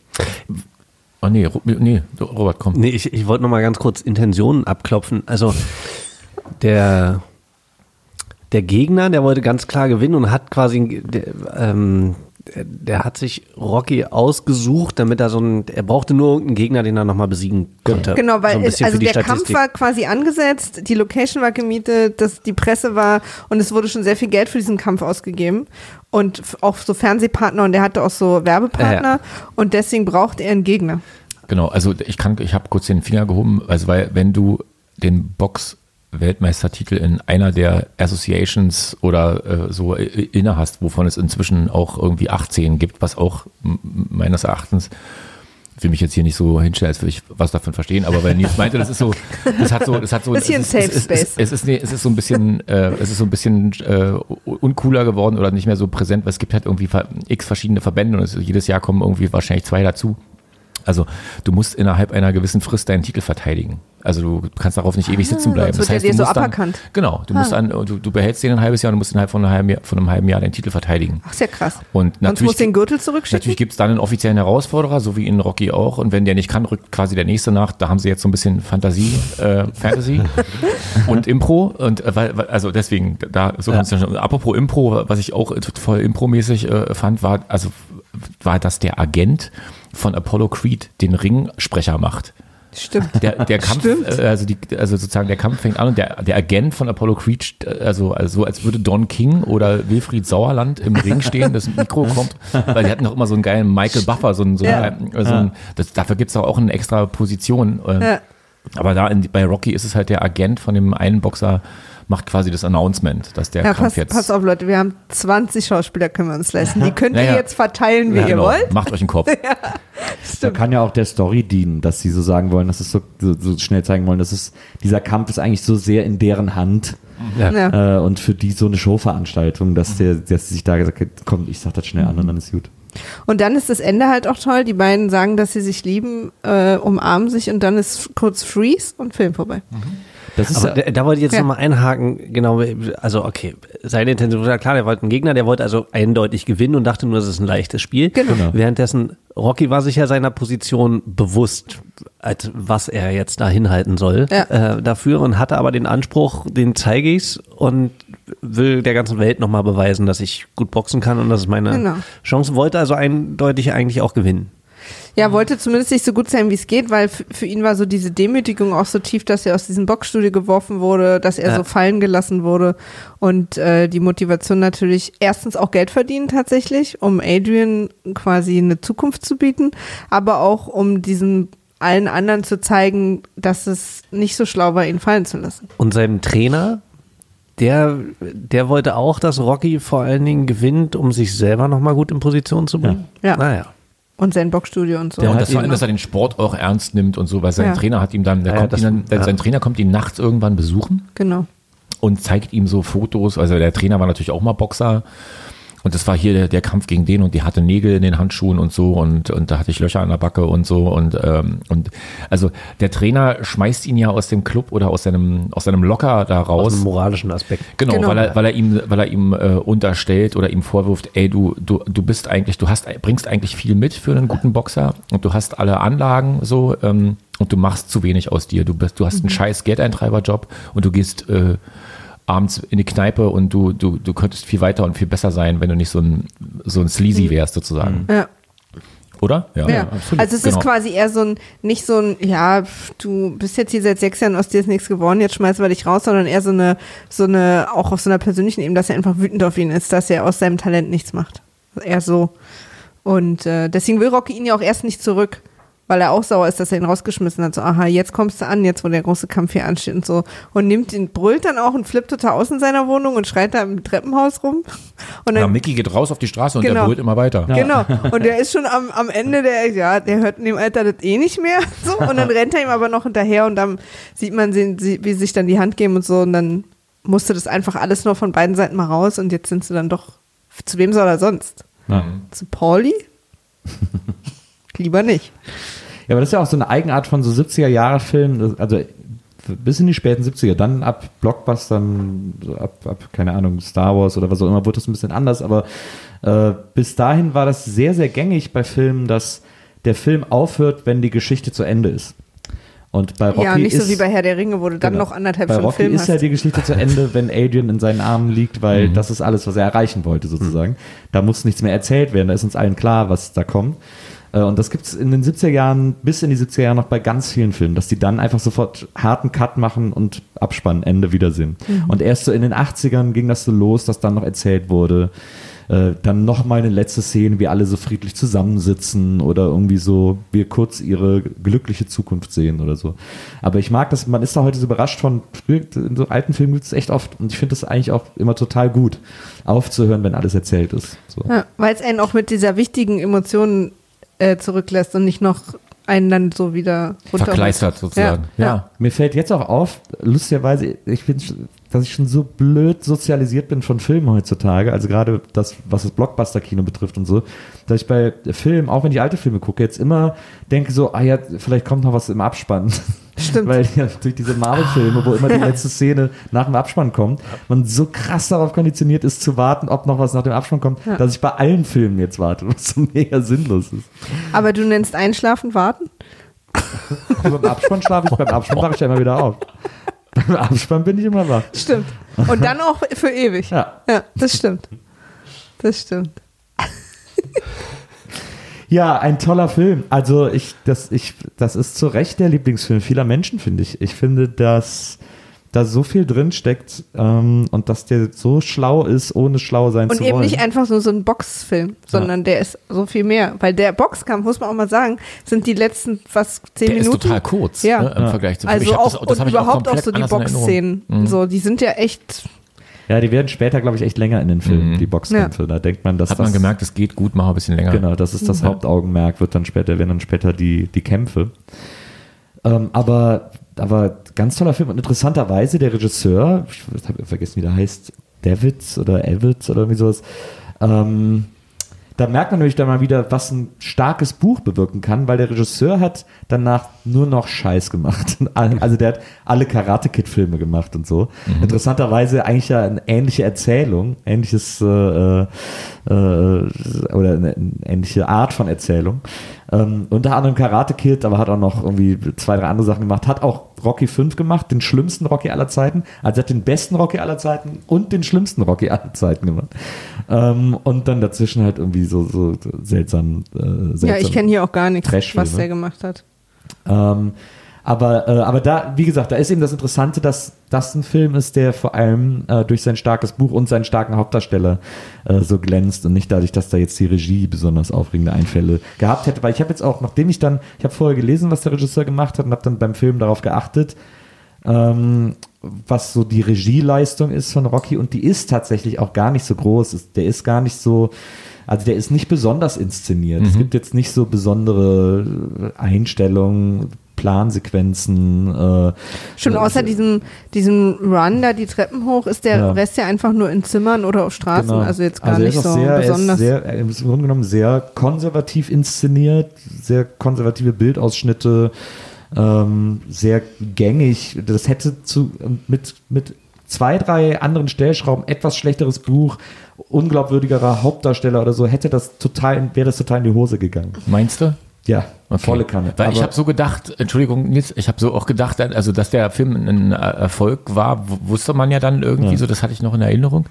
Oh nee, Ru- nee, Robert, komm. Nee, ich, ich wollte noch mal ganz kurz Intentionen abklopfen. Also der, der Gegner, der wollte ganz klar gewinnen und hat quasi der, ähm, der, der hat sich Rocky ausgesucht, damit er so ein, er brauchte nur irgendeinen Gegner, den er nochmal besiegen konnte. Genau, weil so ein es, bisschen also für die der Kampf Statistik. war quasi angesetzt, die Location war gemietet, das, die Presse war und es wurde schon sehr viel Geld für diesen Kampf ausgegeben und f- auch so Fernsehpartner und der hatte auch so Werbepartner Ja, ja. und deswegen braucht er einen Gegner. Genau, also ich kann, ich habe kurz den Finger gehoben, also weil wenn du den Box-Weltmeistertitel in einer der Associations oder äh, so äh, inne hast, wovon es inzwischen auch irgendwie achtzehn gibt, was auch m- meines Erachtens, ich will mich jetzt hier nicht so hinstellen, als würde ich was davon verstehen, aber weil Nils meinte, das ist so, das hat so, das hat so, Das ist hier ein es ist- Safe es ist- Space. Es, es, ist, nee, es ist so ein bisschen, äh, es ist so ein bisschen äh, uncooler geworden oder nicht mehr so präsent, weil es gibt halt irgendwie ver- x verschiedene Verbände und es, jedes Jahr kommen irgendwie wahrscheinlich zwei dazu. Also du musst innerhalb einer gewissen Frist deinen Titel verteidigen. Also du kannst darauf nicht ewig sitzen bleiben. sonst wird der dir du so musst dann, aberkannt. genau, du musst dann, du, du behältst den ein halbes Jahr und du musst innerhalb von einem halben Jahr, von einem halben Jahr deinen Titel verteidigen. Ach, ist ja krass. Und Sonst natürlich, muss den Gürtel zurückschicken. natürlich gibt es dann einen offiziellen Herausforderer, so wie in Rocky auch. Und wenn der nicht kann, rückt quasi der nächste nach. Da haben sie jetzt so ein bisschen Fantasie, äh, Fantasy und Impro. Und äh, weil, weil- also deswegen, da so Ja. kommt's ja schon. Apropos Impro, was ich auch voll Impro-mäßig äh, fand, war, also war, dass der Agent von Apollo Creed den Ringsprecher macht. Stimmt. Der, der Kampf, Stimmt. äh, also, die, also sozusagen der Kampf fängt an und der, der Agent von Apollo Creed, äh, also, also als würde Don King oder Wilfried Sauerland im Ring stehen, das Mikro kommt, weil die hatten doch immer so einen geilen Michael Buffer, so einen, so Ja. einen, so einen das, dafür gibt es auch eine extra Position. Äh, Ja. Aber da in, bei Rocky ist es halt der Agent von dem einen Boxer, macht quasi das Announcement, dass der Ja, Kampf pass, jetzt... pass auf, Leute, wir haben zwanzig Schauspieler, können wir uns leisten. Die könnt ihr Naja. jetzt verteilen, wie Ja, ihr genau. wollt. Macht euch einen Kopf. Da kann ja auch der Story dienen, dass sie so sagen wollen, dass es so, so, so schnell zeigen wollen, dass es, dieser Kampf ist eigentlich so sehr in deren Hand Ja. Ja. äh, und für die so eine Showveranstaltung, dass der, dass sie sich da gesagt hat, komm, ich sag das schnell an und dann ist gut. Und dann ist das Ende halt auch toll. Die beiden sagen, dass sie sich lieben, äh, umarmen sich und dann ist kurz Freeze und Film vorbei. Das ist Aber da, da wollte ich jetzt Ja. nochmal einhaken, genau, also okay, seine Intention war klar, der wollte einen Gegner, der wollte also eindeutig gewinnen und dachte nur, das ist ein leichtes Spiel. Genau. Genau. Währenddessen, Rocky war sich ja seiner Position bewusst, als was er jetzt da hinhalten soll Ja. äh, dafür und hatte aber den Anspruch, den zeige ich's und will der ganzen Welt nochmal beweisen, dass ich gut boxen kann und das ist meine Genau. Chance, wollte also eindeutig eigentlich auch gewinnen. Ja, wollte zumindest nicht so gut sein, wie es geht, weil f- für ihn war so diese Demütigung auch so tief, dass er aus diesem Boxstudio geworfen wurde, dass er Ja. so fallen gelassen wurde und äh, die Motivation natürlich erstens auch Geld verdienen tatsächlich, um Adrian quasi eine Zukunft zu bieten, aber auch um diesen allen anderen zu zeigen, dass es nicht so schlau war, ihn fallen zu lassen. Und seinem Trainer, der, der wollte auch, dass Rocky vor allen Dingen gewinnt, um sich selber nochmal gut in Position zu bringen. Ja. Naja. Und sein Boxstudio und so. Ja, und hat das vor allem, ihn- dass er den Sport auch ernst nimmt und so, weil sein Ja. Trainer hat ihm dann, der Ja, kommt das- ihn dann ja. sein Trainer kommt ihn nachts irgendwann besuchen Genau. und zeigt ihm so Fotos. Also der Trainer war natürlich auch mal Boxer. Und das war hier der, der Kampf gegen den und die hatte Nägel in den Handschuhen und so und, und da hatte ich Löcher an der Backe und so und, ähm, und also der Trainer schmeißt ihn ja aus dem Club oder aus seinem, aus seinem Locker da Aus raus. einem moralischen Aspekt. Genau, Genau. weil er, weil er ihm, weil er ihm äh, unterstellt oder ihm vorwirft, ey, du, du, du bist eigentlich, du hast, bringst eigentlich viel mit für einen guten Boxer und du hast alle Anlagen so ähm, und du machst zu wenig aus dir. Du bist, du hast einen scheiß Geldeintreiberjob und du gehst äh, abends in die Kneipe und du, du, du könntest viel weiter und viel besser sein, wenn du nicht so ein, so ein Sleazy wärst sozusagen. Ja. Oder? Ja, absolut. also es Genau. ist quasi eher so ein, nicht so ein, ja, pf, du bist jetzt hier seit sechs Jahren, aus dir ist nichts geworden, jetzt schmeißen wir dich raus, sondern eher so eine, so eine, auch auf so einer persönlichen Ebene, dass er einfach wütend auf ihn ist, dass er aus seinem Talent nichts macht. Eher so. Und äh, deswegen will Rocky ihn ja auch erst nicht zurück, weil er auch sauer ist, dass er ihn rausgeschmissen hat. So, aha, jetzt kommst du an, jetzt wo der große Kampf hier ansteht und so. Und nimmt ihn, brüllt dann auch und flippt total aus in seiner Wohnung und schreit da im Treppenhaus rum. Und Ja, dann Mickey geht raus auf die Straße und Genau. der brüllt immer weiter. Genau. Und der ist schon am, am Ende, der, ja, der hört in dem Alter das eh nicht mehr. So. Und dann rennt er ihm aber noch hinterher und dann sieht man, sie, sie- wie sie sich dann die Hand geben und so. Und dann musste das einfach alles nur von beiden Seiten mal raus. Und jetzt sind sie dann doch, zu wem soll er sonst? Ja. Zu Pauli? Lieber nicht. Ja, aber das ist ja auch so eine Eigenart von so siebziger-Jahre-Filmen, also bis in die späten siebziger, dann ab Blockbustern, so ab, ab, keine Ahnung, Star Wars oder was auch immer, wurde das ein bisschen anders, aber äh, bis dahin war das sehr, sehr gängig bei Filmen, dass der Film aufhört, wenn die Geschichte zu Ende ist. Und bei Rocky ja, nicht ist, so wie bei Herr der Ringe, wo du dann genau, noch anderthalb bei Stunden Rocky Film ist hast. ja die Geschichte zu Ende, wenn Adrian in seinen Armen liegt, weil Mhm. das ist alles, was er erreichen wollte sozusagen. Mhm. Da muss nichts mehr erzählt werden, da ist uns allen klar, was da kommt. Und das gibt es in den siebziger Jahren, bis in die siebziger Jahre noch bei ganz vielen Filmen, dass die dann einfach sofort harten Cut machen und Abspann, Ende, Wiedersehen. Mhm. Und erst so in den achtzigern ging das so los, dass dann noch erzählt wurde, äh, dann nochmal eine letzte Szene, wie alle so friedlich zusammensitzen oder irgendwie so, wir kurz ihre glückliche Zukunft sehen oder so. Aber ich mag das, man ist da heute so überrascht von, in so alten Filmen gibt es echt oft und ich finde das eigentlich auch immer total gut, aufzuhören, wenn alles erzählt ist. So. Ja, weil es einen auch mit dieser wichtigen Emotion äh, zurücklässt und nicht noch einen dann so wieder runter verkleistert sozusagen. Ja, Ja. ja. Mir fällt jetzt auch auf, lustigerweise, ich bin, dass ich schon so blöd sozialisiert bin von Filmen heutzutage, also gerade das, was das Blockbuster-Kino betrifft und so, dass ich bei Filmen, auch wenn ich alte Filme gucke, jetzt immer denke so, ah ja, vielleicht kommt noch was im Abspann. Stimmt. Weil ja, durch diese Marvel-Filme, wo immer die letzte Szene nach dem Abspann kommt, man so krass darauf konditioniert ist, zu warten, ob noch was nach dem Abspann kommt, Ja. dass ich bei allen Filmen jetzt warte, was so mega sinnlos ist. Aber du nennst Einschlafen warten? Also beim Abspann schlafe ich, beim Abspann wache ich ja immer wieder auf. Beim Abspann bin ich immer wach. Stimmt. Und dann auch für ewig. Ja. Ja, das stimmt. Das stimmt. Ja, ein toller Film. Also ich, das, ich, das ist zu Recht der Lieblingsfilm vieler Menschen, finde ich. Ich finde, dass da so viel drin steckt ähm, und dass der so schlau ist, ohne schlau sein Und zu eben wollen. nicht einfach so, so ein Boxfilm, sondern der ist so viel mehr. Weil der Boxkampf, muss man auch mal sagen, sind die letzten fast zehn Der Minuten. ist total kurz Ja. ne, im Ja. Vergleich zu Also ich hab auch, das, das hab und ich auch überhaupt auch, komplett so die anders in Erinnerung. Boxszenen. Mhm. So, die sind ja echt. Ja, die werden später, glaube ich, echt länger in den Filmen, Mhm. die Boxkämpfe. Da denkt man, dass Hat das, man gemerkt, es geht gut, mal ein bisschen länger. Genau, das ist das Mhm. Hauptaugenmerk, wird dann später, werden dann später die, die Kämpfe. Ähm, aber, aber ganz toller Film und interessanterweise der Regisseur, ich habe vergessen, wie der heißt, Davids oder Evans oder irgendwie sowas, ähm, da merkt man natürlich dann mal wieder, was ein starkes Buch bewirken kann, weil der Regisseur hat danach nur noch Scheiß gemacht. Also der hat alle Karate-Kid-Filme gemacht und so. Mhm. Interessanterweise eigentlich ja eine ähnliche Erzählung, ähnliches äh, äh, oder eine, eine ähnliche Art von Erzählung. Ähm, unter anderem Karate Kid, aber hat auch noch irgendwie zwei, drei andere Sachen gemacht. Hat auch Rocky fünf gemacht, den schlimmsten Rocky aller Zeiten. Also hat den besten Rocky aller Zeiten und den schlimmsten Rocky aller Zeiten gemacht. Ähm, und dann dazwischen halt irgendwie so, so seltsam, äh, seltsam. Ja, ich kenne hier auch gar nichts, Trashfilme. was der gemacht hat. Ähm, aber, äh, aber da, wie gesagt, da ist eben das Interessante, dass das ein Film ist, der vor allem äh, durch sein starkes Buch und seinen starken Hauptdarsteller äh, so glänzt und nicht dadurch, dass da jetzt die Regie besonders aufregende Einfälle gehabt hätte. Weil ich habe jetzt auch, nachdem ich dann, ich habe vorher gelesen, was der Regisseur gemacht hat und habe dann beim Film darauf geachtet, ähm, was so die Regieleistung ist von Rocky und die ist tatsächlich auch gar nicht so groß. Der ist gar nicht so, also der ist nicht besonders inszeniert. Mhm. Es gibt jetzt nicht so besondere Einstellungen, Plansequenzen. Äh, Schon außer diesem, diesem Run da die Treppen hoch, ist der Ja. Rest ja einfach nur in Zimmern oder auf Straßen, Genau. also jetzt gar Also er nicht ist auch so sehr, er ist besonders. Sehr, er ist im Grunde genommen sehr konservativ inszeniert, sehr konservative Bildausschnitte, ähm, sehr gängig. Das hätte zu, mit, mit zwei, drei anderen Stellschrauben, etwas schlechteres Buch, unglaubwürdigerer Hauptdarsteller oder so, hätte das total, wäre das total in die Hose gegangen. Meinst du? Ja, Okay. volle Kanne. Weil ich Aber- habe so gedacht, Entschuldigung, Nils, ich habe so auch gedacht, also dass der Film ein Erfolg war, w- wusste man ja dann irgendwie Ja. so, das hatte ich noch in Erinnerung.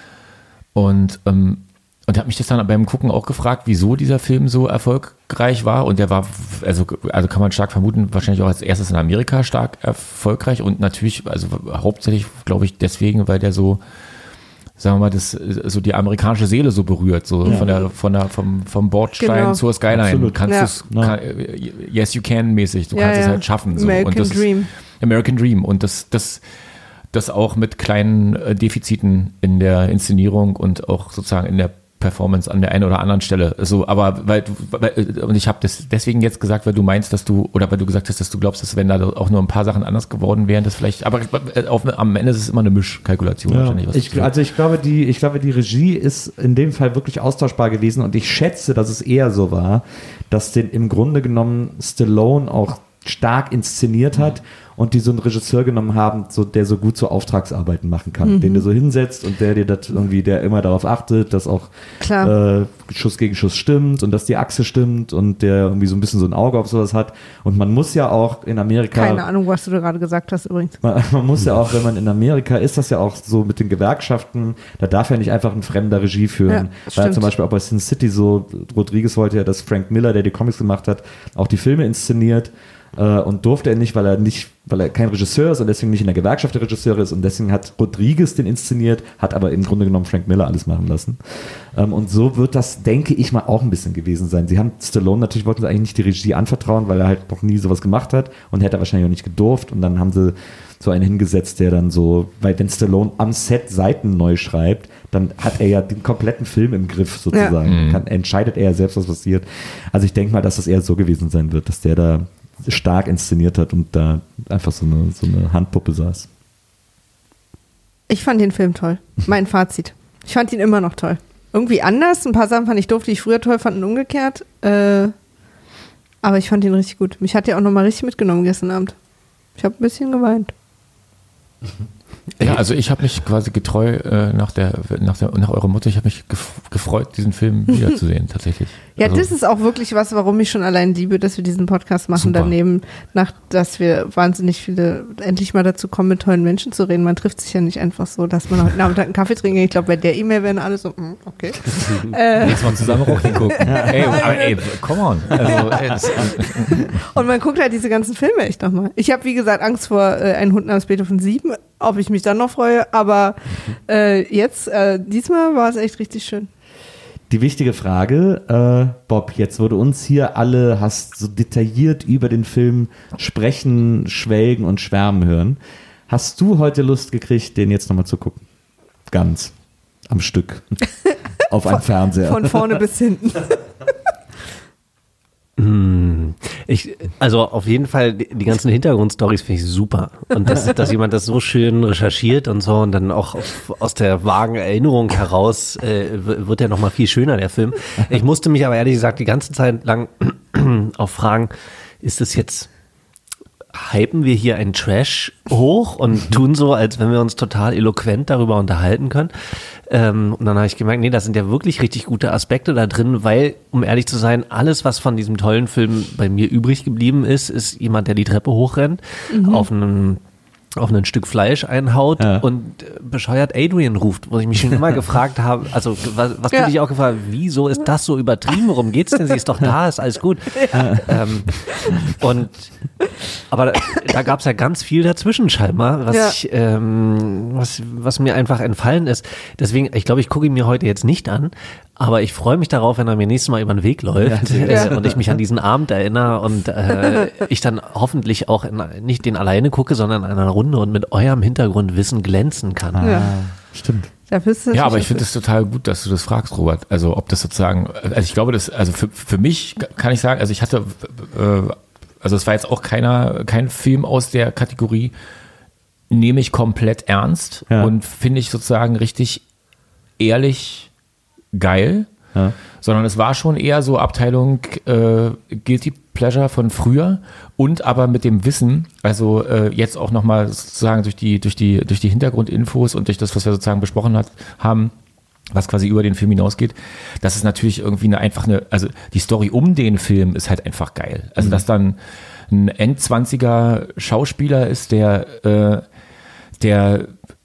Und ähm, und habe mich das dann beim Gucken auch gefragt, wieso dieser Film so erfolgreich war. Und der war, also, also kann man stark vermuten, wahrscheinlich auch als erstes in Amerika stark erfolgreich. Und natürlich, also hauptsächlich, glaube ich, deswegen, weil der so, sagen wir mal, das, so die amerikanische Seele so berührt, so Ja. von der, von der, vom, vom Bordstein Genau. zur Skyline. Absolut. Kannst Ja. du's, Ja. kann, yes you can mäßig, du Ja, kannst es ja. halt schaffen. So. American Und das Dream. Ist American Dream. Und das, das, das auch mit kleinen äh, Defiziten in der Inszenierung und auch sozusagen in der Performance an der einen oder anderen Stelle. So, aber weil, du- weil und ich habe das deswegen jetzt gesagt, weil du meinst, dass du oder weil du gesagt hast, dass du glaubst, dass wenn da auch nur ein paar Sachen anders geworden wären, das vielleicht. Aber auf, am Ende ist es immer eine Mischkalkulation Ja, wahrscheinlich. Was ich, du- also ich glaube, die, ich glaube, die Regie ist in dem Fall wirklich austauschbar gewesen und ich schätze, dass es eher so war, dass den im Grunde genommen Stallone auch stark inszeniert hat und die so einen Regisseur genommen haben, so, der so gut so Auftragsarbeiten machen kann, Mhm. den du so hinsetzt und der dir das irgendwie, der immer darauf achtet, dass auch Klar. äh, Schuss gegen Schuss stimmt und dass die Achse stimmt und der irgendwie so ein bisschen so ein Auge auf sowas hat. Und man muss ja auch in Amerika... Keine Ahnung, was du da gerade gesagt hast übrigens. Man, man muss ja auch, wenn man in Amerika ist, das ja auch so mit den Gewerkschaften, da darf ja nicht einfach ein fremder Regie führen. Ja, Weil stimmt. zum Beispiel auch bei Sin City so, Rodriguez wollte ja, dass Frank Miller, der die Comics gemacht hat, auch die Filme inszeniert. Äh, und durfte er nicht, weil er nicht, weil er kein Regisseur ist und deswegen nicht in der Gewerkschaft der Regisseur ist und deswegen hat Rodriguez den inszeniert, hat aber im Grunde genommen Frank Miller alles machen lassen. Ähm, und so wird das, denke ich mal, auch ein bisschen gewesen sein. Sie haben Stallone, natürlich wollten sie eigentlich nicht die Regie anvertrauen, weil er halt noch nie sowas gemacht hat und hätte er wahrscheinlich auch nicht gedurft und dann haben sie so einen hingesetzt, der dann so, weil wenn Stallone am Set Seiten neu schreibt, dann hat er ja den kompletten Film im Griff sozusagen. Ja. Mhm. Kann, entscheidet er ja selbst, was passiert. Also ich denke mal, dass das eher so gewesen sein wird, dass der da stark inszeniert hat und da einfach so eine, so eine Handpuppe saß. Ich fand den Film toll. Mein Fazit. Ich fand ihn immer noch toll. Irgendwie anders. Ein paar Sachen fand ich doof, die ich früher toll fand und umgekehrt. Äh, aber ich fand ihn richtig gut. Mich hat der auch nochmal richtig mitgenommen gestern Abend. Ich habe ein bisschen geweint. Ja, also ich habe mich quasi getreu äh, nach der nach der nach eurer Mutter, ich habe mich gef- gefreut, diesen Film wiederzusehen, tatsächlich. Ja, Also, das ist auch wirklich was, warum ich schon allein liebe, dass wir diesen Podcast machen. Super. Daneben, nach, dass wir wahnsinnig viele, endlich mal dazu kommen, mit tollen Menschen zu reden. Man trifft sich ja nicht einfach so, dass man heute Nachmittag einen Kaffee trinken. Ich glaube, bei der E-Mail werden alle so, mm, okay. äh, Nächstes Mal zusammen Rocky gucken. Ey, aber ey, come on. Also, ey, das, und man guckt halt diese ganzen Filme echt nochmal. Ich habe, wie gesagt, Angst vor äh, Ein Hund namens Beethoven sieben, ob ich mich dann noch freue, aber äh, jetzt, äh, diesmal war es echt richtig schön. Die wichtige Frage, äh, Bob, jetzt wo du uns hier alle hast so detailliert über den Film sprechen, schwelgen und schwärmen hören, hast du heute Lust gekriegt, den jetzt nochmal zu gucken? Ganz. Am Stück. Auf einem Fernseher. Von vorne bis hinten. Ich, also auf jeden Fall, die die ganzen Hintergrundstories finde ich super. Und dass, dass jemand das so schön recherchiert und so und dann auch auf, aus der vagen Erinnerung heraus äh, w- wird der nochmal viel schöner, der Film. Ich musste mich aber ehrlich gesagt die ganze Zeit lang auch fragen, ist das jetzt, hypen wir hier einen Trash hoch und tun so, als wenn wir uns total eloquent darüber unterhalten können. Ähm, und dann habe ich gemerkt, nee, da sind ja wirklich richtig gute Aspekte da drin, weil, um ehrlich zu sein, alles, was von diesem tollen Film bei mir übrig geblieben ist, ist jemand, der die Treppe hochrennt, auf einem auf ein Stück Fleisch einhaut Ja. und äh, bescheuert Adrian ruft, wo ich mich schon immer gefragt habe, also was, was Ja. du dich auch gefragt hast, wieso ist das so übertrieben, worum geht's denn, sie ist doch da, ist alles gut. Ähm, und aber da, da gab es ja ganz viel dazwischen scheinbar, was, Ja. ich, ähm, was, was mir einfach entfallen ist. Deswegen, ich glaube, ich gucke ihn mir heute jetzt nicht an, aber ich freue mich darauf, wenn er mir nächstes Mal über den Weg läuft Ja. äh, Ja. und ich mich an diesen Abend erinnere und äh, ich dann hoffentlich auch in, nicht den alleine gucke, sondern in einer Runde und mit eurem Hintergrundwissen glänzen kann. Ah, Ja. Stimmt. Dafür ist das ja, aber nicht ich finde es total gut, dass du das fragst, Robert. Also ob das sozusagen, also ich glaube, das, also für, für mich kann ich sagen, also ich hatte, äh, also es war jetzt auch keiner, kein Film aus der Kategorie, nehme ich komplett ernst Ja. und finde ich sozusagen richtig ehrlich geil, Ja. sondern es war schon eher so Abteilung äh, Guilty Pleasure von früher und aber mit dem Wissen, also äh, jetzt auch nochmal sozusagen durch die, durch die, durch die Hintergrundinfos und durch das, was wir sozusagen besprochen hat, haben, was quasi über den Film hinausgeht, dass es natürlich irgendwie eine einfach eine, also die Story um den Film ist halt einfach geil. Also dass dann ein Endzwanziger Schauspieler ist, der, äh, der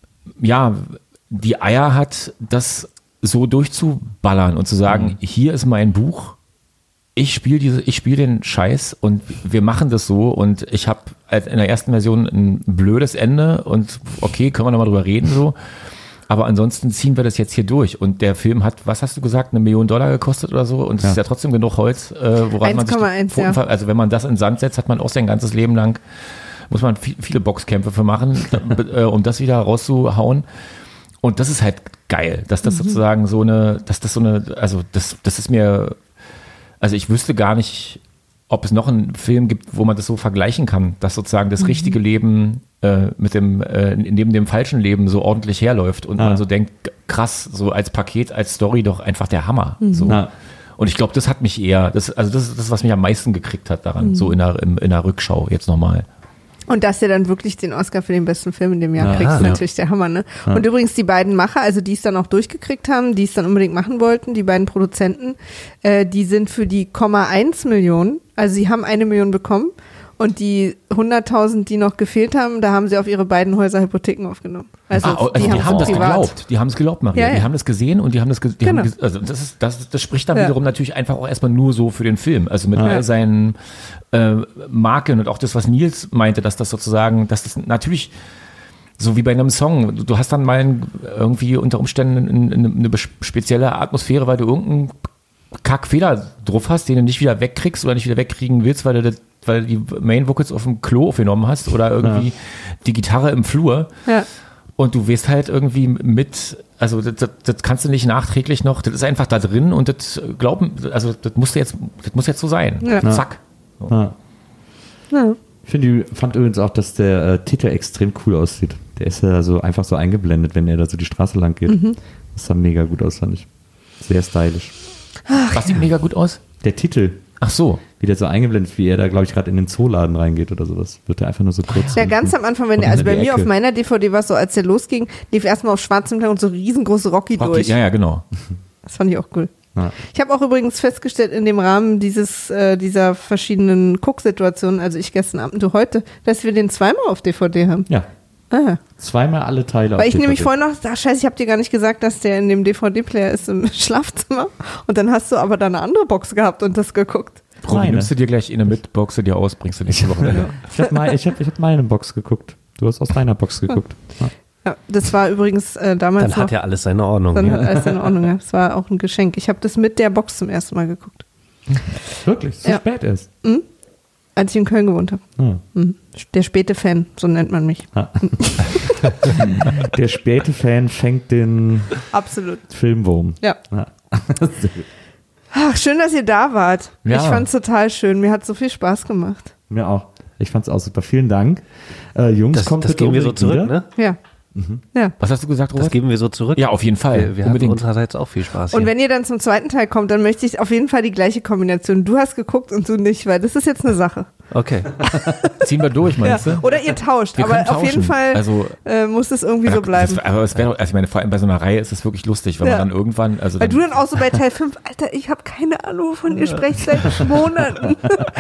ja die Eier hat, das so durchzuballern und zu sagen, hier ist mein Buch, ich spiele diese, ich spiele den Scheiß und wir machen das so und ich habe in der ersten Version ein blödes Ende und okay, können wir nochmal drüber reden so, aber ansonsten ziehen wir das jetzt hier durch und der Film hat, was hast du gesagt, eine Million Dollar gekostet oder so und es Ja. ist ja trotzdem genug Holz, äh, woran man sich die eins Komma eins, Pfoten ja. ver- also wenn man das in den Sand setzt, hat man auch sein ganzes Leben lang, muss man viel, viele Boxkämpfe für machen, äh, um das wieder rauszuhauen. Und das ist halt geil, dass das sozusagen so eine, dass das so eine, also das, das ist mir, also ich wüsste gar nicht, ob es noch einen Film gibt, wo man das so vergleichen kann, dass sozusagen das richtige Leben äh, mit dem, äh, neben dem falschen Leben so ordentlich herläuft und Ah. man so denkt, krass, so als Paket, als Story doch einfach der Hammer. So. Na, Und ich glaube, das hat mich eher, das, also das ist das, was mich am meisten gekriegt hat daran, so in der, in, in der Rückschau jetzt nochmal. Und dass er dann wirklich den Oscar für den besten Film in dem Jahr Ja, kriegt, ist ja. natürlich der Hammer, ne? Ja. Und übrigens die beiden Macher, also die es dann auch durchgekriegt haben, die es dann unbedingt machen wollten, die beiden Produzenten, äh, die sind für die Komma eins Millionen, also sie haben eine Million bekommen und die hunderttausend, die noch gefehlt haben, da haben sie auf ihre beiden Häuser Hypotheken aufgenommen. Also, Ah, also die, haben's haben das privat. geglaubt. Die haben es geglaubt, Maria. Ja, ja. Die haben das gesehen und die haben das, ge die Genau. haben ges also das ist, das, das spricht dann Ja. wiederum natürlich einfach auch erstmal nur so für den Film. Also mit Ja. all seinen äh, Marken und auch das, was Nils meinte, dass das sozusagen, dass das natürlich so wie bei einem Song, du, du hast dann mal ein, irgendwie unter Umständen eine, eine bes- spezielle Atmosphäre, weil du irgendeinen Kackfehler drauf hast, den du nicht wieder wegkriegst oder nicht wieder wegkriegen willst, weil du das, weil du die Main Vocals auf dem Klo aufgenommen hast oder irgendwie die Gitarre im Flur. Ja. Und du wirst halt irgendwie mit, also das, das, das kannst du nicht nachträglich noch, das ist einfach da drin und das glauben, also das musste jetzt, das muss jetzt so sein. Ja. Zack. Ja. Ja. Ich finde, fand übrigens auch, dass der äh, Titel extrem cool aussieht. Der ist ja so einfach so eingeblendet, wenn er da so die Straße lang geht. Mhm. Das sah mega gut aus, fand ich. Sehr stylisch. Was sieht mega gut aus? Der Titel, Ach so. wie der so eingeblendet, wie er da, glaube ich, gerade in den Zooladen reingeht oder sowas, wird der einfach nur so kurz. Ja, ganz am Anfang, wenn der, Und also in bei die mir Ecke. auf meiner D V D war es so, als der losging, lief erstmal auf schwarzem Hintergrund so riesengroße Rocky, Rocky, durch. ja, ja, genau. Das fand ich auch cool. Ja. Ich habe auch übrigens festgestellt, in dem Rahmen dieses, äh, dieser verschiedenen Gucksituationen, also ich gestern Abend, du heute, dass wir den zweimal auf D V D haben. ja, Ah. zweimal alle Teile. Weil auf ich D V D. nämlich vorhin noch, ach scheiße, ich habe dir gar nicht gesagt, dass der in dem D V D-Player ist im Schlafzimmer. Und dann hast du aber da eine andere Box gehabt und das geguckt. Robi, Meine. nimmst du dir gleich eine mit, boxe dir aus, bringst du nächste Woche wieder. Ich habe mein, ich hab, ich hab meine Box geguckt. Du hast aus deiner Box geguckt. Ja. Ja, das war übrigens äh, damals Dann hat noch, ja alles seine Ordnung. dann Ja. hat alles in Ordnung. Ja. Das war auch ein Geschenk. Ich habe das mit der Box zum ersten Mal geguckt, Wirklich, so Ja. spät erst. als ich in Köln gewohnt habe. Ah. Mhm. Der späte Fan, so nennt man mich. Der späte Fan fängt den Absolut. Filmwurm. Ja. Ja. Sehr gut. Ach, schön, dass ihr da wart. Ja. Ich fand's total schön. Mir hat so viel Spaß gemacht. Mir auch. Ich fand's auch super. Vielen Dank. Äh, Jungs, Das, kommt das bitte geben wir so unbedingt zurück, wieder. ne? Ja. Ja. Was hast du gesagt, Das Robert? geben wir so zurück. Ja, auf jeden Fall. Wir, wir hatten Unbedingt. unsererseits auch viel Spaß Und hier. wenn ihr dann zum zweiten Teil kommt, dann möchte ich auf jeden Fall die gleiche Kombination. Du hast geguckt und du nicht, weil das ist jetzt eine Sache. Okay. Ziehen wir durch, Ja. meinst du? Oder ihr tauscht. Wir aber können auf jeden tauschen. Fall Also, äh, muss es irgendwie Ja, so bleiben. Das, aber es wäre, also ich meine, vor allem bei so einer Reihe ist es wirklich lustig, wenn Ja. man dann irgendwann, also Weil dann, du dann auch so bei Teil fünf, Alter, ich habe keine Ahnung, wovon ihr sprecht seit Monaten.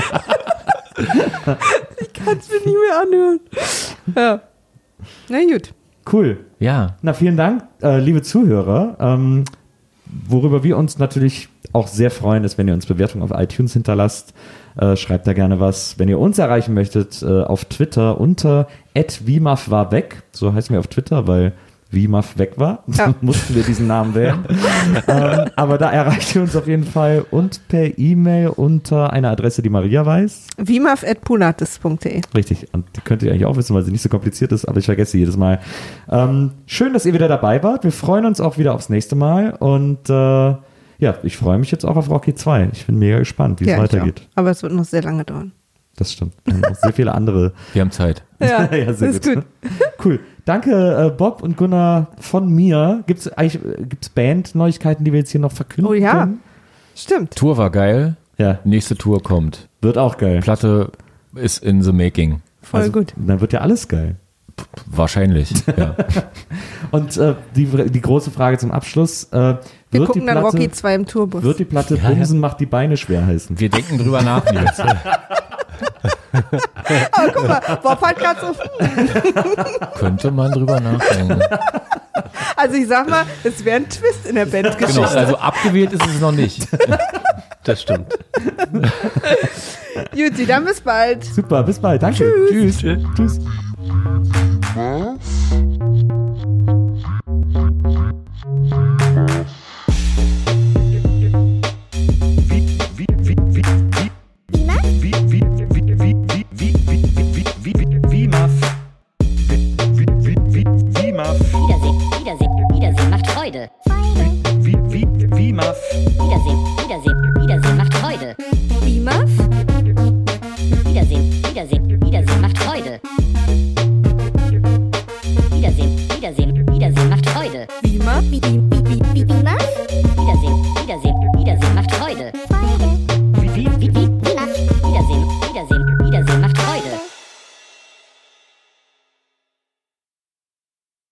Ich kann es mir nicht mehr anhören. Ja. Na gut. Cool. ja, Na, vielen Dank, äh, liebe Zuhörer. Ähm, worüber wir uns natürlich auch sehr freuen, ist, wenn ihr uns Bewertungen auf iTunes hinterlasst. Äh, schreibt da gerne was. Wenn ihr uns erreichen möchtet, äh, auf Twitter unter at wimaf war weg. So heißen wir auf Twitter, weil Wimaf weg war. Ja. Mussten wir diesen Namen wählen. ähm, aber da erreicht ihr uns auf jeden Fall und per E-Mail unter einer Adresse, die Maria weiß. wimaf at punatis punkt de. Richtig, und die könnt ihr eigentlich auch wissen, weil sie nicht so kompliziert ist, aber ich vergesse sie jedes Mal. Ähm, schön, dass ihr wieder dabei wart. Wir freuen uns auch wieder aufs nächste Mal und äh, ja, ich freue mich jetzt auch auf Rocky zwei. Ich bin mega gespannt, wie es Ja, ich weitergeht. auch. Aber es wird noch sehr lange dauern. Das stimmt. Wir haben noch sehr viele andere. wir haben Zeit. Ja, Ja, sehr ist gut. Cool. Danke, äh, Bob und Gunnar von mir. Gibt es eigentlich äh, gibt's Band-Neuigkeiten, die wir jetzt hier noch verkünden Oh ja. können? Stimmt. Tour war geil, Ja, nächste Tour kommt. wird auch geil. Platte ist in the making. Voll Also, gut. Dann wird ja alles geil. Wahrscheinlich, ja. Und äh, die, die große Frage zum Abschluss. Äh, Wir wird gucken die dann Platte, Rocky zwei im Tourbus. Wird die Platte Ja, Bumsen macht die Beine schwer heißen? Wir denken drüber nach, Nils. Aber guck mal, Bob hat gerade so. Könnte man drüber nachdenken. Also ich sag mal, es wäre ein Twist in der Bandgeschichte. Genau, also abgewählt ist es noch nicht. Das stimmt. Juti, dann bis bald. Super, bis bald. Danke. Tschüss. Tschüss. Tschüss. Wiedersehen, Wiedersehen, Wiedersehen macht Freude. Wimaf. Wiedersehen, Wiedersehen, Wiedersehen macht Freude. Wimaf? Wiedersehen, Wiedersehen, Wiedersehen macht Freude. Wiedersehen, Wiedersehen, Wiedersehen macht Freude. Wimaf?